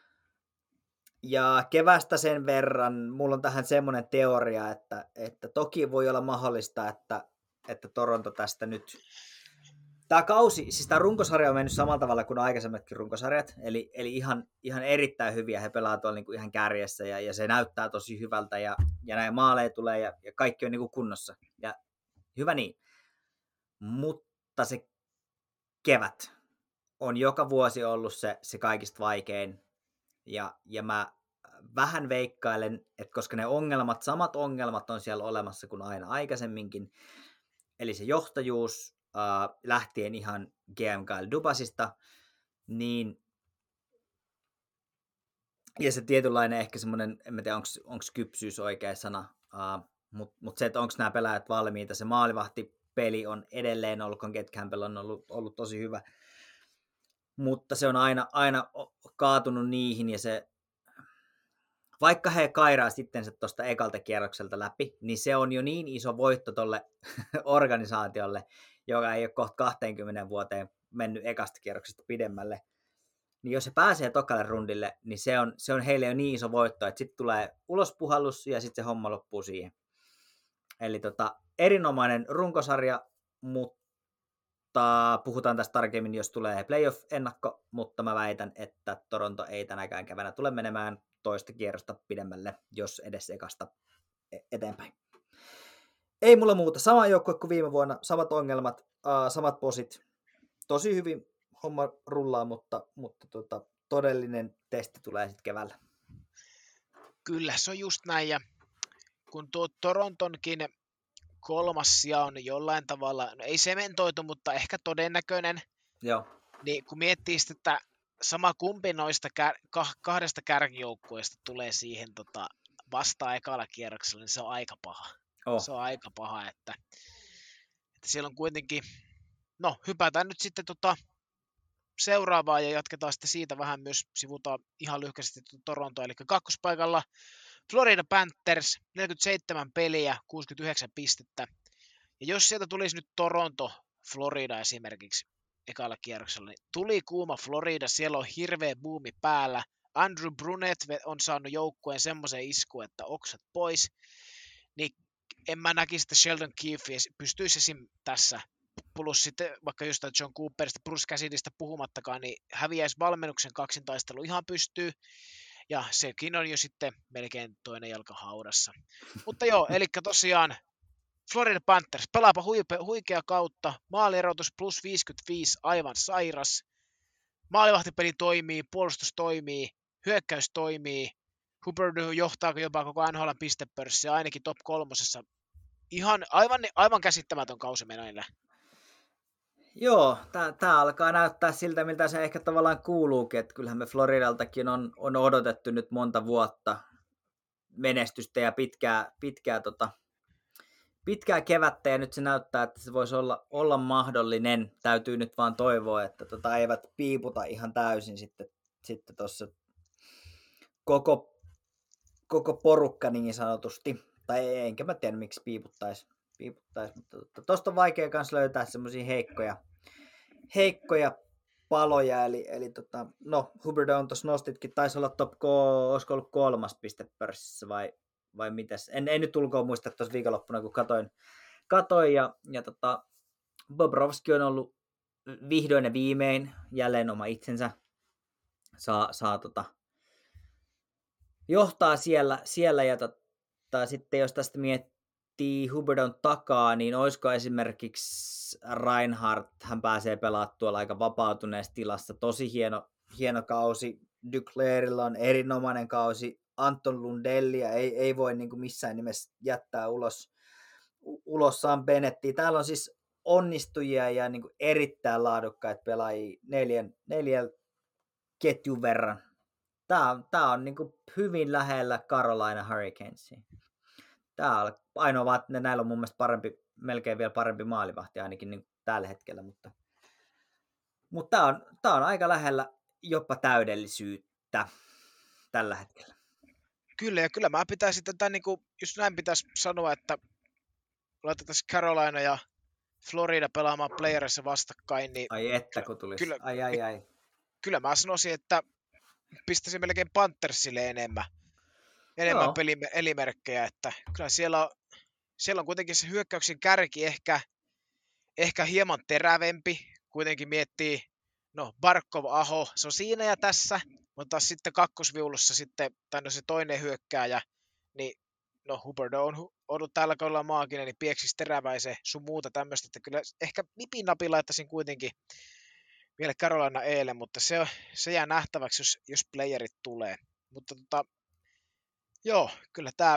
Ja kevästä sen verran, mulla on tähän semmoinen teoria, että, että toki voi olla mahdollista, että, että Toronto tästä nyt... Tämä kausi, siis tämä runkosarja on mennyt samalla tavalla kuin aikaisemmatkin runkosarjat, eli, eli ihan, ihan erittäin hyviä, he pelaa tuolla niin kuin ihan kärjessä, ja, ja se näyttää tosi hyvältä, ja, ja näin maaleja tulee, ja, ja kaikki on niin kuin kunnossa, ja hyvä niin. Mutta se kevät on joka vuosi ollut se, se kaikista vaikein, ja, ja mä vähän veikkailen, että koska ne ongelmat, samat ongelmat on siellä olemassa kuin aina aikaisemminkin, eli se johtajuus, Uh, lähtien ihan G M Kyle Dubasista, niin ja se tietynlainen ehkä semmoinen, en tiedä onko kypsyys oikea sana, uh, mutta mut se, että onko nämä pelaajat valmiita, se maalivahtipeli on edelleen ollut, kun Get Campbell on ollut, ollut tosi hyvä, mutta se on aina, aina kaatunut niihin, ja se, vaikka he kairaa sitten tuosta ekalta kierrokselta läpi, niin se on jo niin iso voitto tolle organisaatiolle, joka ei ole kohta kaksikymmentä vuoteen mennyt ekasta kierroksesta pidemmälle, niin jos se pääsee tokalle rundille, niin se on, se on heille jo niin iso voitto, että sitten tulee ulospuhallus ja sitten se homma loppuu siihen. Eli tota, erinomainen runkosarja, mutta puhutaan tästä tarkemmin, jos tulee playoff-ennakko, mutta mä väitän, että Toronto ei tänäkään keväänä tule menemään toista kierrosta pidemmälle, jos edes ekasta eteenpäin. Ei mulla muuta. Sama joukkue kuin viime vuonna, samat ongelmat, uh, samat posit. Tosi hyvin homma rullaa, mutta, mutta tota, todellinen testi tulee sitten keväällä. Kyllä, se on just näin. Ja kun tuo Torontonkin kolmas sija on jollain tavalla, no ei sementoitu, mutta ehkä todennäköinen. Joo. Niin kun miettii sitten, että sama kumpi noista kär, kahdesta kärkijoukkueesta tulee siihen tota, vastaan ekalla kierroksella, niin se on aika paha. Oh. Se on aika paha, että, että siellä on kuitenkin, no hypätään nyt sitten tota seuraavaa ja jatketaan sitten siitä vähän myös, sivutaan ihan lyhkäisesti Torontoa, eli kakkospaikalla Florida Panthers, neljäkymmentäseitsemän peliä, kuusikymmentäyhdeksän pistettä. Ja jos sieltä tulisi nyt Toronto, Florida esimerkiksi ekalla kierroksella, niin tuli kuuma Florida, siellä on hirveä buumi päällä. Andrew Brunette on saanut joukkueen semmoisen isku, että oksat pois. Niin en mä näkisi, että Sheldon Keefe pystyisi esim. Tässä, plus sitten vaikka just John Cooperista, Bruce Cassidista puhumattakaan, niin häviäisi valmennuksen kaksintaistelu ihan pystyy. Ja sekin on jo sitten melkein toinen jalka haudassa. Mutta joo, eli tosiaan Florida Panthers pelaapa huipe, huikea kautta, maalierotus plus viisikymmentäviisi, aivan sairas. Maalivahtipeli toimii, puolustus toimii, hyökkäys toimii. Huberdeau johtaa jopa koko N H L pistepörssiä, ainakin top kolmosessa. Ihan, aivan, aivan käsittämätön kausi meneillään. Joo, tämä alkaa näyttää siltä, miltä se ehkä tavallaan kuuluukin, että kyllähän me Floridaltakin on, on odotettu nyt monta vuotta menestystä ja pitkää, pitkää, tota, pitkää kevättä, ja nyt se näyttää, että se voisi olla, olla mahdollinen. Täytyy nyt vaan toivoa, että tota, eivät piiputa ihan täysin sitten sitten tuossa koko, koko porukka niin sanotusti, tai enkä mä tiedä miksi piiputtaisi. piiputtaisi, mutta tuosta on vaikea myös löytää semmoisia heikkoja, heikkoja paloja, eli, eli tota, no Huberdeau on tuossa nostitkin, taisi olla top, olisiko ollut kolmas pistepörssissä vai, vai mitäs, en, en nyt ulkoa muista tuossa viikonloppuna, kun katoin, katoin ja, ja tota, Bobrovski on ollut vihdoin ja viimein jälleen oma itsensä, saa, saa tota, johtaa siellä, siellä ja tota, sitten jos tästä miettii Huberdeaun takaa, niin olisiko esimerkiksi Reinhardt, hän pääsee pelaamaan tuolla aika vapautuneessa tilassa, tosi hieno, hieno kausi, Duclairilla on erinomainen kausi, Anton Lundellia ei, ei voi niin kuin missään nimessä jättää ulos, ulos Sam Bennettia. Täällä on siis onnistujia ja niin kuin erittäin laadukkaita pelaajia neljän, neljän ketjun verran. Tämä on, tämä on niin kuin hyvin lähellä Carolina Hurricanesia. Tämä on ainoa vaan, että näillä on mun mielestä parempi, melkein vielä parempi maalivahti ainakin niin tällä hetkellä, mutta, mutta tämä, on, tämä on aika lähellä jopa täydellisyyttä tällä hetkellä. Kyllä, ja kyllä mä pitäisin tätä, niin kuin, just näin pitäisi sanoa, että laitetaan Carolina ja Florida pelaamaan playerissa vastakkain. Niin ai että kun tulisi, kyllä, ai ai ai. Kyllä mä sanoisin, että pistäisin melkein Panthersille enemmän, enemmän Joo. pelimerkkejä, että kyllä siellä on, siellä on kuitenkin se hyökkäyksen kärki ehkä, ehkä hieman terävempi, kuitenkin miettii, no Barkov, Aho, se on siinä ja tässä, mutta sitten kakkosviulussa sitten, tai no se toinen hyökkääjä, niin no Huberdeau on ollut tällä kaudella maaginen, niin pieksis teräväise, sun muuta tämmöistä, että kyllä ehkä nipin napin laittaisin kuitenkin vielä Carolina eilen, mutta se, se jää nähtäväksi, jos, jos playerit tulee. Mutta tota, joo, kyllä tämä...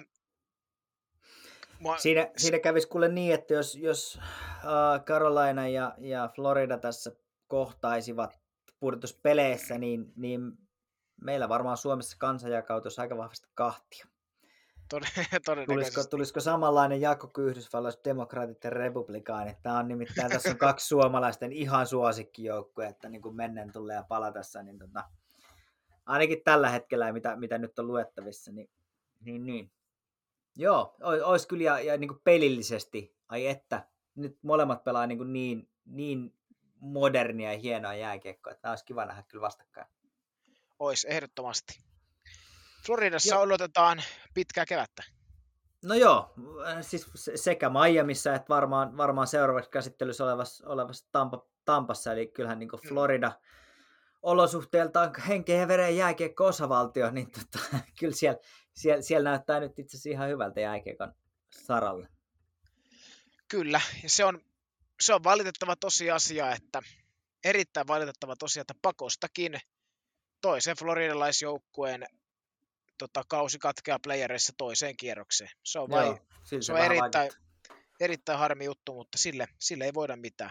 Mua... Siinä, siinä kävisi kuule niin, että jos, jos uh, Carolina ja, ja Florida tässä kohtaisivat pudotuspeleissä, niin, niin meillä varmaan Suomessa kansa jakautuisi aika vahvasti kahtia. Tulisiko, tulisiko samanlainen jako kuin Yhdysvalloissa demokraatit ja republikaanit? Tämä on nimittäin, tässä on kaksi suomalaisten ihan suosikkijoukkoja, että niin kuin mennen tulee ja palatessa, niin tota, ainakin tällä hetkellä, mitä, mitä nyt on luettavissa, niin, niin, niin. Joo, olisi kyllä ja, ja niin kuin pelillisesti, ai että, nyt molemmat pelaa niin, kuin niin, niin modernia ja hienoa jääkiekkoa, että tämä olisi kiva nähdä kyllä vastakkain. Olisi ehdottomasti. Floridassa joo. Odotetaan pitkää kevättä. No joo, siis sekä Miamissa että varmaan, varmaan seuraavaksi käsittelyssä olevassa, olevassa Tampa, Tampassa, eli kyllähän niin kuin Florida olosuhteeltaan henkeä ja veren jääkiekko-osavaltio, niin tota, kyllä siellä, siellä, siellä näyttää nyt itse asiassa ihan hyvältä jääkiekon saralle. Kyllä, ja se on, se on valitettava tosiasia, että erittäin valitettava tosiasia, että pakostakin toisen floridalaisjoukkueen tota, kausi katkeaa playereissa toiseen kierrokseen. Se on, vai, Joo, se on erittäin, erittäin harmi juttu, mutta sille, sille ei voida mitään.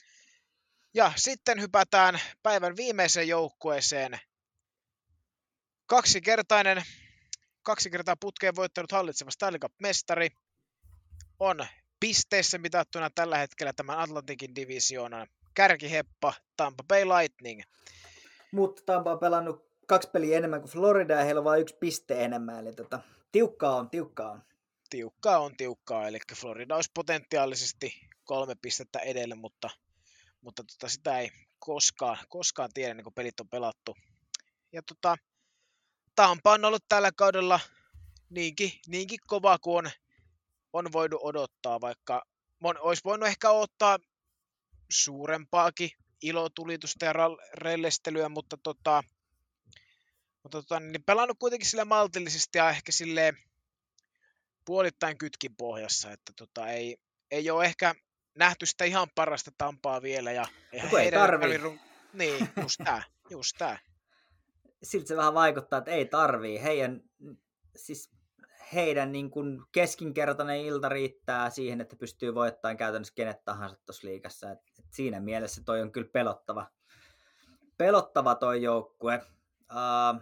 Ja sitten hypätään päivän viimeiseen joukkueeseen. Kaksikertainen, kaksi kertaa putkeen voittanut hallitseva Stanley Cup-mestari on pisteissä mitattuna tällä hetkellä tämän Atlantikin divisioonan kärkiheppa Tampa Bay Lightning. Mutta Tampa on pelannut kaksi peliä enemmän kuin Florida ja heillä on vain yksi piste enemmän. Eli tota, tiukkaa on, tiukkaa on. Tiukkaa on, tiukkaa. Eli Florida olisi potentiaalisesti kolme pistettä edellä, mutta, mutta tota, sitä ei koskaan, koskaan tiedä, niin kun pelit on pelattu. Ja tota, Tampa on ollut tällä kaudella niinkin, niinkin kova kuin on, on voinut odottaa, vaikka mon, olisi voinut ehkä odottaa suurempaakin ilotulitusta ja rellestelyä, mutta, tota, mutta tota, niin pelannut kuitenkin sille maltillisesti ja ehkä silleen puolittain kytkin pohjassa, että tota, ei, ei ole ehkä nähty sitä ihan parasta Tampaa vielä. Ja no, ei tarvii. Ru- niin, just tää, just tää. Siltä se vähän vaikuttaa, että ei tarvii. Heidän, siis heidän niin kuin keskinkertainen ilta riittää siihen, että pystyy voittamaan käytännössä kenet tahansa tuossa liigassa. Et, et siinä mielessä toi on kyllä pelottava. Pelottava toi joukkue. Uh,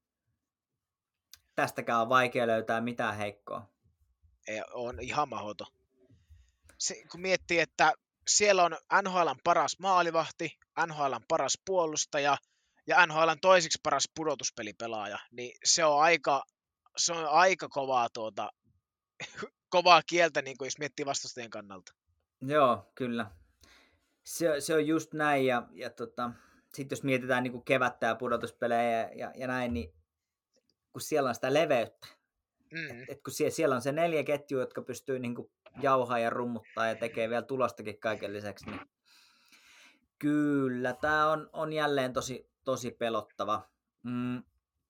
tästäkään on vaikea löytää mitään heikkoa. Ei, on ihan mahdoton. Se, kun miettii, että siellä on N H L:n paras maalivahti, N H L:n paras puolustaja ja N H L:n toisiksi paras pudotuspelipelaaja, niin se on aika, se on aika kovaa, tuota, kovaa kieltä, niin kuin jos miettii vastustajien kannalta. Joo, kyllä. Se, se on just näin, ja, ja tota, sitten jos mietitään niin kuin kevättä ja pudotuspelejä ja, ja, ja näin, niin kun siellä on sitä leveyttä, mm. et, et kun siellä, siellä on se neljä ketjua, jotka pystyy niin kuin jauhaa ja rummuttaa ja tekee vielä tulostakin kaiken lisäksi, niin kyllä tämä on, on jälleen tosi, tosi pelottava. Mm.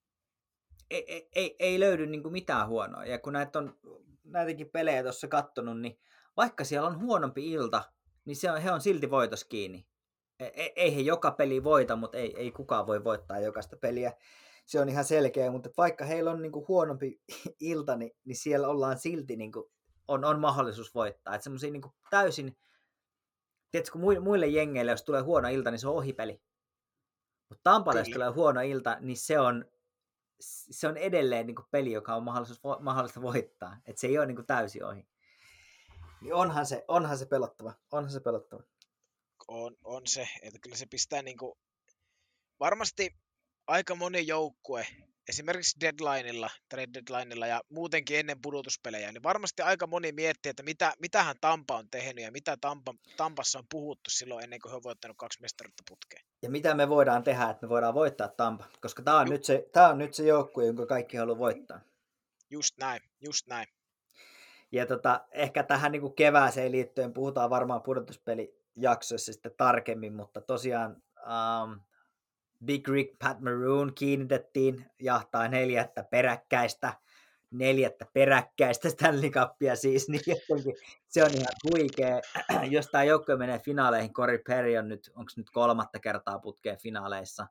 Ei, ei, ei, ei löydy niin kuin mitään huonoa, ja kun näitä on näitäkin pelejä tuossa kattonut, niin vaikka siellä on huonompi ilta, niin se on, he on silti voitos kiinni. Ei, ei he joka peli voita, mutta ei, ei kukaan voi voittaa jokaista peliä. Se on ihan selkeä, mutta vaikka heillä on niinku huonompi ilta, niin, niin siellä ollaan silti, niinku, on, on mahdollisuus voittaa. Että semmoisia niinku täysin, tiedätkö, muille jengeille, jos tulee huono ilta, niin se on ohipeli. Mutta Tampalle, jos tulee huono ilta, niin se on, se on edelleen niinku peli, joka on mahdollista voittaa. Että se ei ole niinku täysin ohi. Niin onhan se, onhan se pelottava. Onhan se pelottava. On, on se, että kyllä se pistää niinku, varmasti aika moni joukkue, esimerkiksi deadlineilla, trade deadlineilla ja muutenkin ennen pudotuspelejä, niin varmasti aika moni miettii, että mitä, mitähän Tampa on tehnyt ja mitä Tampa, Tampassa on puhuttu silloin ennen kuin he on voittanut kaksi mestaruutta putkeen. Ja mitä me voidaan tehdä, että me voidaan voittaa Tampa, koska tämä on, nyt se, tämä on nyt se joukkue, jonka kaikki haluaa voittaa. Just näin, just näin. Ja tota, ehkä tähän niin kuin kevääseen liittyen puhutaan varmaan pudotuspelijaksoissa sitten tarkemmin, mutta tosiaan um, Big Rig Pat Maroon kiinnitettiin jahtaa neljättä peräkkäistä, neljättä peräkkäistä Stanley Cupia siis, niin jotenkin se on ihan huikea. Jos tämä joukkue menee finaaleihin, Corey Perry on nyt, onko nyt kolmatta kertaa putkeen finaaleissa,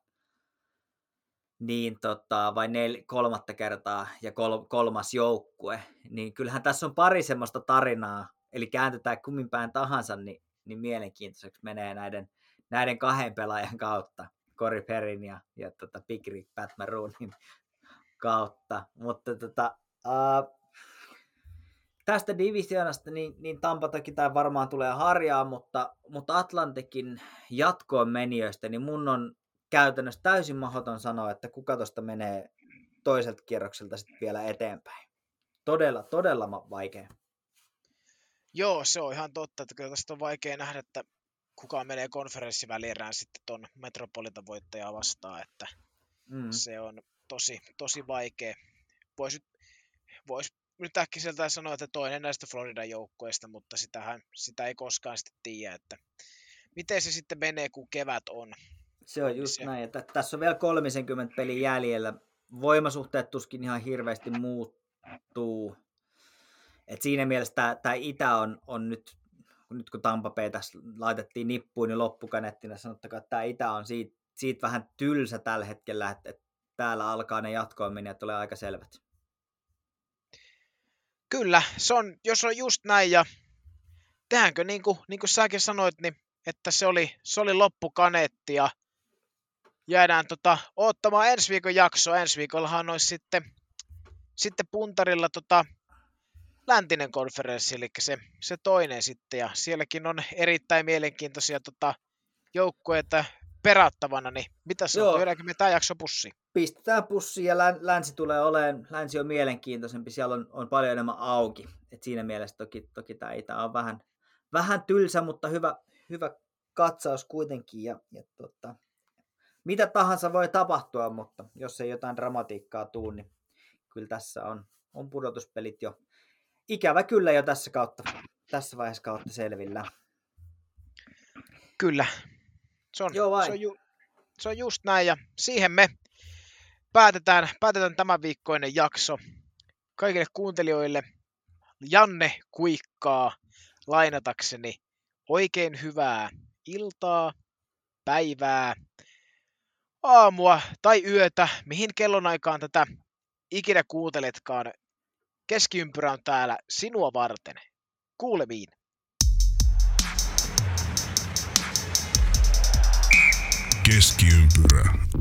niin tota, vai nel, kolmatta kertaa ja kol, kolmas joukkue, niin kyllähän tässä on pari semmoista tarinaa, eli kääntetään kummin päin tahansa, niin, niin mielenkiintoiseksi menee näiden, näiden kahden pelaajan kautta, Corey Perryn ja, ja tota Big Rig Pat Maroonin kautta, mutta tota, uh, tästä divisioonasta, niin, niin Tampa toki tämä varmaan tulee harjaa, mutta, mutta Atlantikin jatkoon menijöistä, niin mun on käytännössä täysin mahdoton sanoa, että kuka tuosta menee toiselta kierrokselta sitten vielä eteenpäin. Todella, todella vaikea. Joo, se on ihan totta, että kyllä tästä on vaikea nähdä, että kuka menee konferenssivälierään sitten tuon Metropolitan voittajaa vastaan, että mm. se on tosi, tosi vaikea. Voisi vois nyt äkkiseltä sanoa, että toinen näistä Floridan joukkueista, mutta sitähän, sitä ei koskaan sitten tiedä, että miten se sitten menee, kun kevät on. Se on just se. Näin, että tässä on vielä kolmekymmentä peliä jäljellä. Voimasuhteet tuskin ihan hirveästi muuttuu. Et siinä mielessä tämä, tämä itä on, on nyt, nyt kun Tampa Bay tässä laitettiin nippuun, niin loppukanettina sanottakaa, että tämä itä on siitä, siitä vähän tylsä tällä hetkellä, että, että täällä alkaa ne jatkoon mennä ja tulee aika selvät. Kyllä, se on, jos on just näin ja tehdäänkö niin kuin, niin kuin säkin sanoit, niin, että se oli, se oli loppukaneetti ja jäädään tota, odottamaan ensi viikon jaksoa. Ensi viikollahan olisi sitten, sitten puntarilla tota, läntinen konferenssi, eli se, se toinen sitten, ja sielläkin on erittäin mielenkiintoisia tota, joukkueita perattavana, niin mitä sanot, lyödäänkö me tämä jakso pussiin? Pistetään pussiin ja länsi tulee olemaan, länsi on mielenkiintoisempi, siellä on, on paljon enemmän auki, et siinä mielessä toki, toki tämä itä on vähän, vähän tylsä, mutta hyvä, hyvä katsaus kuitenkin, ja, ja tota, mitä tahansa voi tapahtua, mutta jos ei jotain dramatiikkaa tuu, niin kyllä tässä on, on pudotuspelit jo ikävä kyllä jo tässä, kautta, tässä vaiheessa kautta selvillä. Kyllä, se on, Joo, se on, ju, se on just näin, ja siihen me päätetään, päätetään tämän viikkoinen jakso. Kaikille kuuntelijoille Janne Kuikkaa lainatakseni oikein hyvää iltaa, päivää, aamua tai yötä, mihin kellonaikaan tätä ikinä kuunteletkaan. Keskiympyrä on täällä sinua varten. Kuulemiin. Keskiympyrä